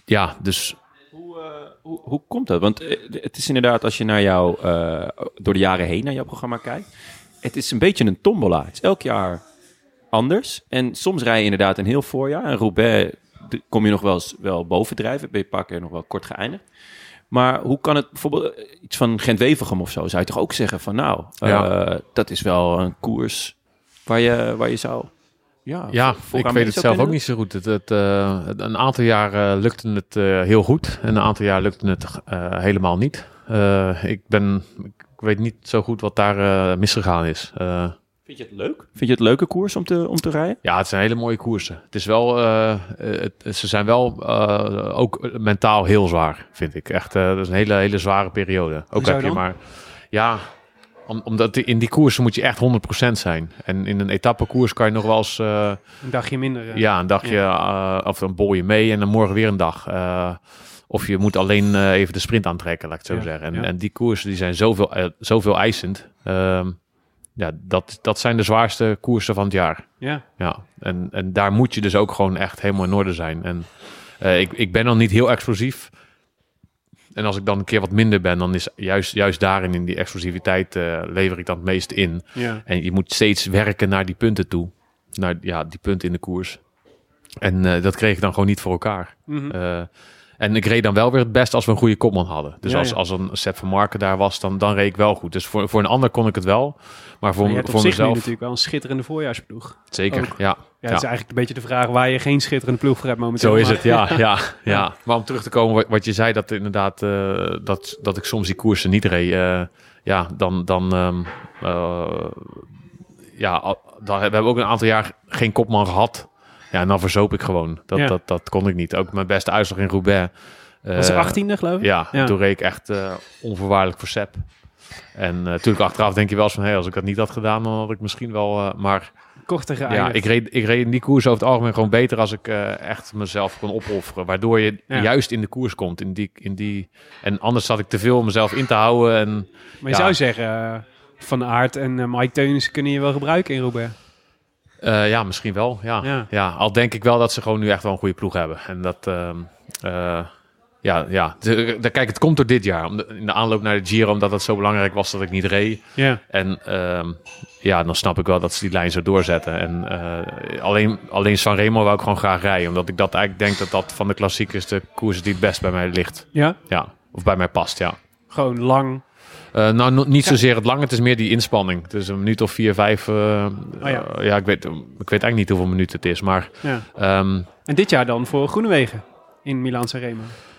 ja, dus...
Hoe, uh, hoe, hoe komt dat? Want uh, het is inderdaad, als je naar jou, uh, door de jaren heen naar jouw programma kijkt, het is een beetje een tombola. Het is elk jaar anders. En soms rij je inderdaad een heel voorjaar. En Roubaix de, kom je nog wel eens wel bovendrijven. Ben je een paar keer nog wel kort geëindigd. Maar hoe kan het bijvoorbeeld uh, iets van Gent-Wevelgem of zo? Zou je toch ook zeggen van nou, uh, ja. dat is wel een koers waar je, waar je zou...
Ja, ja ik weet het zelf ook niet zo goed. Het, het, uh, een aantal jaar uh, lukte het uh, heel goed. En een aantal jaar lukte het uh, helemaal niet. Uh, ik, ben, ik weet niet zo goed wat daar uh, misgegaan is. Uh,
Vind je het leuk? Vind je het leuke koers om te, om te rijden?
Ja, het zijn hele mooie koersen. Het is wel, uh, het, ze zijn wel uh, ook mentaal heel zwaar, vind ik. Echt, uh, dat is een hele, hele zware periode. Ook heb je dan? maar... Ja... Om, omdat in die koersen moet je echt honderd procent zijn. En in een etappekoers kan je nog wel eens... Uh,
een dagje minder. Ja,
ja een dagje ja. uh, of dan bol je mee en dan morgen weer een dag. Uh, of je moet alleen uh, even de sprint aantrekken, laat ik het zo ja. zeggen. En, ja. en die koersen die zijn zoveel, uh, zoveel eisend. Uh, ja, dat, dat zijn de zwaarste koersen van het jaar.
Ja.
ja. En, en daar moet je dus ook gewoon echt helemaal in orde zijn. En uh, ik, ik ben dan niet heel explosief... En als ik dan een keer wat minder ben, dan is juist, juist daarin in die explosiviteit uh, lever ik dan het meest in.
Ja.
En je moet steeds werken naar die punten toe. Naar ja, die punten in de koers. En uh, dat kreeg ik dan gewoon niet voor elkaar.
Mm-hmm.
Uh, en ik reed dan wel weer het best als we een goede kopman hadden. Dus
ja,
als,
ja.
als een Sepp van Marken daar was, dan, dan reed ik wel goed. Dus voor, voor een ander kon ik het wel. Maar voor,
maar je hebt
voor
op zich
mezelf...
nu natuurlijk wel een schitterende voorjaarsploeg.
Zeker,
ook.
ja.
Ja, het is eigenlijk een beetje de vraag waar je geen schitterende ploeg voor hebt momenteel.
Zo is
maar.
het, ja, ja, ja, ja. Maar om terug te komen wat, wat je zei, dat inderdaad uh, dat, dat ik soms die koersen niet reed. Uh, ja, dan, dan um, uh, ja, dan, we hebben ook een aantal jaar geen kopman gehad. Ja, en dan verzoop ik gewoon. Dat,
ja.
dat, dat kon ik niet. Ook mijn beste uitslag in Roubaix.
Uh, was er achttiende, geloof ik?
Ja,
ja.
toen reed ik echt uh, onvoorwaardelijk voor Sepp. En uh, natuurlijk achteraf denk je wel eens van, hey, als ik dat niet had gedaan, dan had ik misschien wel, uh, maar...
Korter
Ja, ik reed, ik reed in die koers over het algemeen gewoon beter als ik uh, echt mezelf kon opofferen. Waardoor je
ja.
juist in de koers komt. In die, in die, en anders zat ik te veel om mezelf in te houden. En,
maar je ja. zou zeggen, uh, Van Aert en uh, Mike Teunissen kunnen je wel gebruiken in Roubaix.
Uh, ja, misschien wel. Ja.
Ja.
Ja, al denk ik wel dat ze gewoon nu echt wel een goede ploeg hebben. En dat... Uh, uh, Ja, ja. De, de, kijk, het komt door dit jaar. Om de, in de aanloop naar de Giro, omdat het zo belangrijk was dat ik niet reed.
Ja.
En uh, ja, dan snap ik wel dat ze die lijn zo doorzetten. En uh, alleen, alleen Sanremo wou ik gewoon graag rijden. Omdat ik dat eigenlijk denk dat dat van de klassiekers de koers die het best bij mij ligt.
Ja?
Ja, of bij mij past, ja.
Gewoon lang.
Uh, nou, no, niet zozeer het lang, het is meer die inspanning. Het is een minuut of vier, vijf. Uh,
oh ja.
Uh, ja, ik weet, ik weet eigenlijk niet hoeveel minuten het is, maar...
Ja.
Um,
en dit jaar dan voor Groenewegen in Milaan-Sanremo?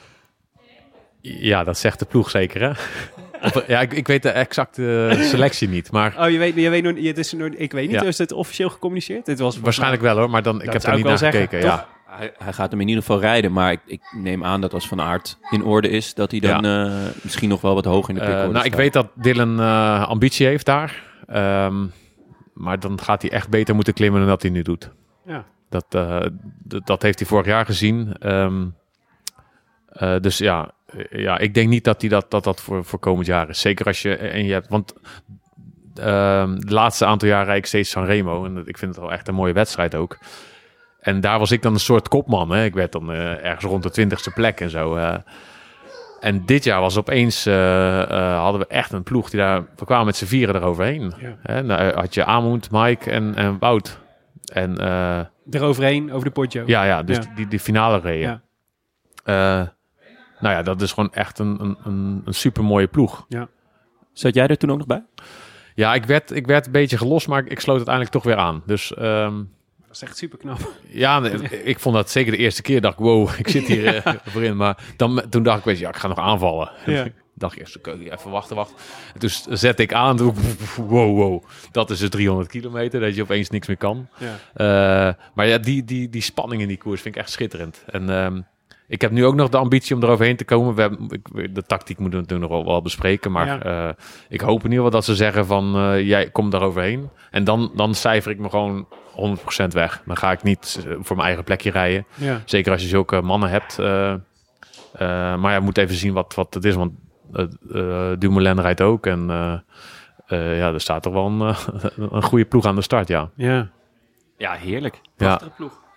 Ja, dat zegt de ploeg zeker, hè? Of, ja, ik, ik weet de exacte selectie niet, maar...
Oh, je weet, je weet nog, het is nog, ik weet niet,
ja.
is het officieel gecommuniceerd? Dit was
waarschijnlijk mij, wel, hoor, maar dan, ik heb er niet naar gekeken. Ja.
Hij, hij gaat hem in ieder geval rijden, maar ik, ik neem aan dat als Van Aert in orde is, dat hij dan ja. uh, misschien nog wel wat hoger in de pickorde
uh, Nou,
staat.
ik weet dat Dylan uh, ambitie heeft daar, um, maar dan gaat hij echt beter moeten klimmen dan dat hij nu doet.
Ja.
Dat, uh, d- dat heeft hij vorig jaar gezien. Um, uh, dus ja... Ja, ik denk niet dat hij dat, dat, dat voor, voor komend jaar is. Zeker als je... En je hebt, want uh, de laatste aantal jaar rijd ik steeds Sanremo. En ik vind het wel echt een mooie wedstrijd ook. En daar was ik dan een soort kopman. Hè. Ik werd dan uh, ergens rond de twintigste plek en zo. Uh. En dit jaar was opeens... Uh, uh, hadden we echt een ploeg die daar... We kwamen met z'n vieren eroverheen. Ja. Hè. Nou, had je Amund, Mike en, en Wout. En... Uh,
eroverheen, over de Poggio.
Ja, ja. Dus ja. Die, die finale reden. Ja. Uh, Nou ja, dat is gewoon echt een, een, een super mooie ploeg.
Ja.
Zat jij er toen ook nog bij?
Ja, ik werd, ik werd een beetje gelost, maar ik sloot uiteindelijk toch weer aan. Dus, um,
dat is echt super knap.
Ja, ik vond dat zeker de eerste keer. Dacht ik, wow, ik zit hier ja. uh, voorin. Maar dan, toen dacht ik, weet je, ja, ik ga nog aanvallen.
Ja.
dacht eerst, even wachten, wachten. En toen zette ik aan, toen, wow, wow. Dat is dus driehonderd kilometer, dat je opeens niks meer kan.
Ja.
Uh, maar ja, die, die, die spanning in die koers vind ik echt schitterend. En... Um, ik heb nu ook nog de ambitie om eroverheen te komen. We hebben, ik, de tactiek moeten we natuurlijk nog wel, wel bespreken. Maar ja. uh, ik hoop in ieder geval dat ze zeggen van... Uh, jij komt daaroverheen. En dan, dan cijfer ik me gewoon honderd procent weg. Dan ga ik niet uh, voor mijn eigen plekje rijden.
Ja.
Zeker als je zulke mannen hebt. Uh, uh, maar ja, we moeten even zien wat, wat het is. Want uh, uh, Dumoulin rijdt ook. En uh, uh, ja, er staat toch wel een, uh, een goede ploeg aan de start, ja.
Ja,
ja heerlijk.
Ja.
Ploeg.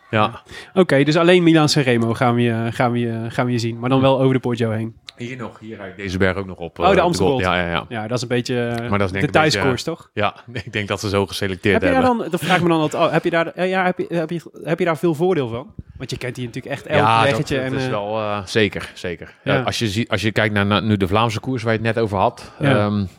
Ja.
Oké, okay, dus alleen Milan Sanremo gaan we, je, gaan, we je, gaan we je zien. Maar dan wel over de Poggio heen.
Hier nog, hier rijd ik deze berg ook nog op.
Oh, de Amstel.
Ja, ja, ja.
Ja, dat is een beetje
maar dat is denk
de thuiskoers,
beetje,
toch?
Ja, ik denk dat ze zo geselecteerd
heb je
hebben.
Daar dan, dat vraag ik me dan altijd af. Heb je daar, ja, heb je, heb je, heb je daar veel voordeel van? Want je kent hier natuurlijk echt elk
ja,
weggetje.
Ja, dat, dat
en,
is wel uh, zeker, zeker.
Ja.
Ja, als, je zie, als je kijkt naar, naar nu de Vlaamse koers waar je het net over had.
Ja.
Um,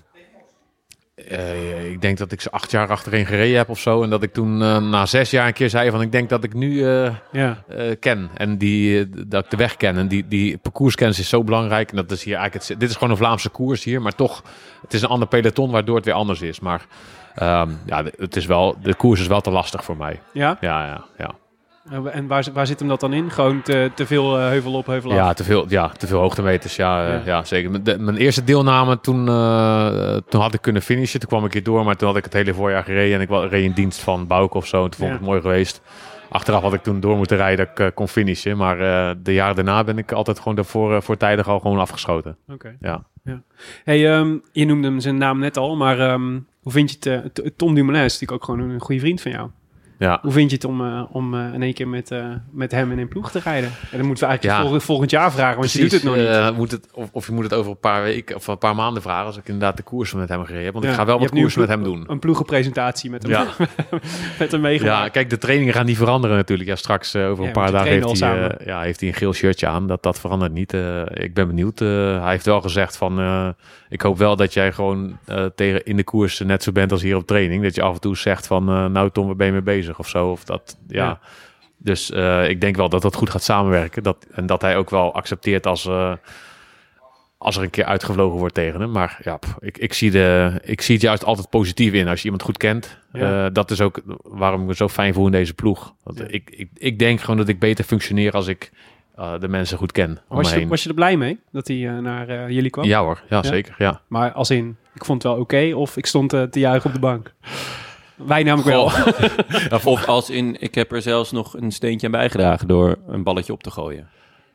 Uh, ik denk dat ik ze acht jaar achtereen gereden heb of zo. En dat ik toen uh, na zes jaar een keer zei van ik denk dat ik nu uh, ja. uh, ken. En die, uh, dat ik de weg ken. En die, die parcourskennis is zo belangrijk. En dat is hier eigenlijk het, dit is gewoon een Vlaamse koers hier. Maar toch, het is een ander peloton waardoor het weer anders is. Maar um, ja, het is wel, de koers is wel te lastig voor mij.
Ja?
Ja, ja, ja.
En waar, waar zit hem dat dan in? Gewoon te, te veel uh, heuvel op, heuvel af?
Ja, te veel, ja, te veel hoogtemeters. Ja, ja. Uh, ja zeker. De, mijn eerste deelname, toen, uh, toen had ik kunnen finishen. Toen kwam ik hier door, maar toen had ik het hele voorjaar gereden. En ik reed in dienst van Bouke of zo. En toen vond ik ja. het mooi geweest. Achteraf had ik toen door moeten rijden dat ik uh, kon finishen. Maar uh, de jaren daarna ben ik altijd gewoon daarvoor uh, voortijdig al gewoon afgeschoten.
Oké. Okay.
Ja.
ja. Hey, um, je noemde hem zijn naam net al. Maar um, hoe vind je het? Uh, Tom Dumoulin is natuurlijk ook gewoon een goede vriend van jou.
Ja.
Hoe vind je het om, uh, om uh, in één keer met, uh, met hem in een ploeg te rijden? En dan moeten we eigenlijk ja. volgend, volgend jaar vragen, want Precies, je doet het nog niet.
Uh, moet het, of, of je moet het over een paar weken of een paar maanden vragen als ik inderdaad de koers met hem gereden heb. Want ja, ik ga wel wat koers met hem doen.
Een ploegenpresentatie met hem, ja. met hem meegemaakt.
Ja, kijk, de trainingen gaan niet veranderen natuurlijk. Ja, straks uh, over ja, een paar dagen heeft hij, uh, ja, heeft hij een geel shirtje aan. Dat, dat verandert niet. Uh, ik ben benieuwd. Uh, hij heeft wel gezegd van, uh, ik hoop wel dat jij gewoon uh, tegen in de koers net zo bent als hier op training. Dat je af en toe zegt van, uh, nou Tom, waar ben je mee bezig of zo. Of dat Ja. ja, dus uh, ik denk wel dat dat goed gaat samenwerken. Dat, en dat hij ook wel accepteert als, uh, als er een keer uitgevlogen wordt tegen hem. Maar ja, pff, ik, ik, zie de, ik zie het juist altijd positief in als je iemand goed kent. Ja. Uh, dat is ook waarom ik me zo fijn voel in deze ploeg. Want ja. ik, ik, ik denk gewoon dat ik beter functioneer als ik uh, de mensen goed ken.
Was je, was je er blij mee dat hij uh, naar uh, jullie kwam?
Ja hoor, ja, ja? zeker. Ja.
Maar als in, ik vond het wel oké okay, of ik stond uh, te juichen op de bank? Wij namelijk wel.
Ja, of als in, ik heb er zelfs nog een steentje aan bijgedragen door een balletje op te gooien.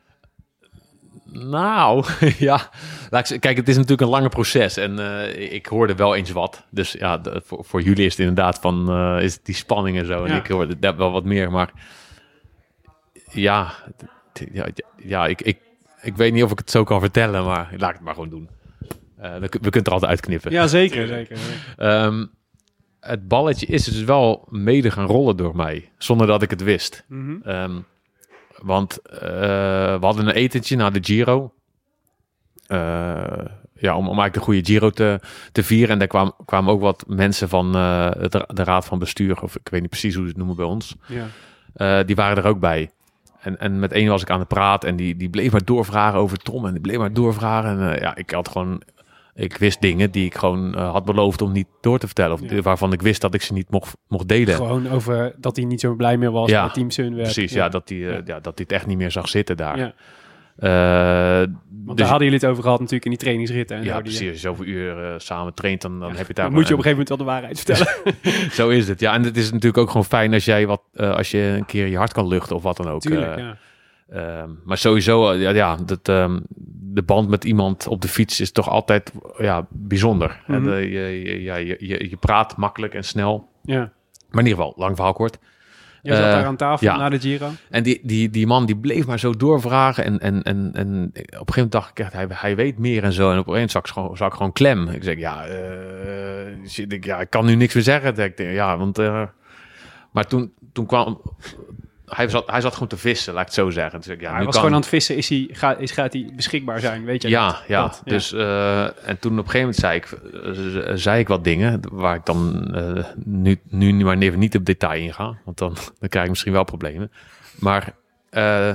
Nou, ja. Kijk, het is natuurlijk een lange proces. En uh, ik hoorde wel eens wat. Dus ja, de, voor, voor jullie is het inderdaad van, uh, is het die spanning en zo. En ja. ik hoorde daar wel wat meer. Maar ja, t- ja, ja ik, ik, ik weet niet of ik het zo kan vertellen. Maar laat ik het maar gewoon doen. Uh, we, we kunnen het er altijd uitknippen.
Ja, zeker. zeker.
um, Het balletje is dus wel mede gaan rollen door mij, zonder dat ik het wist.
Mm-hmm.
Um, want uh, we hadden een etentje na de Giro. Uh, ja, om, om eigenlijk de goede Giro te, te vieren. En daar kwamen, kwamen ook wat mensen van uh, de, de raad van bestuur, of ik weet niet precies hoe ze het noemen bij ons.
Ja.
Uh, die waren er ook bij. En, en met één was ik aan de praat en die, die bleef maar doorvragen over Tom. En die bleef maar doorvragen. En uh, ja, ik had gewoon... Ik wist dingen die ik gewoon uh, had beloofd om niet door te vertellen. Of
ja.
waarvan ik wist dat ik ze niet mocht, mocht delen.
Gewoon over dat hij niet zo blij meer was
ja,
met Team Sunweb.
Precies, ja, ja, dat hij uh, ja. ja, dat hij het echt niet meer zag zitten daar.
Ja.
Uh,
Want
dus,
daar hadden jullie het over gehad natuurlijk in die trainingsritten. En
ja,
zo,
precies.
Die,
als je zoveel uur uh, samen traint, dan, dan
ja,
heb je het daar...
Dan moet je op een gegeven moment wel de waarheid vertellen.
Zo is het, ja. En het is natuurlijk ook gewoon fijn als jij wat, uh, als je een keer je hart kan luchten of wat dan ook.
Tuurlijk,
uh,
ja.
Uh, maar sowieso, ja, ja dat, um, de band met iemand op de fiets is toch altijd ja, bijzonder.
Mm-hmm.
En, uh, je, ja, je, je, je praat makkelijk en snel.
Ja.
Maar in ieder geval, lang verhaal kort.
Je zat
uh,
daar aan tafel
ja.
na de Giro.
En die, die, die man die bleef maar zo doorvragen. En, en, en, en op een gegeven moment dacht ik echt, hij, hij weet meer en zo. En op een gegeven moment zag ik gewoon, zag ik gewoon klem. Ik zeg, ja, uh, ik, ja, ik kan nu niks meer zeggen. Ik denk, ja, want... Uh, maar toen, toen kwam... Hij zat, hij zat gewoon te vissen, laat ik het zo zeggen. Dus ik, ja,
hij
nu
was
kan...
gewoon aan het vissen. Is hij, gaat, is, gaat hij beschikbaar zijn? Weet je?
Ja,
dat?
ja.
Dat,
Dus, uh, en toen op een gegeven moment zei ik, uh, zei ik wat dingen waar ik dan uh, nu, nu maar even niet op detail in ga. Want dan, dan krijg ik misschien wel problemen. Maar uh,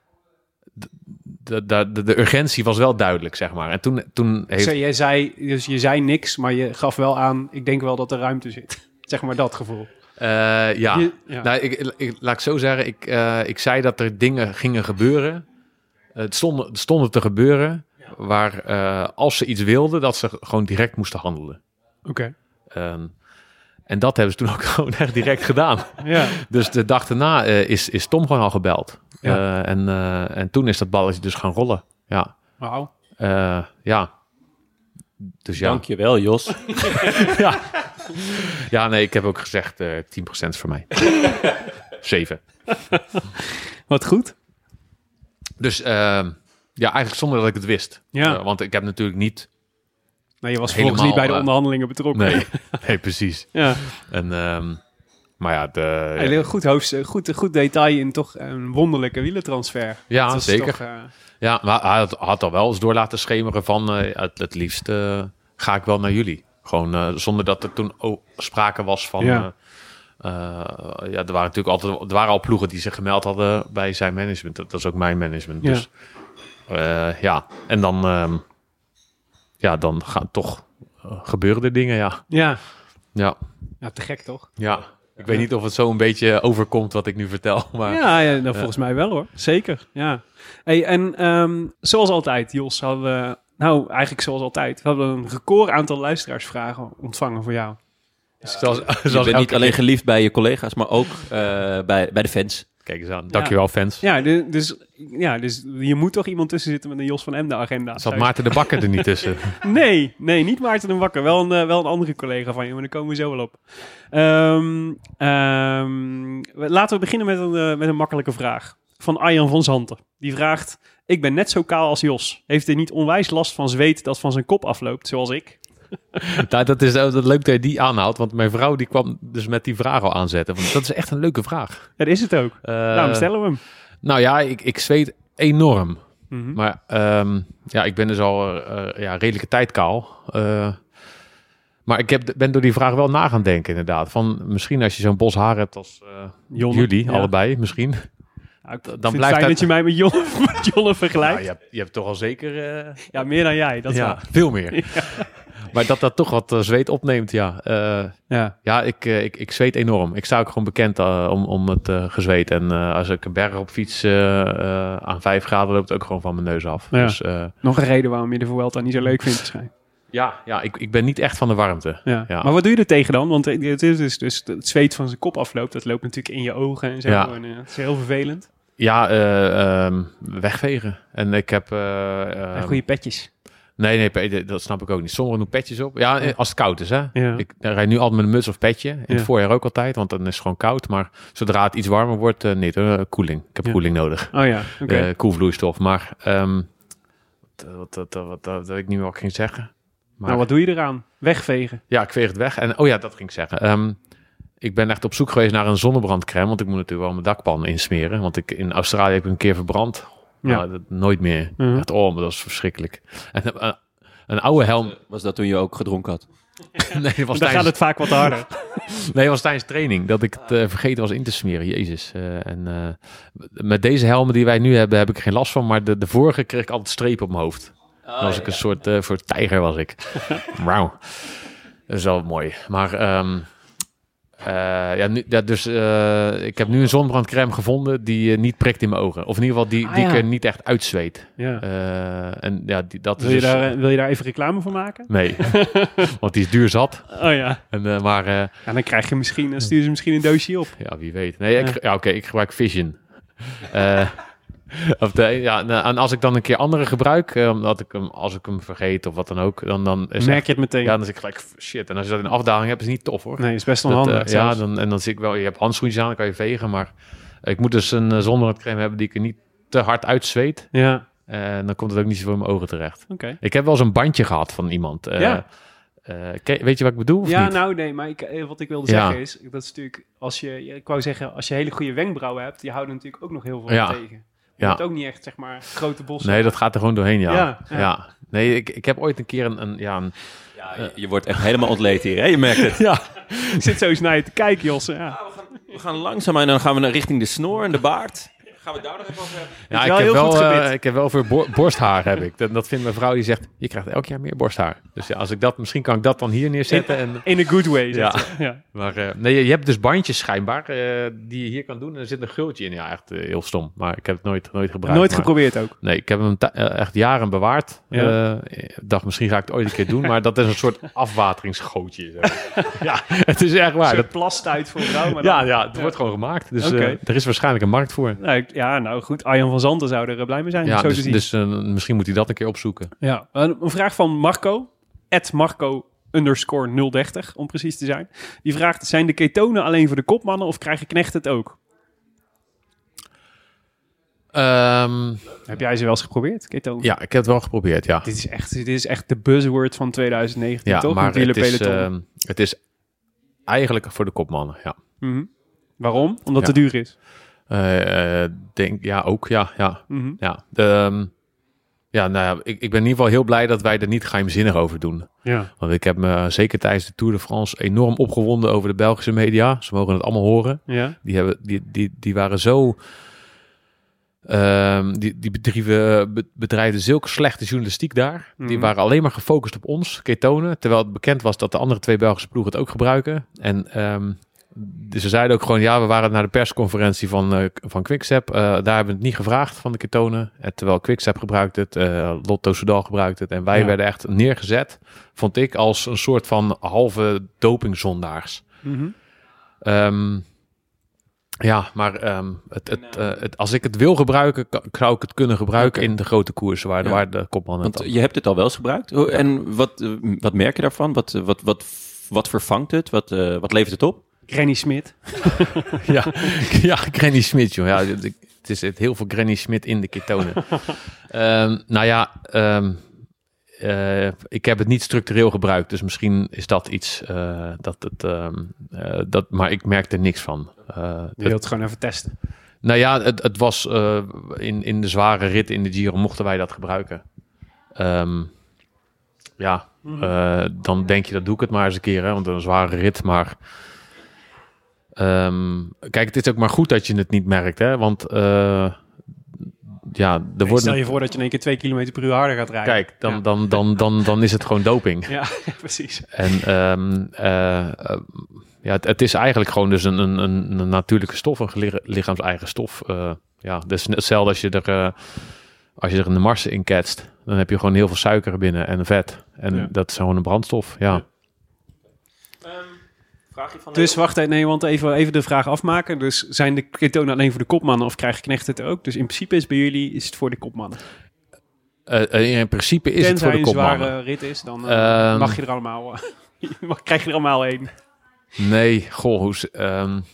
de, de, de, de urgentie was wel duidelijk, zeg maar. En toen, toen heeft...
Dus, jij zei, dus je zei niks, maar je gaf wel aan, ik denk wel dat er ruimte zit. Zeg maar dat gevoel.
Uh, ja,
je, ja.
Nou, ik, ik, ik, laat ik zo zeggen. Ik, uh, ik zei dat er dingen gingen gebeuren. Uh, het stonden, stonden te gebeuren. Ja. Waar uh, als ze iets wilden, dat ze gewoon direct moesten handelen.
Oké.
Okay. Um, en dat hebben ze toen ook gewoon echt direct gedaan.
Ja.
Dus de dag daarna uh, is, is Tom gewoon al gebeld.
Ja.
Uh, en, uh, en toen is dat balletje dus gaan rollen. Ja.
Wauw.
Uh, ja. Dus ja.
Dankjewel, Jos.
Ja. Ja, nee, ik heb ook gezegd uh, tien procent voor mij. zeven.
Wat goed.
Dus uh, ja, eigenlijk zonder dat ik het wist.
Ja.
Uh, want ik heb natuurlijk niet...
Nee, je was
Helemaal,
volgens niet bij de
uh,
onderhandelingen betrokken.
Nee, nee precies.
Ja.
En, um, maar ja, de...
Heel goed, hoofd, goed, goed detail in toch een wonderlijke wielentransfer.
Ja,
dat
zeker.
Toch, uh...
Ja, maar hij had, had al wel eens door laten schemeren van... Uh, het, het liefst uh, ga ik wel naar jullie. Gewoon uh, zonder dat er toen oh, sprake was van...
Ja.
Uh, uh, ja, er waren natuurlijk altijd... Er waren al ploegen die zich gemeld hadden bij zijn management. Dat, dat is ook mijn management.
Ja.
Dus uh, ja, en dan... Um, ja, dan gaan toch... Uh, gebeuren er dingen, ja.
Ja.
Ja.
Ja, te gek toch?
Ja. Ik weet niet of het zo een beetje overkomt wat ik nu vertel. Maar,
ja, ja nou, volgens mij wel hoor. Zeker, ja. Hey, en um, zoals altijd, Jos, hadden we... Nou, eigenlijk zoals altijd. We hebben een record aantal luisteraarsvragen ontvangen voor jou.
Dus zoals,
Je
zoals
bent niet
elke
alleen
keer.
geliefd bij je collega's, maar ook uh, bij, bij de fans.
Kijk eens aan. Dankjewel, fans.
Ja, de, dus, ja, dus je moet toch iemand tussen zitten met een Jos van Emden agenda.
Zat Maarten de Bakker er niet tussen?
Nee, nee, niet Maarten de Bakker. Wel een, uh, wel een andere collega van je, maar daar komen we zo wel op. Um, um, laten we beginnen met een, uh, met een makkelijke vraag. Van Arjan van Zanten. Die vraagt... Ik ben net zo kaal als Jos. Heeft hij niet onwijs last van zweet dat van zijn kop afloopt, zoals ik?
Nou, dat is dat leuk dat je die aanhaalt, want mijn vrouw die kwam dus met die vraag al aanzetten. Want dat is echt een leuke vraag.
Dat is het ook.
Uh,
Daarom stellen we hem.
Nou ja, ik, ik zweet enorm.
Mm-hmm.
Maar um, ja, ik ben dus al uh, ja, redelijke tijd kaal. Uh, maar ik heb, ben door die vraag wel na gaan denken inderdaad. Van misschien als je zo'n bos haar hebt als uh,
Jonne,
jullie,
ja.
allebei misschien.
Nou, ik
Dan
dan
blijft
blijft fijn
dat-
dat je mij met Jonne, met Jonne vergelijkt.
Nou, je, hebt, je hebt toch al zeker... Uh,
Ja, meer dan jij. Dat is
ja,
wel.
veel meer. Maar dat dat toch wat uh, zweet opneemt, ja. Uh,
Ja.
ja, ik, uh, ik, ik zweet enorm. Ik sta ook gewoon bekend uh, om, om het uh, gezweet. En uh, als ik een berg op fiets uh, uh, aan vijf graden loopt het ook gewoon van mijn neus af.
Ja.
Dus uh,
Nog een reden waarom je de Vuelta niet zo leuk vindt waarschijnlijk.
ja, ja ik, ik ben niet echt van de warmte.
Ja.
Ja.
Maar wat doe je er tegen dan? Want het is dus, dus het zweet van zijn kop afloopt. Dat loopt natuurlijk in je ogen en zo.
Ja.
En, uh, het is heel vervelend.
Ja, uh, um, wegvegen. En ik heb... Uh, uh,
En goede petjes.
Nee, nee, pe- dat snap ik ook niet. Sommigen doen petjes op. Ja,
Ja.
als het koud is, hè.
Ja.
Ik rijd nu altijd met een muts of petje. In
Ja.
het voorjaar ook altijd, want dan is het gewoon koud. Maar zodra het iets warmer wordt, uh, niet. Uh, koeling. Ik heb
Ja.
koeling nodig.
Oh ja, oké.
Okay. Uh, koelvloeistof. Maar um, wat, wat, wat, wat, wat weet ik niet meer wat ik ging zeggen. Maar,
Nou, wat doe je eraan? Wegvegen.
Ja, ik veeg het weg. En oh ja, dat ging ik zeggen. Um, ik ben echt op zoek geweest naar een zonnebrandcrème. Want ik moet natuurlijk wel mijn dakpan insmeren. Want ik, in Australië heb ik een keer verbrand.
Ja.
Nou, dat, nooit meer.
Mhm.
Echt, oh, maar dat was verschrikkelijk. En uh, een oude helm...
Was dat toen je ook gedronken had?
Nee, dat was
Dan gaat
tijdens,
het vaak wat harder.
nee, dat was tijdens training. Dat ik het uh, vergeten was in te smeren. Jezus. Uh, en uh, met deze helmen die wij nu hebben, heb ik er geen last van. Maar de, de vorige kreeg ik altijd strepen op mijn hoofd.
Oh,
Dan was ik een soort, uh, soort tijger was ik. Wauw. Dat is wel mooi. Maar um, uh, ja, nu, ja, dus uh, ik heb nu een zonnebrandcrème gevonden die uh, niet prikt in mijn ogen. Of in ieder geval die,
Ah,
die
ja.
ik er niet echt uitzweet.
Ja.
Uh, en ja, die, dat
Wil, je
is dus,
daar, uh, wil je daar even reclame voor maken?
Nee, want die is duur zat.
Oh ja.
En, uh, maar uh,
Ja, dan krijg je misschien, dan stuur ze misschien een doosje op.
ja, wie weet. Nee, ik, ja, oké, okay, ik gebruik Vision. Uh, of de, ja, en als ik dan een keer andere gebruik, uh, omdat ik hem, als ik hem vergeet of wat dan ook, dan, dan is
Merk
echt,
je het meteen?
ja, dan is ik gelijk shit. En als je dat in afdaling hebt, is het niet tof hoor.
Nee, is best
Dat,
onhandig.
uh, ja,
zelfs.
dan, en dan zie ik wel, je hebt handschoentjes aan, dan kan je vegen, maar ik moet dus een uh, zonnebrandcrème hebben die ik er niet te hard uitzweet.
Ja,
En dan komt het ook niet zo voor mijn ogen terecht.
oké.
Ik heb wel eens een bandje gehad van iemand. Uh,
Ja.
uh, ke- weet je wat ik bedoel? Of
Ja,
niet?
nou nee, maar ik, eh, wat ik wilde
Ja.
zeggen is, dat is natuurlijk, als je, ik wou zeggen, als je hele goede wenkbrauwen hebt, die houden natuurlijk ook nog heel veel
Ja.
tegen. Je
Ja.
hebt ook niet echt, zeg maar, grote bossen.
Nee, dat gaat er gewoon doorheen, ja.
Ja,
Ja,
ja.
Nee, ik, ik heb ooit een keer een... een, ja, een
Ja, je, je wordt echt helemaal ontleed hier, hè? Je merkt het.
ja.
Ik zit zo eens naar je te kijken, Josse. Ja.
We gaan langzaam en dan gaan we naar richting de snor en de baard. Gaan we het daar nog even over hebben?
Ja,
is
ik
wel
heb
heel
wel,
goed
eh,
gebit.
ik heb wel voor bo- borsthaar heb ik. Dat, dat vindt mijn vrouw, die zegt, je krijgt elk jaar meer borsthaar. Dus ja, als ik dat, misschien kan ik dat dan hier neerzetten. En,
In a good way,
Ja.
zegt ze. Ja.
maar uh, nee, je, je hebt dus bandjes schijnbaar, uh, die je hier kan doen. En er zit een gultje in. Ja, echt uh, heel stom. Maar ik heb het nooit, nooit gebruikt.
Nooit
maar,
geprobeerd ook.
Nee, ik heb hem ta- uh, echt jaren bewaard.
Ja.
Uh, ik dacht, misschien ga ik het ooit een keer doen. Maar dat is een soort afwateringsgootje. Zo. Ja, het is echt waar.
Een
Dat,
soort plastuit voor vrouw. Maar dan-
ja, ja, het wordt gewoon gemaakt. Dus
Oké.
uh, er is waarschijnlijk een markt voor.
Nou, ik- ja, nou goed, Arjan van Zanten zou er uh, blij mee zijn.
Ja,
zo
dus,
te zien.
dus uh, misschien moet hij dat een keer opzoeken.
Ja, een een vraag van Marco, at Marco underscore nul dertig, om precies te zijn. Die vraagt, zijn de ketonen alleen voor de kopmannen of krijgen knechten het ook?
Um,
Heb jij ze wel eens geprobeerd, ketonen?
ja, ik heb het wel geprobeerd, ja.
Dit is echt, dit is echt de buzzword van twintig negentien,
Ja,
toch?
maar
Een
het is,
peloton.
uh, het is eigenlijk voor de kopmannen, ja.
Mm-hmm. Waarom? Omdat
Ja.
het te duur is.
Uh, uh, denk, ja, ook, ja, ja.
Mm-hmm.
ja. De, um, ja, nou ja, ik, ik ben in ieder geval heel blij dat wij er niet geheimzinnig over doen.
Ja.
Want ik heb me zeker tijdens de Tour de France enorm opgewonden over de Belgische media. Ze mogen het allemaal horen.
Ja.
Die, hebben, die, die, die waren zo... Um, die, die bedrijven, bedrijven zulke slechte journalistiek daar.
Mm-hmm.
Die waren alleen maar gefocust op ons, ketonen. Terwijl het bekend was dat de andere twee Belgische ploegen het ook gebruiken. En um, dus ze zeiden ook gewoon... ja, we waren naar de persconferentie van, uh, van Quickstep. Uh, daar hebben we het niet gevraagd van de ketonen. En terwijl Quickstep gebruikt het. Uh, Lotto Soudal gebruikt het. En wij
Ja.
werden echt neergezet, vond ik, als een soort van halve dopingzondaars.
Mm-hmm.
Um, Ja, maar um, het, het, uh, het, als ik het wil gebruiken, kan, zou ik het kunnen gebruiken
Okay.
in de grote koersen waar,
Ja.
waar de kopmannen het
Want
dan.
je hebt het al wel eens gebruikt. Hoe- En wat, uh, wat merk je daarvan? Wat, uh, wat, wat, wat vervangt het? Wat, uh, wat levert het op?
Granny Smit.
ja, ja, Granny Smit, joh. Ja, het, het is het, heel veel Granny Smit in de ketonen. um, nou ja, um, uh, ik heb het niet structureel gebruikt, dus misschien is dat iets uh, dat het. Um, uh, dat, maar ik merk er niks van. Uh,
Je
het,
wilt het gewoon even testen.
Nou ja, het, het was uh, in, in de zware rit in de Giro mochten wij dat gebruiken. Um, ja, uh, dan denk je dat doe ik het maar eens een keer, hè, want een zware rit. Maar um, kijk, het is ook maar goed dat je het niet merkt, hè, want uh, ja, er
Nee,
wordt.
stel je voor dat je in één keer twee kilometer per uur harder gaat rijden.
Kijk, dan,
Ja.
dan, dan, dan, dan is het gewoon doping.
Ja, precies.
En um, uh, uh, ja, het, het is eigenlijk gewoon dus een, een, een natuurlijke stof, een geli- lichaams-eigen stof. Uh, ja, dus hetzelfde als je er, uh, als je er een marsen in ketst, dan heb je gewoon heel veel suiker binnen en vet. En
Ja.
dat is gewoon een brandstof, ja.
Ja.
Vraagje van
Dus wacht even, nee, want even, even de vraag afmaken. Dus zijn de ketonen alleen voor de kopmannen of krijgen knechten het ook? Dus in principe is bij jullie is het voor de kopmannen.
Uh, uh, in principe is
Tenzij
het voor de
een
kopmannen.
zware rit is, dan uh,
Um,
mag je er allemaal, uh, mag, krijg je er allemaal één.
Nee, goh, hoe... s- Um,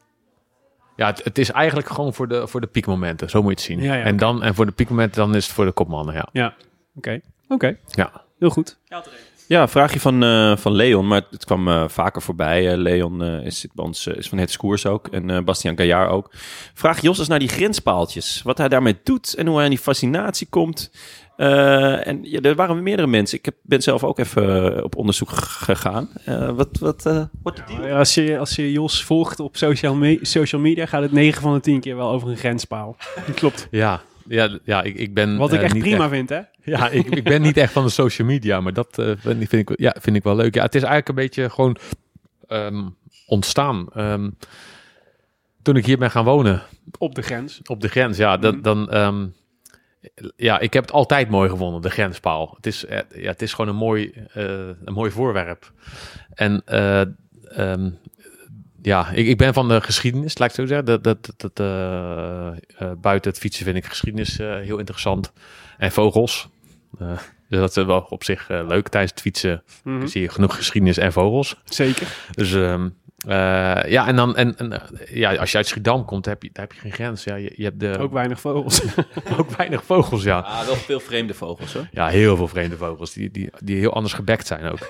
ja, het, het is eigenlijk gewoon voor de, voor de piekmomenten, zo moet je het zien.
Ja, ja,
en,
oké.
dan, en voor de piekmomenten, dan is het voor de kopmannen, ja.
Ja, oké. Okay. Oké, okay.
ja.
heel goed.
Ja, een vraagje van, uh, van Leon, maar het kwam uh, vaker voorbij. Uh, Leon uh, is, zit bij ons, uh, is van het Koers ook en uh, Bastiaan Gaillard ook. Vraag Jos eens naar die grenspaaltjes. Wat hij daarmee doet en hoe hij aan die fascinatie komt. Uh, en ja, er waren meerdere mensen. Ik heb, ben zelf ook even uh, op onderzoek g- gegaan. Uh, wat, wat, uh, what
Ja, als, je, als je Jos volgt op social, me- social media, gaat het negen van de tien keer wel over een grenspaal. Dat klopt.
Ja, ja, ja ik, ik ben...
Wat ik
uh,
echt
niet
prima
echt-
vind, hè?
Ja, ik, ik ben niet echt van de social media, maar dat uh, vind, ik, ja, vind ik wel leuk. Ja, het is eigenlijk een beetje gewoon um, ontstaan. Um, toen ik hier ben gaan wonen,
Op de grens.
op de grens, ja, dat, dan... Um, ja, ik heb het altijd mooi gevonden, de grenspaal. Het is, uh, ja, het is gewoon een mooi, uh, een mooi voorwerp. En uh, um, ja, ik, ik ben van de geschiedenis, laat ik zo zeggen. Dat, dat, dat, uh, uh, buiten het fietsen vind ik geschiedenis uh, heel interessant. En vogels. Uh, dus dat is wel op zich uh, leuk. Tijdens het fietsen
Mm-hmm.
zie je genoeg geschiedenis en vogels.
Zeker.
Dus um, uh, ja, en dan en, en, uh, ja, als je uit Schiedam komt, heb je, daar heb je geen grens. Ja, je, je hebt de,
Ook weinig vogels.
ook weinig vogels, ja.
Ah, wel veel vreemde vogels, hoor.
Ja, heel veel vreemde vogels die, die, die heel anders gebekt zijn ook.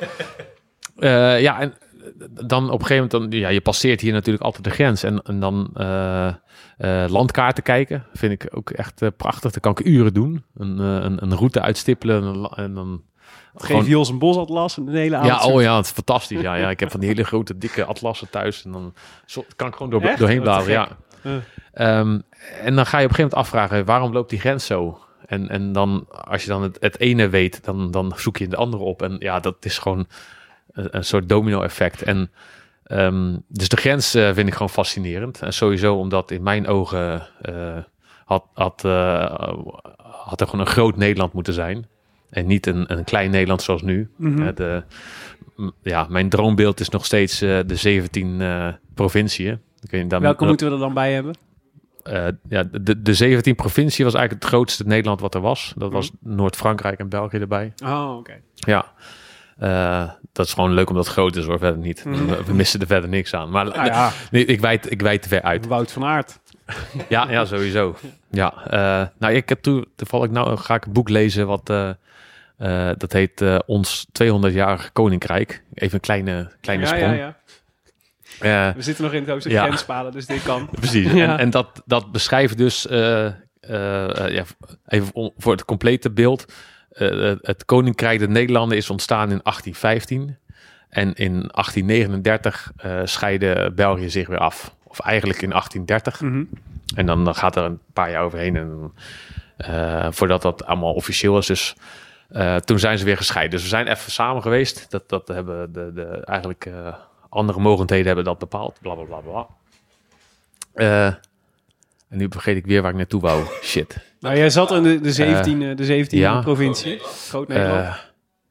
uh, ja, en dan op een gegeven moment, dan, ja, je passeert hier natuurlijk altijd de grens. En, en dan uh, uh, landkaarten kijken, vind ik ook echt uh, prachtig. Dat kan ik uren doen. Een, uh, een, een route uitstippelen en, en dan...
Geef Jos een bosatlas en een hele
Ja,
avond.
oh ja, het is fantastisch. Ja, ja, ik heb van die hele grote, dikke atlassen thuis. En dan zo, kan ik gewoon door,
Echt?
doorheen
Wat te
bladeren. Ja. Um, en dan ga je op een gegeven moment afvragen, waarom loopt die grens zo? En, en dan, als je dan het, het ene weet, dan, dan zoek je de andere op. En ja, dat is gewoon een, een soort domino-effect. En um, dus de grens uh, vind ik gewoon fascinerend. En sowieso omdat in mijn ogen uh, had, had, uh, had er gewoon een groot Nederland moeten zijn. En niet een, een klein Nederland zoals nu.
Mm-hmm.
Uh, de, m, ja, mijn droombeeld is nog steeds uh, de zeventien uh, provinciën. Ik weet niet, dan,
Welke
dan,
moeten we er dan bij hebben?
Uh, ja, de, de zeventien provincie was eigenlijk het grootste Nederland wat er was. Dat was
Mm-hmm.
Noord-Frankrijk en België erbij.
Oh, oké. Okay.
Ja, uh, dat is gewoon leuk omdat het groot is hoor, verder niet. Mm-hmm. We, we missen er verder niks aan. Maar
nou ja.
nee, ik, wijd, ik wijd te ver uit.
Wout van Aert.
Ja, ja, sowieso. Ja, uh, nou, ik heb toe, toevallig nou ga ik een boek lezen wat uh, uh, dat heet uh, Ons tweehonderdjarig Koninkrijk. Even een kleine, kleine
ja,
sprong.
Ja, ja. Uh, We zitten nog in het hoofdstuk ja. grenspalen, dus dit kan.
Precies. Ja. En, en dat, dat beschrijft dus, uh, uh, uh, ja, even om, voor het complete beeld. Uh, het Koninkrijk der Nederlanden is ontstaan in achttien vijftien. En in achttien negenendertig uh, scheidde België zich weer af. Of eigenlijk in achttien dertig.
Mm-hmm.
En dan, dan gaat er een paar jaar overheen. En, uh, voordat dat allemaal officieel is. Dus uh, toen zijn ze weer gescheiden. Dus we zijn even samen geweest. Dat, dat hebben de, de eigenlijk uh, andere mogendheden hebben dat bepaald. Bla bla bla bla. Uh, en nu vergeet ik weer waar ik naartoe wou. Shit.
Nou, jij zat in de, de zeventiende, uh, de zeventiende ja. provincie. Groot Nederland. Uh,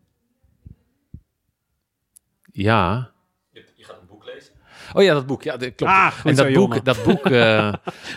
ja.
Je, je gaat een boek lezen?
Oh ja, dat boek. Ja, dat klopt.
Ah,
en dat boek, dat boek, uh,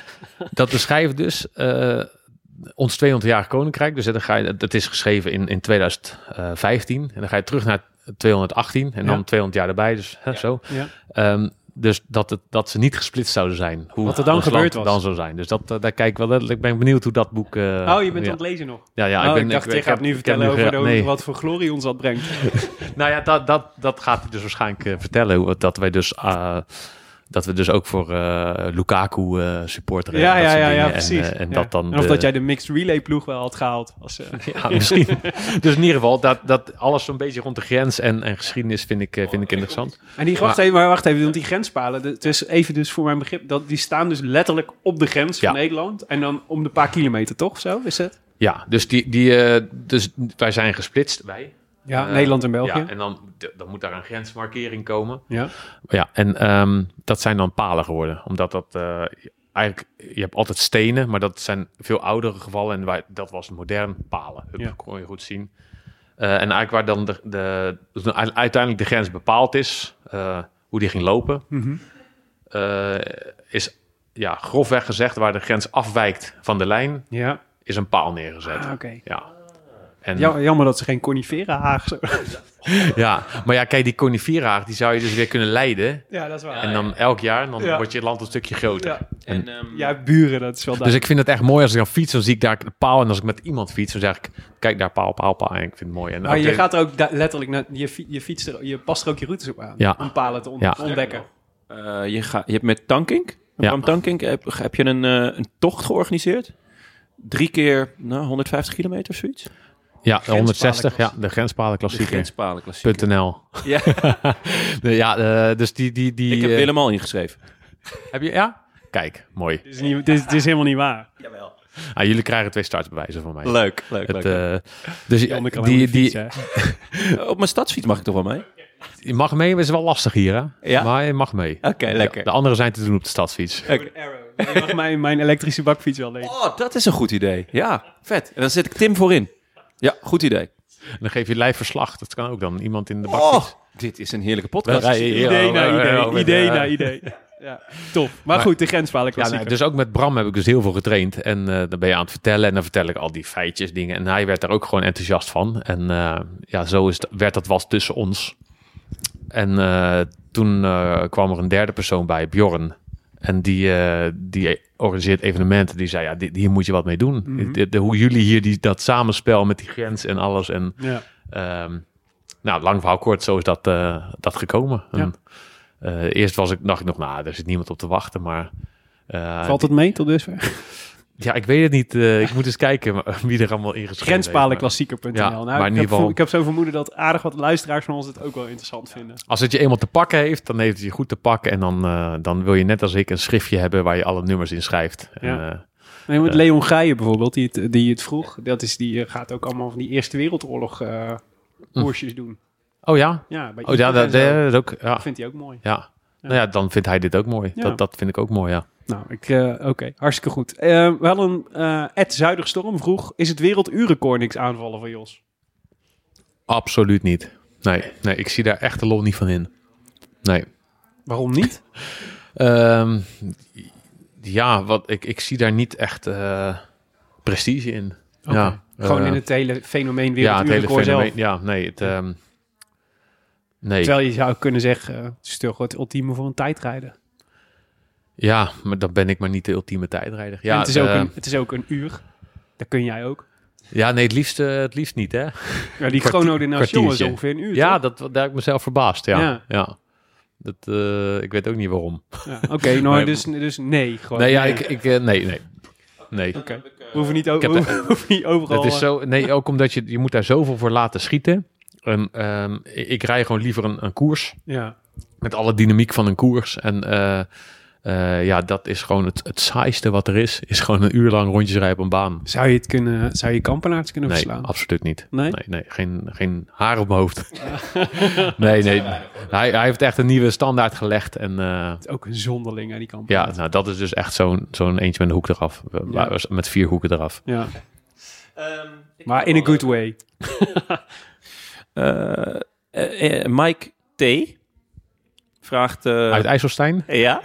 dat beschrijft dus uh, ons tweehonderdjarig Koninkrijk. Dus dan ga je, dat is geschreven in, in twintig vijftien. En dan ga je terug naar tweehonderd achttien. En dan ja. tweehonderd jaar erbij. Dus hè, ja. zo. Ja. Um, Dus dat, het, dat ze niet gesplitst zouden zijn. Hoe
wat er dan gebeurd was.
Dan zou zijn. Dus dat, uh, daar kijk ik wel letterlijk. Ik ben benieuwd hoe dat boek... Uh,
oh, je bent
ja.
aan het lezen nog?
Ja, ja.
Oh,
ik, ben,
ik dacht,
ik,
je
ik
gaat
heb,
nu vertellen over
nu,
de,
nee.
wat voor glorie ons dat brengt.
Nou ja, dat, dat, dat gaat hij dus waarschijnlijk uh, vertellen. Hoe, dat wij dus... Uh, dat we dus ook voor uh, Lukaku uh, supporteren.
Ja,
en
ja,
dat
ja, ja,
en,
precies.
Uh, en,
ja.
dat dan
en of
de,
dat jij de mixed relay ploeg wel had gehaald. Als, uh...
ja, misschien. Dus in ieder geval, dat, dat alles zo'n beetje rond de grens en, en geschiedenis vind ik, uh, vind ik interessant.
En die, wacht, maar, even, maar wacht even, want die grenspalen, het is even dus voor mijn begrip, dat, die staan dus letterlijk op de grens
ja.
van Nederland. En dan om de paar kilometer, toch? Zo is het?
Ja, dus, die, die, uh, dus wij zijn gesplitst, wij.
Ja,
uh,
Nederland en België.
Ja, en dan, dan moet daar een grensmarkering komen.
Ja.
Ja, en um, dat zijn dan palen geworden. Omdat dat uh, eigenlijk, je hebt altijd stenen, maar dat zijn veel oudere gevallen. En wij, dat was modern palen. Dat ja. kon je goed zien. Uh, en eigenlijk waar dan de, de, de, uiteindelijk de grens bepaald is, uh, hoe die ging lopen,
mm-hmm.
uh, is ja, grofweg gezegd waar de grens afwijkt van de lijn,
ja.
is een paal neergezet.
Ah, okay.
Ja. En,
ja, jammer dat ze geen conifera-haag zo...
Ja, maar ja, kijk, die conifera-haag, die zou je dus weer kunnen leiden.
Ja, dat is waar.
En dan elk jaar, dan
ja.
wordt je land een stukje groter.
Ja,
en,
en, um,
ja buren, dat is wel duidelijk.
Dus ik vind het echt mooi als ik dan fiets, dan zie ik daar de paal. En als ik met iemand fiets, dan zeg ik, kijk daar paal, paal, paal. En ik vind het mooi. En
maar je gaat er ook da- letterlijk, naar, je, je, fietst er, je past er ook je routes op aan.
Ja.
Om palen te on-
ja.
ontdekken.
Uh, je, ga, je hebt met Tankink,
ja.
Tankink heb, heb je een, uh, een tocht georganiseerd. Drie keer nou, honderdvijftig kilometer, zoiets.
Ja, honderdzestig, ja, de grenspalenklassieker.
De grenspalenklassieker.
.n l.
Ja,
ja uh, dus die, die, die...
Ik heb
uh,
Willem al ingeschreven.
Heb je? Ja? Kijk, mooi.
Het is, niet, het is, het is helemaal niet waar.
Jawel.
Ah, jullie krijgen twee startbewijzen van mij.
Leuk, leuk,
het,
leuk.
Uh, dus
die,
die...
die,
die
uh, op mijn stadsfiets mag ik toch wel mee?
Je mag mee, maar het is wel lastig hier, hè?
Ja?
Maar je mag mee.
Oké, okay, lekker.
Ja, de anderen zijn te doen op de stadsfiets.
Okay. Je mag mijn, mijn elektrische bakfiets wel lezen.
Oh, dat is een goed idee. Ja, vet. En dan zet ik Tim voorin. Ja, goed idee.
En dan geef je live verslag. Dat kan ook dan. Iemand in de bakfiets.
Oh, dit is een heerlijke podcast.
Rijden,
idee na idee. Idee, idee na idee. Ja, top. Maar, maar goed, de grenspalen klassieker.
Ja, nee, dus ook met Bram heb ik dus heel veel getraind. En uh, dan ben je aan het vertellen. En dan vertel ik al die feitjes, dingen. En hij werd daar ook gewoon enthousiast van. En uh, ja, zo is het, werd dat was tussen ons. En uh, toen uh, kwam er een derde persoon bij, Bjorn. En die, uh, die organiseert evenementen. Die zei, ja, dit, hier moet je wat mee doen.
Mm-hmm.
De, de, hoe jullie hier die, dat samenspel met die grens en alles. En
ja.
um, nou, lang verhaal kort, zo is dat, uh, dat gekomen.
Ja.
En, uh, eerst was ik, dacht ik nog, nou, er zit niemand op te wachten. Maar, uh,
valt het mee tot dusver?
Ja, ik weet het niet. Uh, ik moet eens kijken wie er allemaal ingeschreven
Grenspalenklassieker punt n l.
Ja,
nou,
maar in
ik,
ieder
heb
geval,
ik heb zo'n vermoeden dat aardig wat luisteraars van ons het ook wel interessant vinden.
Als het je eenmaal te pakken heeft, dan heeft het je goed te pakken. En dan, uh, dan wil je net als ik een schriftje hebben waar je alle nummers in schrijft.
Ja.
En, uh,
nee, met
uh,
Leon Geijen bijvoorbeeld, die het, die het vroeg. Dat is, die gaat ook allemaal van die Eerste Wereldoorlog uh, koersjes doen.
Oh ja?
Ja, bij
oh, ja, dat, dat, ook, ja.
dat vindt hij ook mooi.
Ja. Ja. Nou ja, dan vindt hij dit ook mooi.
Ja.
Dat, dat vind ik ook mooi, ja.
Nou, ik, uh, oké, okay. Hartstikke goed. Uh, we hadden uh, Ed Zuiderstorm vroeg, is het werelduurrecord niks aanvallen van Jos?
Absoluut niet. Nee, nee, ik zie daar echt de lol niet van in. Nee.
Waarom niet?
um, ja, wat, ik, ik zie daar niet echt uh, prestige in.
Okay.
Ja,
Gewoon
uh,
in het hele fenomeen werelduurrecord
ja,
zelf?
Ja, nee, het... Um, nee.
Terwijl je zou kunnen zeggen, uh, het is toch het ultieme voor een tijdrijden.
Ja, maar dan ben ik maar niet de ultieme tijdrijder. Ja,
en het, is ook
uh,
een, het is ook een uur. Dat kun jij ook.
Ja, nee, het liefst, uh, het liefst niet, hè?
Ja, die Chrono de Nation is ongeveer een uur,
Ja,
toch?
dat, daar heb ik mezelf verbaasd, ja.
Ja.
ja. Dat, uh, ik weet ook niet waarom.
Ja, Oké, okay, nou, maar, dus, dus nee. Gewoon
nee, ja,
nee.
ik, ik, uh, nee, nee. Nee.
Oké. Okay. We hoeven niet, over, hoef, hoef niet overal...
Het is zo, nee, ook omdat je, je moet daar zoveel voor laten schieten. Um, um, ik rij gewoon liever een, een koers.
Ja.
Met alle dynamiek van een koers. En uh, uh, ja, dat is gewoon het, het saaiste wat er is. Is gewoon een uur lang rondjes rijden op een baan.
Zou je het kunnen, zou je Kampenaerts kunnen
nee,
verslaan?
Absoluut niet.
Nee?
Nee, nee geen, geen haar op mijn hoofd. nee, nee. Hij, hij heeft echt een nieuwe standaard gelegd. En, uh,
het is ook een zonderling, hè, die Kampenaerts.
Ja, nou, dat is dus echt zo'n, zo'n eentje met een hoek eraf. Ja. Met vier hoeken eraf.
Ja. Um, maar in a good way.
uh, uh, uh, Mike T. vraagt... Uh,
Uit IJsselstein?
Ja.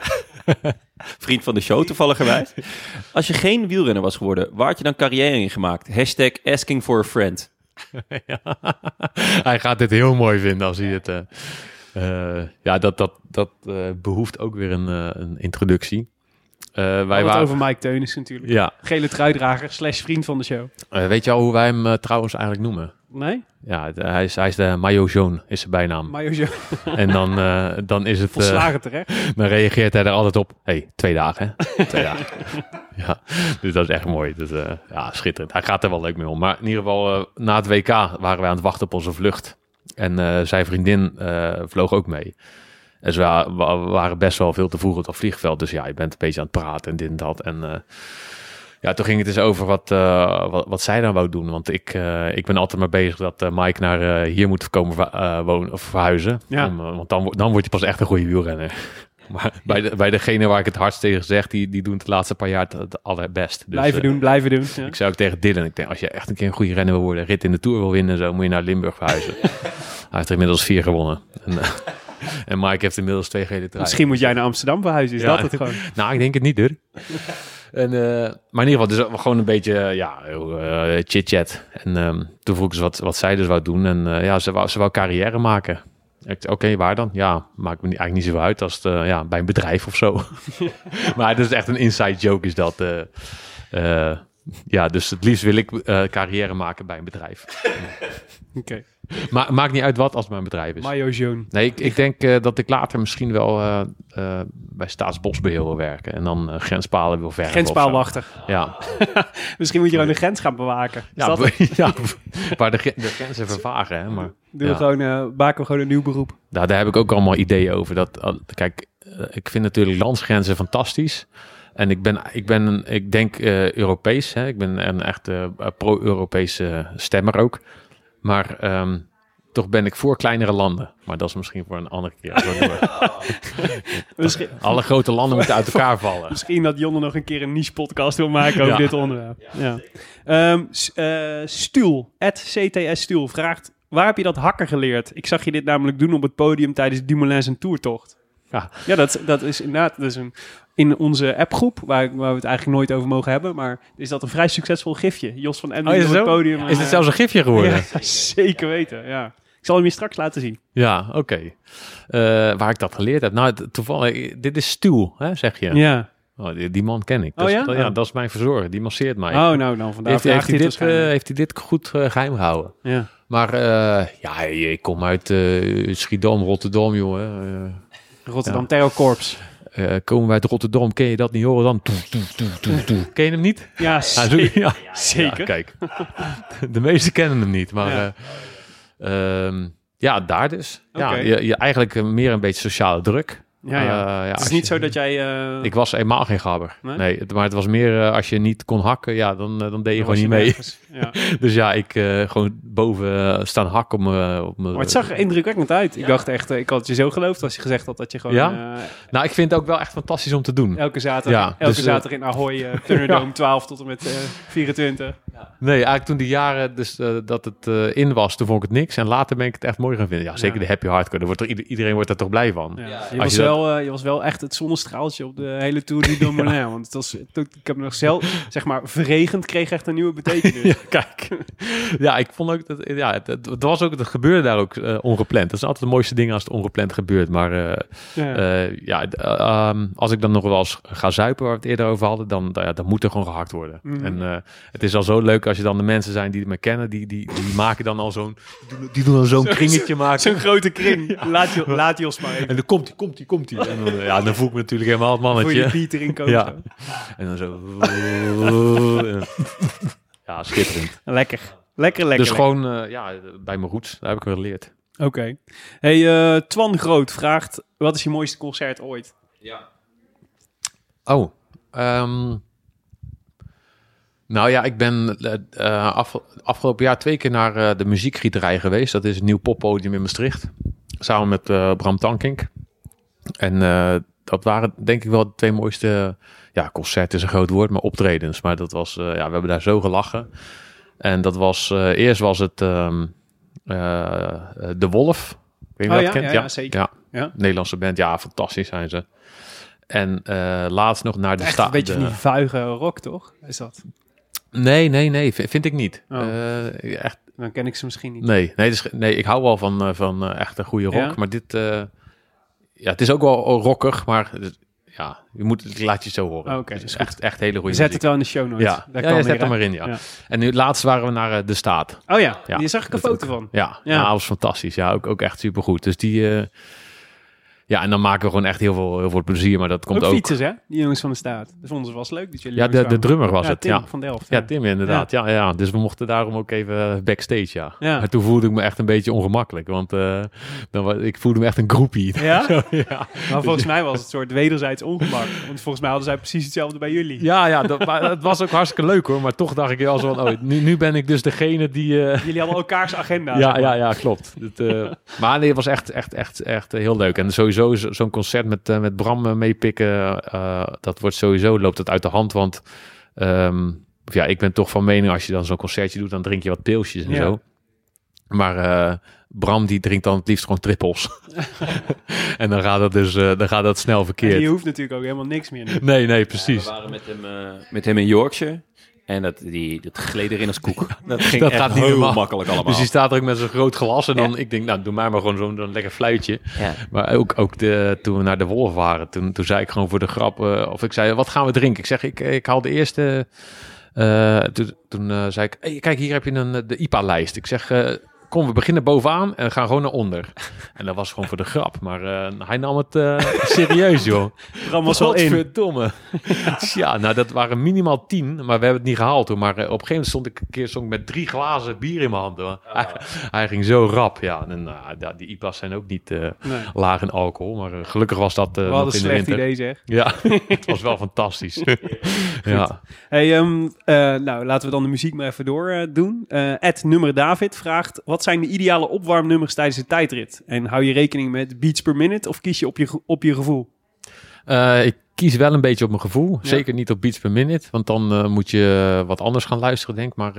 Vriend van de show toevalligerwijs. Als je geen wielrenner was geworden, waar had je dan carrière in gemaakt? Hashtag asking for a friend.
Ja. Hij gaat dit heel mooi vinden als hij het... Uh, uh, ja, dat, dat, dat uh, behoeft ook weer een, uh, een introductie. Uh, wij
waren...
waren
over Mike Teunis natuurlijk.
Ja.
Gele truidrager slash vriend van de show.
Uh, weet je al hoe wij hem uh, trouwens eigenlijk noemen?
Nee?
Ja, de, hij, is, hij is de Maillot Jaune, is zijn bijnaam.
Maillot Jaune.
En dan, uh, dan is het...
Volslagen
uh,
terecht.
Dan reageert hij er altijd op. Hé, hey, twee dagen, hè? Twee dagen. Ja, dus dat is echt mooi. Dus, uh, ja, schitterend. Hij gaat er wel leuk mee om. Maar in ieder geval, uh, na het W K waren wij aan het wachten op onze vlucht. En uh, zijn vriendin uh, vloog ook mee. En ze wa- wa- waren best wel veel te vroeg op het vliegveld. Dus ja, je bent een beetje aan het praten en dit en dat. En... Uh, Ja, toen ging het dus over wat, uh, wat, wat zij dan wou doen. Want ik, uh, ik ben altijd maar bezig dat uh, Mike naar uh, hier moet komen uh, wonen of verhuizen.
Ja.
Om, uh, want dan, dan word je pas echt een goede wielrenner. Maar bij, de, bij degene waar ik het hardst tegen zeg, die, die doen het de laatste paar jaar het, het allerbest. Dus,
blijven
uh,
doen, blijven doen. Ja.
Ik zou ook tegen Dylan, ik denk, als je echt een keer een goede renner wil worden, rit in de Tour wil winnen, zo moet je naar Limburg verhuizen. Hij heeft er inmiddels vier gewonnen. En, uh, en Mike heeft inmiddels twee gele truien.
Misschien moet jij naar Amsterdam verhuizen, is ja. dat het gewoon?
Nou, ik denk het niet, hoor. En, uh, maar in ieder geval, dus gewoon een beetje ja, uh, chit-chat. En um, toen vroeg ze wat, wat zij dus wou doen. En uh, ja, ze wou, ze wou carrière maken. Oké, okay, waar dan? Ja, maakt me niet, eigenlijk niet zoveel uit als het, uh, ja, bij een bedrijf of zo. Maar dat is echt een inside joke, is dat. Uh, uh, ja, dus het liefst wil ik uh, carrière maken bij een bedrijf.
Oké. Okay.
Maar maakt niet uit wat als het maar een bedrijf is.
Maillot Jaune.
Nee, ik, ik denk uh, dat ik later misschien wel uh, uh, bij Staatsbosbeheer wil werken. En dan uh, grenspalen wil verven.
Grenspaalwachter.
Ja.
Misschien moet je gewoon de grens gaan bewaken. Is
ja,
dat
ja, waar de, de grenzen vervagen. Hè, maar,
Doen
ja.
we gewoon, uh, maken we gewoon een nieuw beroep.
Nou, daar heb ik ook allemaal ideeën over. Dat, uh, kijk, uh, ik vind natuurlijk landsgrenzen fantastisch. En ik ben, ik ben ik denk uh, Europees. Hè. Ik ben een echte uh, pro-Europese stemmer ook. Maar um, toch ben ik voor kleinere landen. Maar dat is misschien voor een andere keer. misschien, Alle grote landen moeten uit elkaar vallen.
Misschien dat Jonne nog een keer een niche-podcast wil maken over ja. dit onderwerp. Ja. Ja. Um, uh, Stuul, at C T S Stuul, vraagt... Waar heb je dat hakken geleerd? Ik zag je dit namelijk doen op het podium tijdens Dumoulin zijn toertocht. Ja, ja dat, dat is inderdaad... Dat is een, in onze appgroep, waar, waar we het eigenlijk nooit over mogen hebben, maar is dat een vrij succesvol gifje. Jos van Emden oh, op het podium.
Is het zelfs een gifje geworden?
Ja, zeker weten, ja. Ik zal hem je straks laten zien.
Ja, oké. Okay. Uh, waar ik dat geleerd heb? Nou, toevallig, dit is Stuul, hè, zeg je?
Ja.
Oh, die, die man ken ik.
Oh,
dus,
ja?
Dat, ja, dat is mijn verzorger. Die masseert mij.
Oh, nou, nou vandaar
heeft, heeft, hij dit, uh, heeft hij dit goed uh, geheim gehouden?
Ja.
Maar uh, ja, ik kom uit uh, Schiedam, Rotterdam, jongen. Uh,
Rotterdam ja. Terrorkorps.
Uh, komen wij uit Rotterdam, ken je dat niet horen dan? Toe, toe, toe, toe, toe. Ken je hem niet?
Ja, zeker.
Ja,
ja, zeker.
Ja, kijk, de meesten kennen hem niet, maar ja, uh, um, ja daar dus. Okay. Ja, je, je eigenlijk meer een beetje sociale druk.
Ja, ja. Uh, ja, het is niet je, zo dat jij... Uh...
Ik was eenmaal geen gabber. Nee? nee het, maar het was meer uh, als je niet kon hakken, ja, dan, uh, dan deed je dan gewoon niet mee. Ja. Dus ja, ik uh, gewoon boven uh, staan hakken om... Uh, op
maar het zag er indrukwekkend uit. Ik ja. dacht echt, uh, ik had het je zo geloofd als je gezegd had dat je gewoon...
Ja? Uh, nou, ik vind het ook wel echt fantastisch om te doen.
Elke zaterdag, ja, elke dus, zaterdag in Ahoy, uh, Thunderdome ja. twaalf tot en met uh, vierentwintig.
nee, eigenlijk toen die jaren dus, uh, dat het uh, in was, toen vond ik het niks. En later ben ik het echt mooi gaan vinden. Ja, zeker ja. de happy hardcore. Daar wordt er, iedereen wordt er toch blij van.
Ja. Ja. Je, was je, wel, dat... uh, je was wel echt het zonnestraaltje op de hele Tour du Dommel. ja. Want het was, ik heb nog zelf, zeg maar, verregend kreeg echt een nieuwe betekenis.
ja, kijk. ja, ik vond ook dat, ja, het, het, het was ook, het gebeurde daar ook uh, ongepland. Dat is altijd de mooiste ding als het ongepland gebeurt. Maar uh, ja, uh, ja uh, um, als ik dan nog wel eens ga zuipen, waar we het eerder over hadden, dan, uh, dan moet er gewoon gehakt worden. Mm. En uh, het is al zo leuk als je dan de mensen zijn die me kennen, die, die, die maken dan al zo'n, die doen, die doen dan zo'n zo, kringetje zo, maken.
Zo'n grote kring. ja. Laat je, laat je ons maar even.
En dan komt hij, komt hij, komt hij. En dan, ja, dan voel ik me natuurlijk helemaal het mannetje.
Voor je Pieter in koken.
Ja. En dan zo. ja, schitterend.
Lekker. Lekker, lekker.
Dus gewoon, uh, ja, bij mijn roots. Daar heb ik wel geleerd.
Oké. Okay. Hey, uh, Twan Groot vraagt, wat is je mooiste concert ooit?
Ja.
Oh, um, nou ja, ik ben uh, af, afgelopen jaar twee keer naar uh, de muziekgieterij geweest. Dat is een nieuw poppodium in Maastricht. Samen met uh, Bram Tankink. En uh, dat waren denk ik wel de twee mooiste... Ja, concert is een groot woord, maar optredens. Maar dat was, uh, ja, we hebben daar zo gelachen. En dat was, uh, eerst was het um, uh, De Wolf. Weet je
oh,
dat
ja,
kent?
Ja,
ja,
ja, zeker.
Ja.
Ja.
Nederlandse band, ja, fantastisch zijn ze. En uh, laatst nog naar de
Echt
sta-
een beetje
de...
van die vuige rock, toch? Is dat?
Nee, nee, nee, v- vind ik niet.
Oh.
Uh, echt.
Dan ken ik ze misschien niet.
Nee, nee, dus, nee ik hou wel van, uh, van uh, echt een goede rock.
Ja?
Maar dit, uh, ja, het is ook wel rockig, maar ja, je moet, ik laat je zo horen.
Oh, okay,
het is echt, echt hele goede
Zet
muziek.
het wel in de show notes.
Ja,
Daar
ja,
kan
ja zet
er
er maar in, ja.
ja.
En nu laatst waren we naar uh, De Staat.
Oh ja,
ja,
die zag ik een foto
ook,
van.
Ja,
ja.
ja, dat was fantastisch. Ja, ook, ook echt supergoed. Dus die... Uh, ja, en dan maken we gewoon echt heel veel, heel veel plezier, maar dat komt ook...
Ook fietsers, hè? Die jongens van De Staat. Dat vonden ze wel eens leuk dat jullie
Ja, de, de drummer was
ja,
het.
Tim
ja,
van Delft.
Ja,
ja.
Tim inderdaad. Ja. Ja, ja. Dus we mochten daarom ook even backstage, ja.
ja.
Maar toen voelde ik me echt een beetje ongemakkelijk, want uh, dan was, ik voelde me echt een groepie.
Ja?
Zo, ja.
Maar volgens mij was het een soort wederzijds ongemak. Want volgens mij hadden zij precies hetzelfde bij jullie.
Ja, ja, dat, maar het was ook hartstikke leuk hoor. Maar toch dacht ik wel zo van, oh, nu, nu ben ik dus degene die... Uh...
Jullie hadden elkaars agenda.
Ja, ja, ja, klopt. Het, uh... maar nee, het was echt, echt, echt, echt heel leuk. En sowieso zo, zo'n concert met, uh, met Bram meepikken, uh, dat wordt sowieso, loopt het uit de hand. Want um, ja, ik ben toch van mening, als je dan zo'n concertje doet, dan drink je wat pilsjes en ja. zo. Maar uh, Bram die drinkt dan het liefst gewoon trippels. En dan gaat dat dus uh, dan gaat dat snel verkeerd. En
je hoeft natuurlijk ook helemaal niks meer. Nu.
Nee, nee, precies.
Ja, we waren met hem, uh, met hem in Yorkshire. En dat, die, dat gleed erin als koek. Dat ging
dat
echt
gaat niet
heel
helemaal
makkelijk allemaal.
Dus die staat er ook met zo'n groot glas. En dan,
ja.
ik denk, nou, doe mij maar gewoon zo'n, zo'n lekker fluitje.
Ja.
Maar ook, ook de, toen we naar de Wolf waren, toen, toen zei ik gewoon voor de grap, uh, of ik zei, wat gaan we drinken? Ik zeg, ik, ik haal de eerste... Uh, toen toen uh, zei ik, hey, kijk, hier heb je een, de I P A-lijst. Ik zeg... Uh, kom, we beginnen bovenaan en gaan gewoon naar onder. En dat was gewoon voor de grap. Maar uh, hij nam het uh, serieus, joh.
Bram was wel in.
Verdomme. Ja, nou, dat waren minimaal tien, maar we hebben het niet gehaald, hoor. Maar uh, op een gegeven moment stond ik een keer stond ik met drie glazen bier in mijn hand, hoor. Oh. Hij, hij ging zo rap, ja. En uh, die I P A's zijn ook niet uh, nee. laag in alcohol, maar uh, gelukkig was dat uh,
we
nog in de winter.
Idee, zeg.
Ja, het was wel fantastisch. Ja.
Hey, um, uh, nou, laten we dan de muziek maar even door uh, doen. Uh, Ed Nummer David vraagt, wat zijn de ideale opwarmnummers tijdens de tijdrit? En hou je rekening met beats per minute of kies je op je, op je gevoel?
Uh, ik kies wel een beetje op mijn gevoel.
Ja.
Zeker niet op beats per minute, want dan uh, moet je wat anders gaan luisteren, denk ik. Maar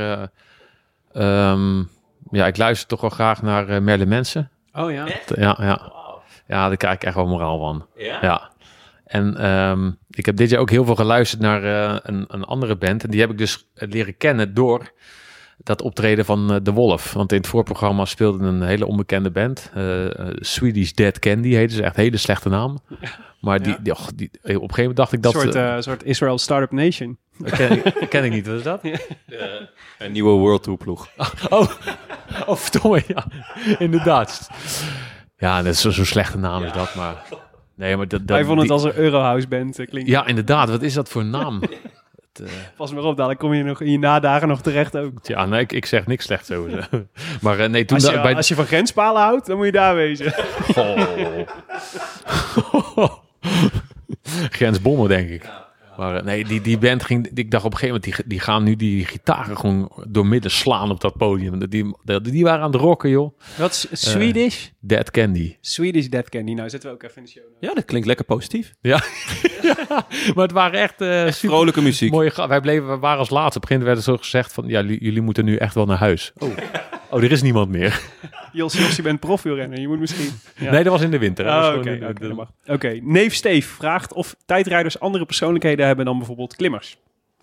uh, um, ja, ik luister toch wel graag naar uh, Merle Mensen.
Oh ja?
Ja, ja. Ja, daar krijg ik echt wel moraal van.
Ja?
Ja. En um, ik heb dit jaar ook heel veel geluisterd naar uh, een, een andere band. En die heb ik dus leren kennen door dat optreden van uh, De Wolf. Want in het voorprogramma speelde een hele onbekende band. Uh, uh, Swedish Dead Candy heette ze. Echt een hele slechte naam. Maar die, ja. die, och, die, op een gegeven moment dacht ik dat...
Een soort, uh, soort Israel Startup Nation.
Dat ken, ik, ken ik niet. Wat is dat?
Uh, een nieuwe World Tour ploeg.
Oh, oh verdomme. Ja, inderdaad. Ja, dat is zo'n zo slechte naam ja. is dat, maar... Nee, maar dat, dat,
Hij vond het
die...
als een Eurohouse band. Uh, klinkt.
Ja, inderdaad. Wat is dat voor een naam?
het, uh... Pas maar op, dadelijk kom je nog in je nadagen nog terecht ook.
Ja, nee, ik, ik zeg niks slecht zo. Maar uh, nee, toen...
Als je,
da- bij...
als je van grenspalen houdt, dan moet je daar wezen.
Oh. Grensbommen, denk ik. Ja, Maar uh, nee, die, die band ging... Ik dacht op een gegeven moment, die, die gaan nu die gitaren gewoon doormidden slaan op dat podium. Die, die, die waren aan het rocken, joh.
Wat is Swedish?
Uh, Dead Candy.
Swedish Dead Candy. Nou, zetten we ook even in de show.
Ja, dat klinkt lekker positief.
Ja, ja maar het waren echt, uh,
echt super vrolijke muziek.
Mooie ga- wij bleven, we waren als laatste. Op het begin werd er zo gezegd van, ja, jullie, jullie moeten nu echt wel naar huis. Oh, oh er is niemand meer.
Jos, Jos, je bent profielrenner. Je moet misschien... Ja.
Nee, dat was in de winter.
Oh, Oké, okay, okay, de... okay. Neef Steef vraagt of tijdrijders andere persoonlijkheden hebben dan bijvoorbeeld klimmers.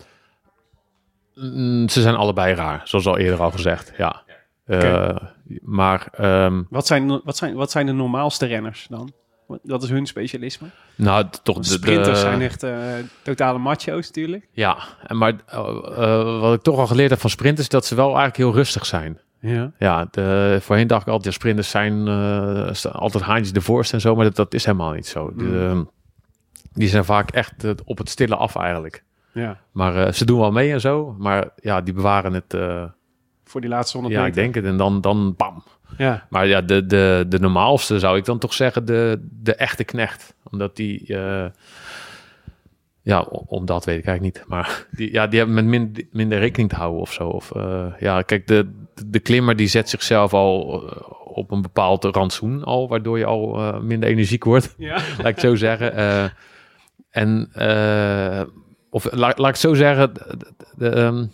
Mm, ze zijn allebei raar, zoals al eerder al gezegd. Ja. Okay. Uh, maar... Um,
wat, zijn, wat, zijn, wat zijn de normaalste renners dan? Dat is hun specialisme.
Nou, toch
de sprinters de, zijn echt uh, totale macho's natuurlijk.
Ja, maar uh, uh, wat ik toch al geleerd heb van sprinters is dat ze wel eigenlijk heel rustig zijn.
Ja,
ja de, voorheen dacht ik altijd, ja, sprinters zijn uh, altijd haantjes de voorste en zo, maar dat, dat is helemaal niet zo. Mm. De, die zijn vaak echt uh, op het stille af eigenlijk.
Ja.
Maar uh, ze doen wel mee en zo, maar ja, die bewaren het... Uh,
voor die laatste honderd
ja,
meter.
Ja, ik denk het. En dan, dan bam.
Ja.
Maar ja, de, de, de normaalste zou ik dan toch zeggen de, de echte knecht. Omdat die... Uh, ja, om dat weet ik eigenlijk niet. Maar die, ja, die hebben met min, minder rekening te houden of zo. Of, uh, ja, kijk, de, de klimmer die zet zichzelf al uh, op een bepaald rantsoen al, waardoor je al uh, minder energiek wordt. Ja. Laat ik het zo zeggen. Uh, en... Uh, of laat, laat ik het zo zeggen... De, de, um,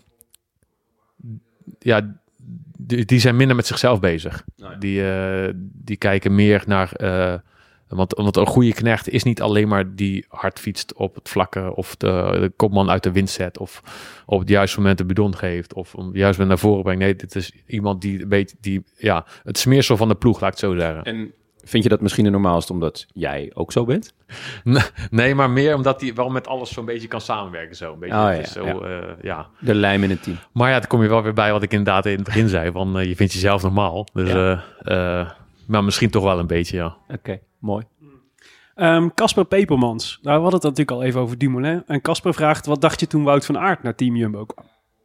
ja, die, die zijn minder met zichzelf bezig. Nee. Die, uh, die kijken meer naar... Uh, want, want een goede knecht is niet alleen maar die hard fietst op het vlakke... of de, de kopman uit de wind zet... of op het juiste moment de bidon geeft... of op het juiste moment naar voren brengt. Nee, dit is iemand die weet... Die, ja, het smeersel van de ploeg, laat ik het zo zeggen.
En vind je dat misschien de normaalste omdat jij ook zo bent?
Nee, maar meer omdat hij wel met alles zo'n beetje kan samenwerken. Zo. Een beetje,
oh,
het is
ja,
zo,
ja.
Uh, ja.
De lijm in het team.
Maar ja, dan kom je wel weer bij wat ik inderdaad in het begin zei. Van, uh, je vindt jezelf normaal. Dus, ja. uh, uh, maar misschien toch wel een beetje, ja.
Oké, okay, mooi.
Casper um, Pepermans. Nou, we hadden het natuurlijk al even over Dumoulin. En Casper vraagt, wat dacht je toen Wout van Aert naar Team Jumbo kwam?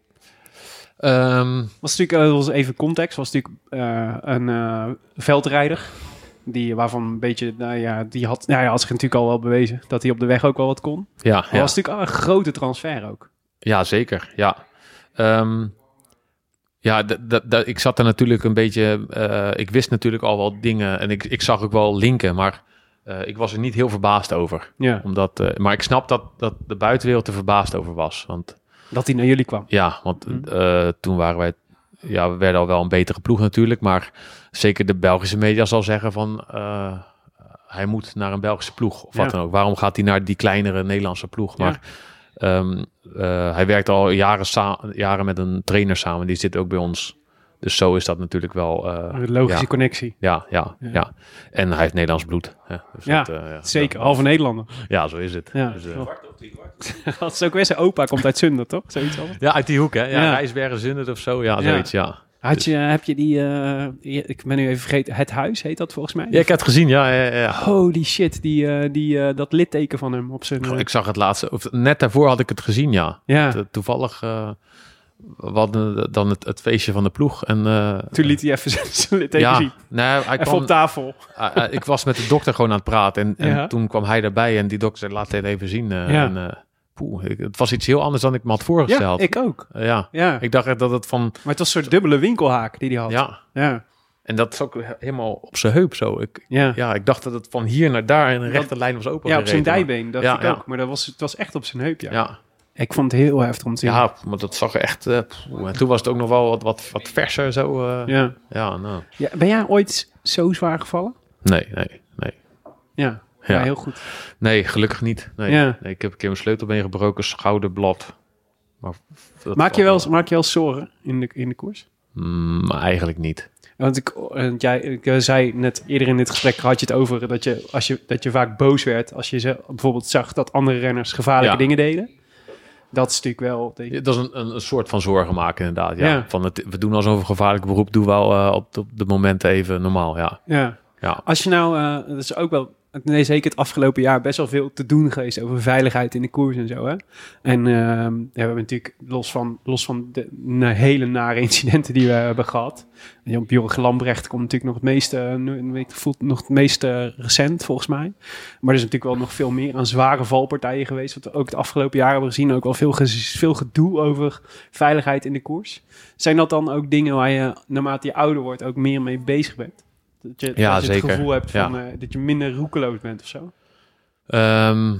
Um,
was natuurlijk, uh, was even context, was natuurlijk uh, een uh, veldrijder. Die, waarvan een beetje, nou ja, die had, nou ja, had zich natuurlijk al wel bewezen dat hij op de weg ook wel wat kon.
Ja,
maar
ja.
was natuurlijk al een grote transfer ook.
Ja, zeker. Ja, um, ja d- d- d- ik zat er natuurlijk een beetje, uh, ik wist natuurlijk al wel dingen en ik, ik zag ook wel linken, maar uh, ik was er niet heel verbaasd over.
Ja.
Omdat, uh, maar ik snap dat, dat de buitenwereld er verbaasd over was. Want,
dat hij naar jullie kwam?
Ja, want mm. uh, toen waren wij... Ja, we werden al wel een betere ploeg natuurlijk, maar zeker de Belgische media zal zeggen van uh, hij moet naar een Belgische ploeg of wat ja. dan ook. Waarom gaat hij naar die kleinere Nederlandse ploeg? Maar ja. um, uh, hij werkt al jaren, sa- jaren met een trainer samen, die zit ook bij ons. Dus zo is dat natuurlijk wel... Uh,
een logische
ja.
connectie.
Ja, ja, ja, ja. En hij heeft Nederlands bloed. Hè. Dus
ja,
dat, uh, ja,
zeker. Halve Nederlander.
Ja, zo is het.
Ja.
Dus, uh,
dat is ook weer zijn opa, komt uit Zundert, toch? Zoiets al.
Ja, uit die hoek, hè? Ja,
ja.
Rijsbergen, Zundert of zo. Ja, zoiets, ja. ja.
Had je, heb je die... Uh, ik ben nu even vergeten. Het Huis heet dat volgens mij?
Ja, ik heb het gezien, ja. ja, ja.
Holy shit, die, uh, die, uh, dat litteken van hem op zijn... Uh...
Goh, ik zag het laatste... Of, net daarvoor had ik het gezien, ja.
ja.
To- toevallig... Uh, we hadden dan het, het feestje van de ploeg. En, uh,
toen liet hij even zijn litteken
ja,
zien.
Nee, hij
even
kwam,
op tafel.
Uh, uh, ik was met de dokter gewoon aan het praten. En, en
ja.
toen kwam hij daarbij en die dokter zei, laat het even zien. Uh,
ja.
en, uh, poeh, ik, het was iets heel anders dan ik me had voorgesteld.
Ja, ik ook.
Uh, ja.
ja,
ik dacht echt dat het van...
Maar het was een soort dubbele winkelhaak die hij had.
Ja.
ja.
En dat is ook helemaal op zijn heup zo. Ik,
ja.
ja, ik dacht dat het van hier naar daar in een rechte lijn was open.
Ja, op zijn dijbeen, dacht
ja,
ik
ja.
ook. Maar dat was, het was echt op zijn heup, ja.
ja.
Ik vond het heel heftig om te zien.
Ja, maar dat zag er echt... Uh, poeh, en toen was het ook nog wel wat, wat, wat verser zo. Uh,
ja.
Ja, nou.
Ja, ben jij ooit zo zwaar gevallen?
Nee, nee, nee.
Ja,
ja.
ja heel goed.
Nee, gelukkig niet. Nee.
Ja.
Nee, ik heb een keer mijn sleutelbeen gebroken, schouderblad. Maar
maak, je wel, wel... maak je wel zorgen in de, in de koers?
Mm, maar eigenlijk niet.
Want ik, want jij ik zei net eerder in dit gesprek, had je het over dat je, als je, dat je vaak boos werd als je ze, bijvoorbeeld zag dat andere renners gevaarlijke ja. dingen deden. Dat is natuurlijk wel... Denk ik...
Dat is een, een, een soort van zorgen maken inderdaad. Ja.
Ja.
Van het, we doen alsof een gevaarlijk beroep, doen we wel uh, op, de, op de momenten even normaal. Ja.
Ja.
Ja.
Als je nou, uh, dat is ook wel nee, zeker het afgelopen jaar best wel veel te doen geweest over veiligheid in de koers en zo. Hè? En uh, ja, we hebben natuurlijk los van, los van de na, hele nare incidenten die we hebben gehad. Jan-Björg Lambrecht komt natuurlijk nog het meeste, uh, voelt nog het meeste recent volgens mij. Maar er is natuurlijk wel nog veel meer aan zware valpartijen geweest. Wat we ook het afgelopen jaar hebben gezien. Ook wel veel, veel gedoe over veiligheid in de koers. Zijn dat dan ook dingen waar je naarmate je ouder wordt ook meer mee bezig bent? Dat je,
ja,
dat je
zeker.
het gevoel hebt van,
ja.
uh, dat je minder roekeloos bent of zo?
Um,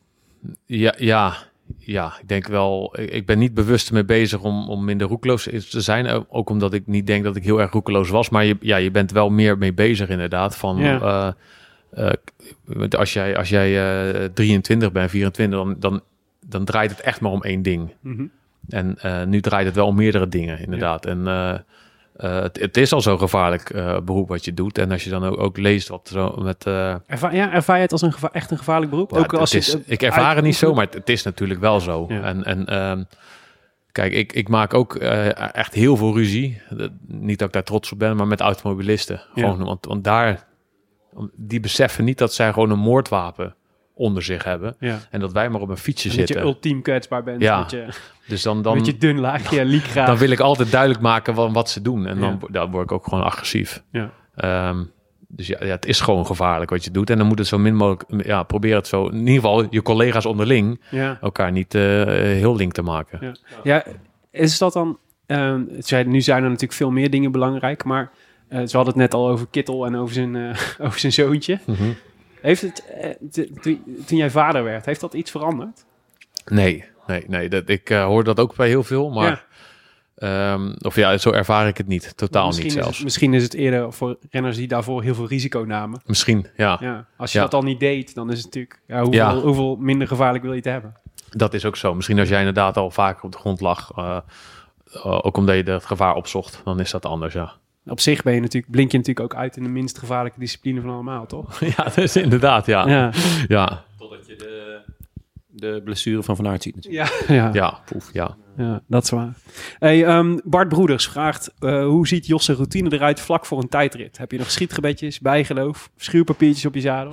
ja, ja, ja, ik denk wel... Ik, ik ben niet bewust mee bezig om, om minder roekeloos te zijn. Ook omdat ik niet denk dat ik heel erg roekeloos was. Maar je, ja, je bent wel meer mee bezig inderdaad. Van, ja. uh, uh, als jij, als jij uh, drieëntwintig bent, vierentwintig... Dan, dan, dan draait het echt maar om één ding. Mm-hmm. En uh, nu draait het wel om meerdere dingen inderdaad. Ja. En... Uh, Uh, het, het is al zo'n gevaarlijk uh, beroep wat je doet. En als je dan ook, ook leest wat zo met... Uh...
Ervaar, ja, ervaar je het als een geva- echt een gevaarlijk beroep?
Ja,
ook als
het is,
het, uh,
ik ervaar het niet zo, maar het, het is natuurlijk wel zo. Ja. En, en um, kijk, ik, ik maak ook uh, echt heel veel ruzie. De, niet dat ik daar trots op ben, maar met automobilisten. Ja. Gewoon, want, want daar... Die beseffen niet dat zij gewoon een moordwapen onder zich hebben. Ja. En dat wij maar op een fietsje
en
zitten.
Dat je ultiem kwetsbaar bent.
Ja.
Met je,
dus dan, dan,
met je dun laagje liekgraaf.
Dan wil ik altijd duidelijk maken wat, wat ze doen. En dan, ja. dan word ik ook gewoon agressief. Ja. Um, dus ja, ja, het is gewoon gevaarlijk wat je doet. En dan moet het zo min mogelijk... Ja, probeer het zo... In ieder geval je collega's onderling... Ja. elkaar niet uh, heel link te maken.
Ja, ja is dat dan... Uh, nu zijn er natuurlijk veel meer dingen belangrijk. Maar uh, ze hadden het net al over Kittel en over zijn, uh, over zijn zoontje. Mm-hmm. Heeft het, uh, t- t- toen jij vader werd, heeft dat iets veranderd?
Nee, nee, nee. Dat, ik uh, hoor dat ook bij heel veel, maar... Ja. Um, of ja, zo ervaar ik het niet. Totaal misschien niet zelfs.
Is het, misschien is het eerder voor renners die daarvoor heel veel risico namen.
Misschien, ja.
ja als je
ja.
dat al niet deed, dan is het natuurlijk... Ja, hoeveel, ja. hoeveel minder gevaarlijk wil je het hebben?
Dat is ook zo. Misschien als jij inderdaad al vaker op de grond lag... Uh, uh, ook omdat je het gevaar opzocht, dan is dat anders, ja.
Op zich ben je natuurlijk, blink je natuurlijk ook uit in de minst gevaarlijke discipline van allemaal, toch?
Ja, dat is inderdaad, ja. ja. ja.
Totdat je de, de blessure van Van Aert ziet natuurlijk.
Ja, ja.
ja, poef, ja.
ja dat is waar. Hey, um, Bart Broeders vraagt, uh, hoe ziet Jos' routine eruit vlak voor een tijdrit? Heb je nog schietgebedjes, bijgeloof, schuurpapiertjes op je zadel?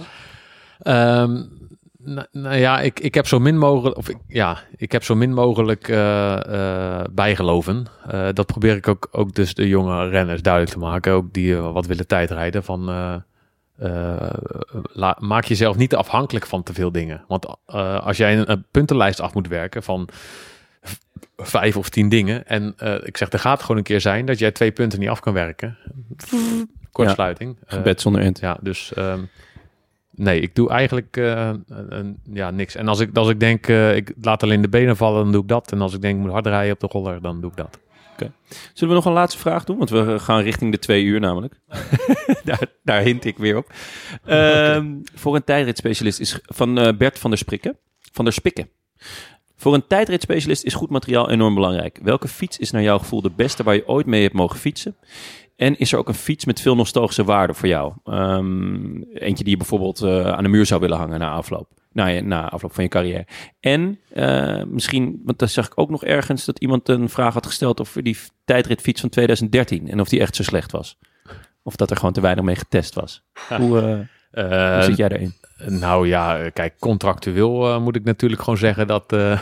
Um, nou, nou ja, ik, ik heb zo min mogelijk, of ik, ja, ik heb zo min mogelijk uh, uh, bijgeloven. Uh, dat probeer ik ook, ook dus de jonge renners duidelijk te maken, ook die uh, wat willen tijdrijden. Van, uh, uh, la, maak jezelf niet afhankelijk van te veel dingen. Want uh, als jij een, een puntenlijst af moet werken van v- vijf of tien dingen, en uh, ik zeg, er gaat gewoon een keer zijn dat jij twee punten niet af kan werken. Kortsluiting.
Ja, gebed zonder end.
Uh, ja, dus... Um, Nee, ik doe eigenlijk uh, uh, ja, niks. En als ik, als ik denk, uh, ik laat alleen de benen vallen, dan doe ik dat. En als ik denk, ik moet hard rijden op de roller, dan doe ik dat.
Okay. Zullen we nog een laatste vraag doen? Want we gaan richting de twee uur namelijk. daar, daar hint ik weer op. Um, okay. Voor een tijdritspecialist is van uh, Bert van der Sprikken. Van der Spikken. Voor een tijdritspecialist is goed materiaal enorm belangrijk. Welke fiets is naar jouw gevoel de beste waar je ooit mee hebt mogen fietsen? En is er ook een fiets met veel nostalgische waarde voor jou? Um, eentje die je bijvoorbeeld uh, aan de muur zou willen hangen na afloop. Na, je, na afloop van je carrière. En uh, misschien, want daar zag ik ook nog ergens dat iemand een vraag had gesteld over die tijdritfiets van twintig dertien. En of die echt zo slecht was. Of dat er gewoon te weinig mee getest was. Hoe, uh, uh, hoe zit jij daarin?
Nou ja, kijk, contractueel uh, moet ik natuurlijk gewoon zeggen dat... Uh...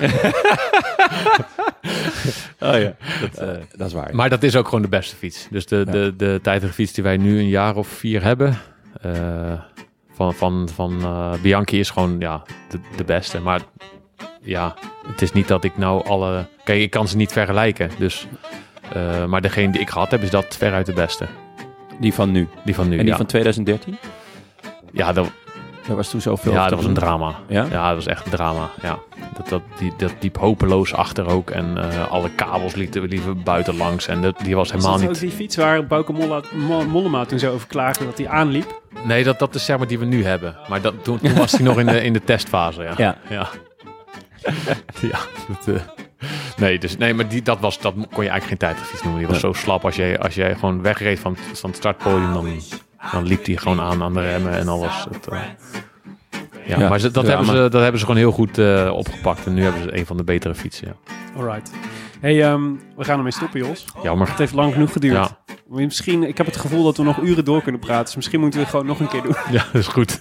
Oh ja, dat, uh, dat is waar.
Maar dat is ook gewoon de beste fiets. Dus de, ja. de, de tijdritfiets die wij nu een jaar of vier hebben... Uh, van, van, van uh, Bianchi is gewoon ja, de, de beste. Maar ja, het is niet dat ik nou alle... Kijk, ik kan ze niet vergelijken. Dus, uh, maar degene die ik gehad heb, is dat veruit de beste.
Die van nu?
Die van nu,
En die
ja.
van twintig dertien?
Ja, dat...
Er was toen zoveel.
Ja, dat was een drama.
Ja?
Ja, dat was echt een drama. Ja. Dat, dat, die, dat liep hopeloos achter ook. En uh, alle kabels liepen, liepen buitenlangs. En dat, die was helemaal niet...
Is dat ook die fiets waar Bauke Molla, Mollema toen zo over klaagde dat hij aanliep?
Nee, dat, dat is zeg maar die we nu hebben. Maar dat, toen, toen was hij nog in de, in de testfase. Ja.
Ja.
Ja. ja dat, uh, nee, dus, nee, maar die, dat, was, dat kon je eigenlijk geen tijdritfiets noemen. Die was ja. zo slap. Als jij, als jij gewoon wegreed van, van het startpodium, dan... Dan liep hij gewoon aan aan de remmen en alles. Het, uh... ja, ja, maar ze, dat, hebben ze, dat hebben ze gewoon heel goed uh, opgepakt. En nu hebben ze een van de betere fietsen. Ja.
Alright. Hey, um, we gaan ermee stoppen, Jos.
Jammer.
Het heeft lang genoeg geduurd.
Ja.
Misschien, ik heb het gevoel dat we nog uren door kunnen praten. Dus misschien moeten we het gewoon nog een keer doen.
Ja, dat is goed.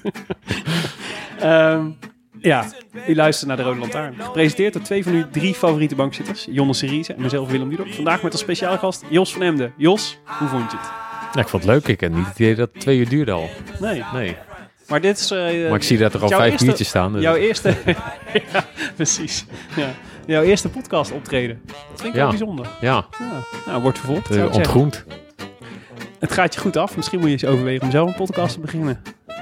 um, ja, u luistert naar de Rode Lantaarn. Gepresenteerd door twee van uw drie favoriete bankzitters. Jonne Seriese en mezelf Willem Dudok. Vandaag met als speciale gast Jos van Emden. Jos, hoe vond je het?
Ja, ik vond het leuk. Ik heb niet het idee dat het twee uur duurde al.
Nee.
Nee.
Maar dit is... Uh,
maar ik zie dat er al vijf eerste, minuutjes staan. Dus.
Jouw eerste... ja, precies. Ja. Jouw eerste podcast optreden. Dat vind ik
ja.
wel bijzonder.
Ja.
ja. Nou, wordt vervolgd.
Uh, ontgroend.
Het gaat je goed af. Misschien moet je eens overwegen om zelf een podcast te beginnen.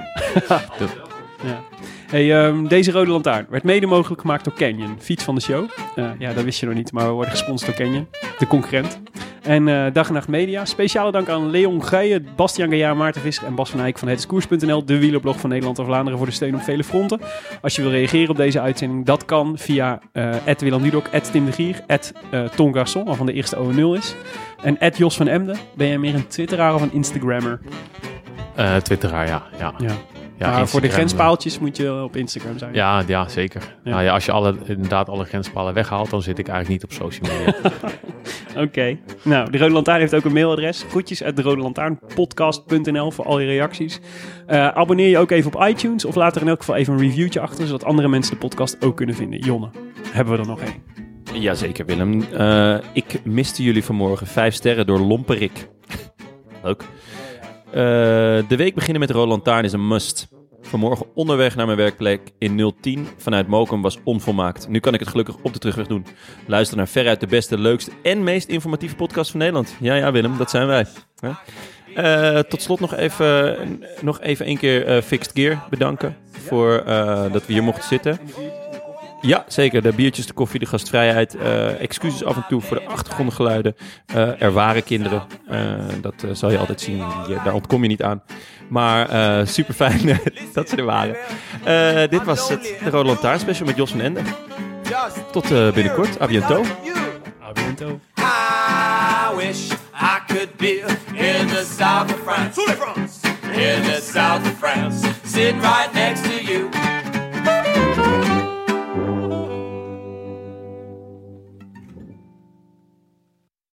ja. Hey, um, deze Rode Lantaarn werd mede mogelijk gemaakt door Canyon, fiets van de show. Uh, ja, dat wist je nog niet, maar we worden gesponsord door Canyon, de concurrent. En uh, Dag en Nacht Media. Speciale dank aan Leon Geijen, Bastiaan Gaillard, Maarten Visser en Bas van Eyck van het is koers punt n l, de wielerblog van Nederland en Vlaanderen, voor de steun op vele fronten. Als je wil reageren op deze uitzending, dat kan via at Willem Dudok, at Tim de Gier, at uh, Ton Garçon, waarvan de eerste O nul is. En at Jos van Emden. Ben jij meer een Twitteraar of een Instagrammer?
Uh, Twitteraar, ja. ja.
ja.
Ja,
maar voor de grenspaaltjes moet je op Instagram zijn.
Ja, ja zeker. Ja. Nou ja, als je alle, inderdaad alle grenspalen weghaalt, dan zit ik eigenlijk niet op social media.
Oké. Okay. Nou, de Rode Lantaarn heeft ook een mailadres. Groetjes at de rode lantaarn podcast punt n l voor al je reacties. Uh, abonneer je ook even op iTunes of laat er in elk geval even een reviewtje achter, zodat andere mensen de podcast ook kunnen vinden. Jonne, hebben we er nog één?
Jazeker, Willem. Uh, ik miste jullie vanmorgen vijf sterren door Lomperik. Leuk. Uh, de week beginnen met de Rode Lantaarn is een must. Vanmorgen onderweg naar mijn werkplek in nul tien vanuit Mokum was onvolmaakt. Nu kan ik het gelukkig op de terugweg doen. Luister naar veruit de beste, leukste en meest informatieve podcast van Nederland. Ja, ja Willem, dat zijn wij. Uh, tot slot nog even, nog even een keer uh, Fixed Gear bedanken voor uh, dat we hier mochten zitten. Ja, zeker. De biertjes, de koffie, de gastvrijheid. Uh, excuses af en toe voor de achtergrondgeluiden. Uh, er waren kinderen. Uh, dat uh, zal je altijd zien. Je, daar ontkom je niet aan. Maar uh, super fijn dat ze er waren. Uh, dit was het de Rode Lantaarn special met Jos van Emden. Tot uh, binnenkort. A bientôt.
A bientôt.
I wish I could be in the south of France. In the south of France. Sitting right next to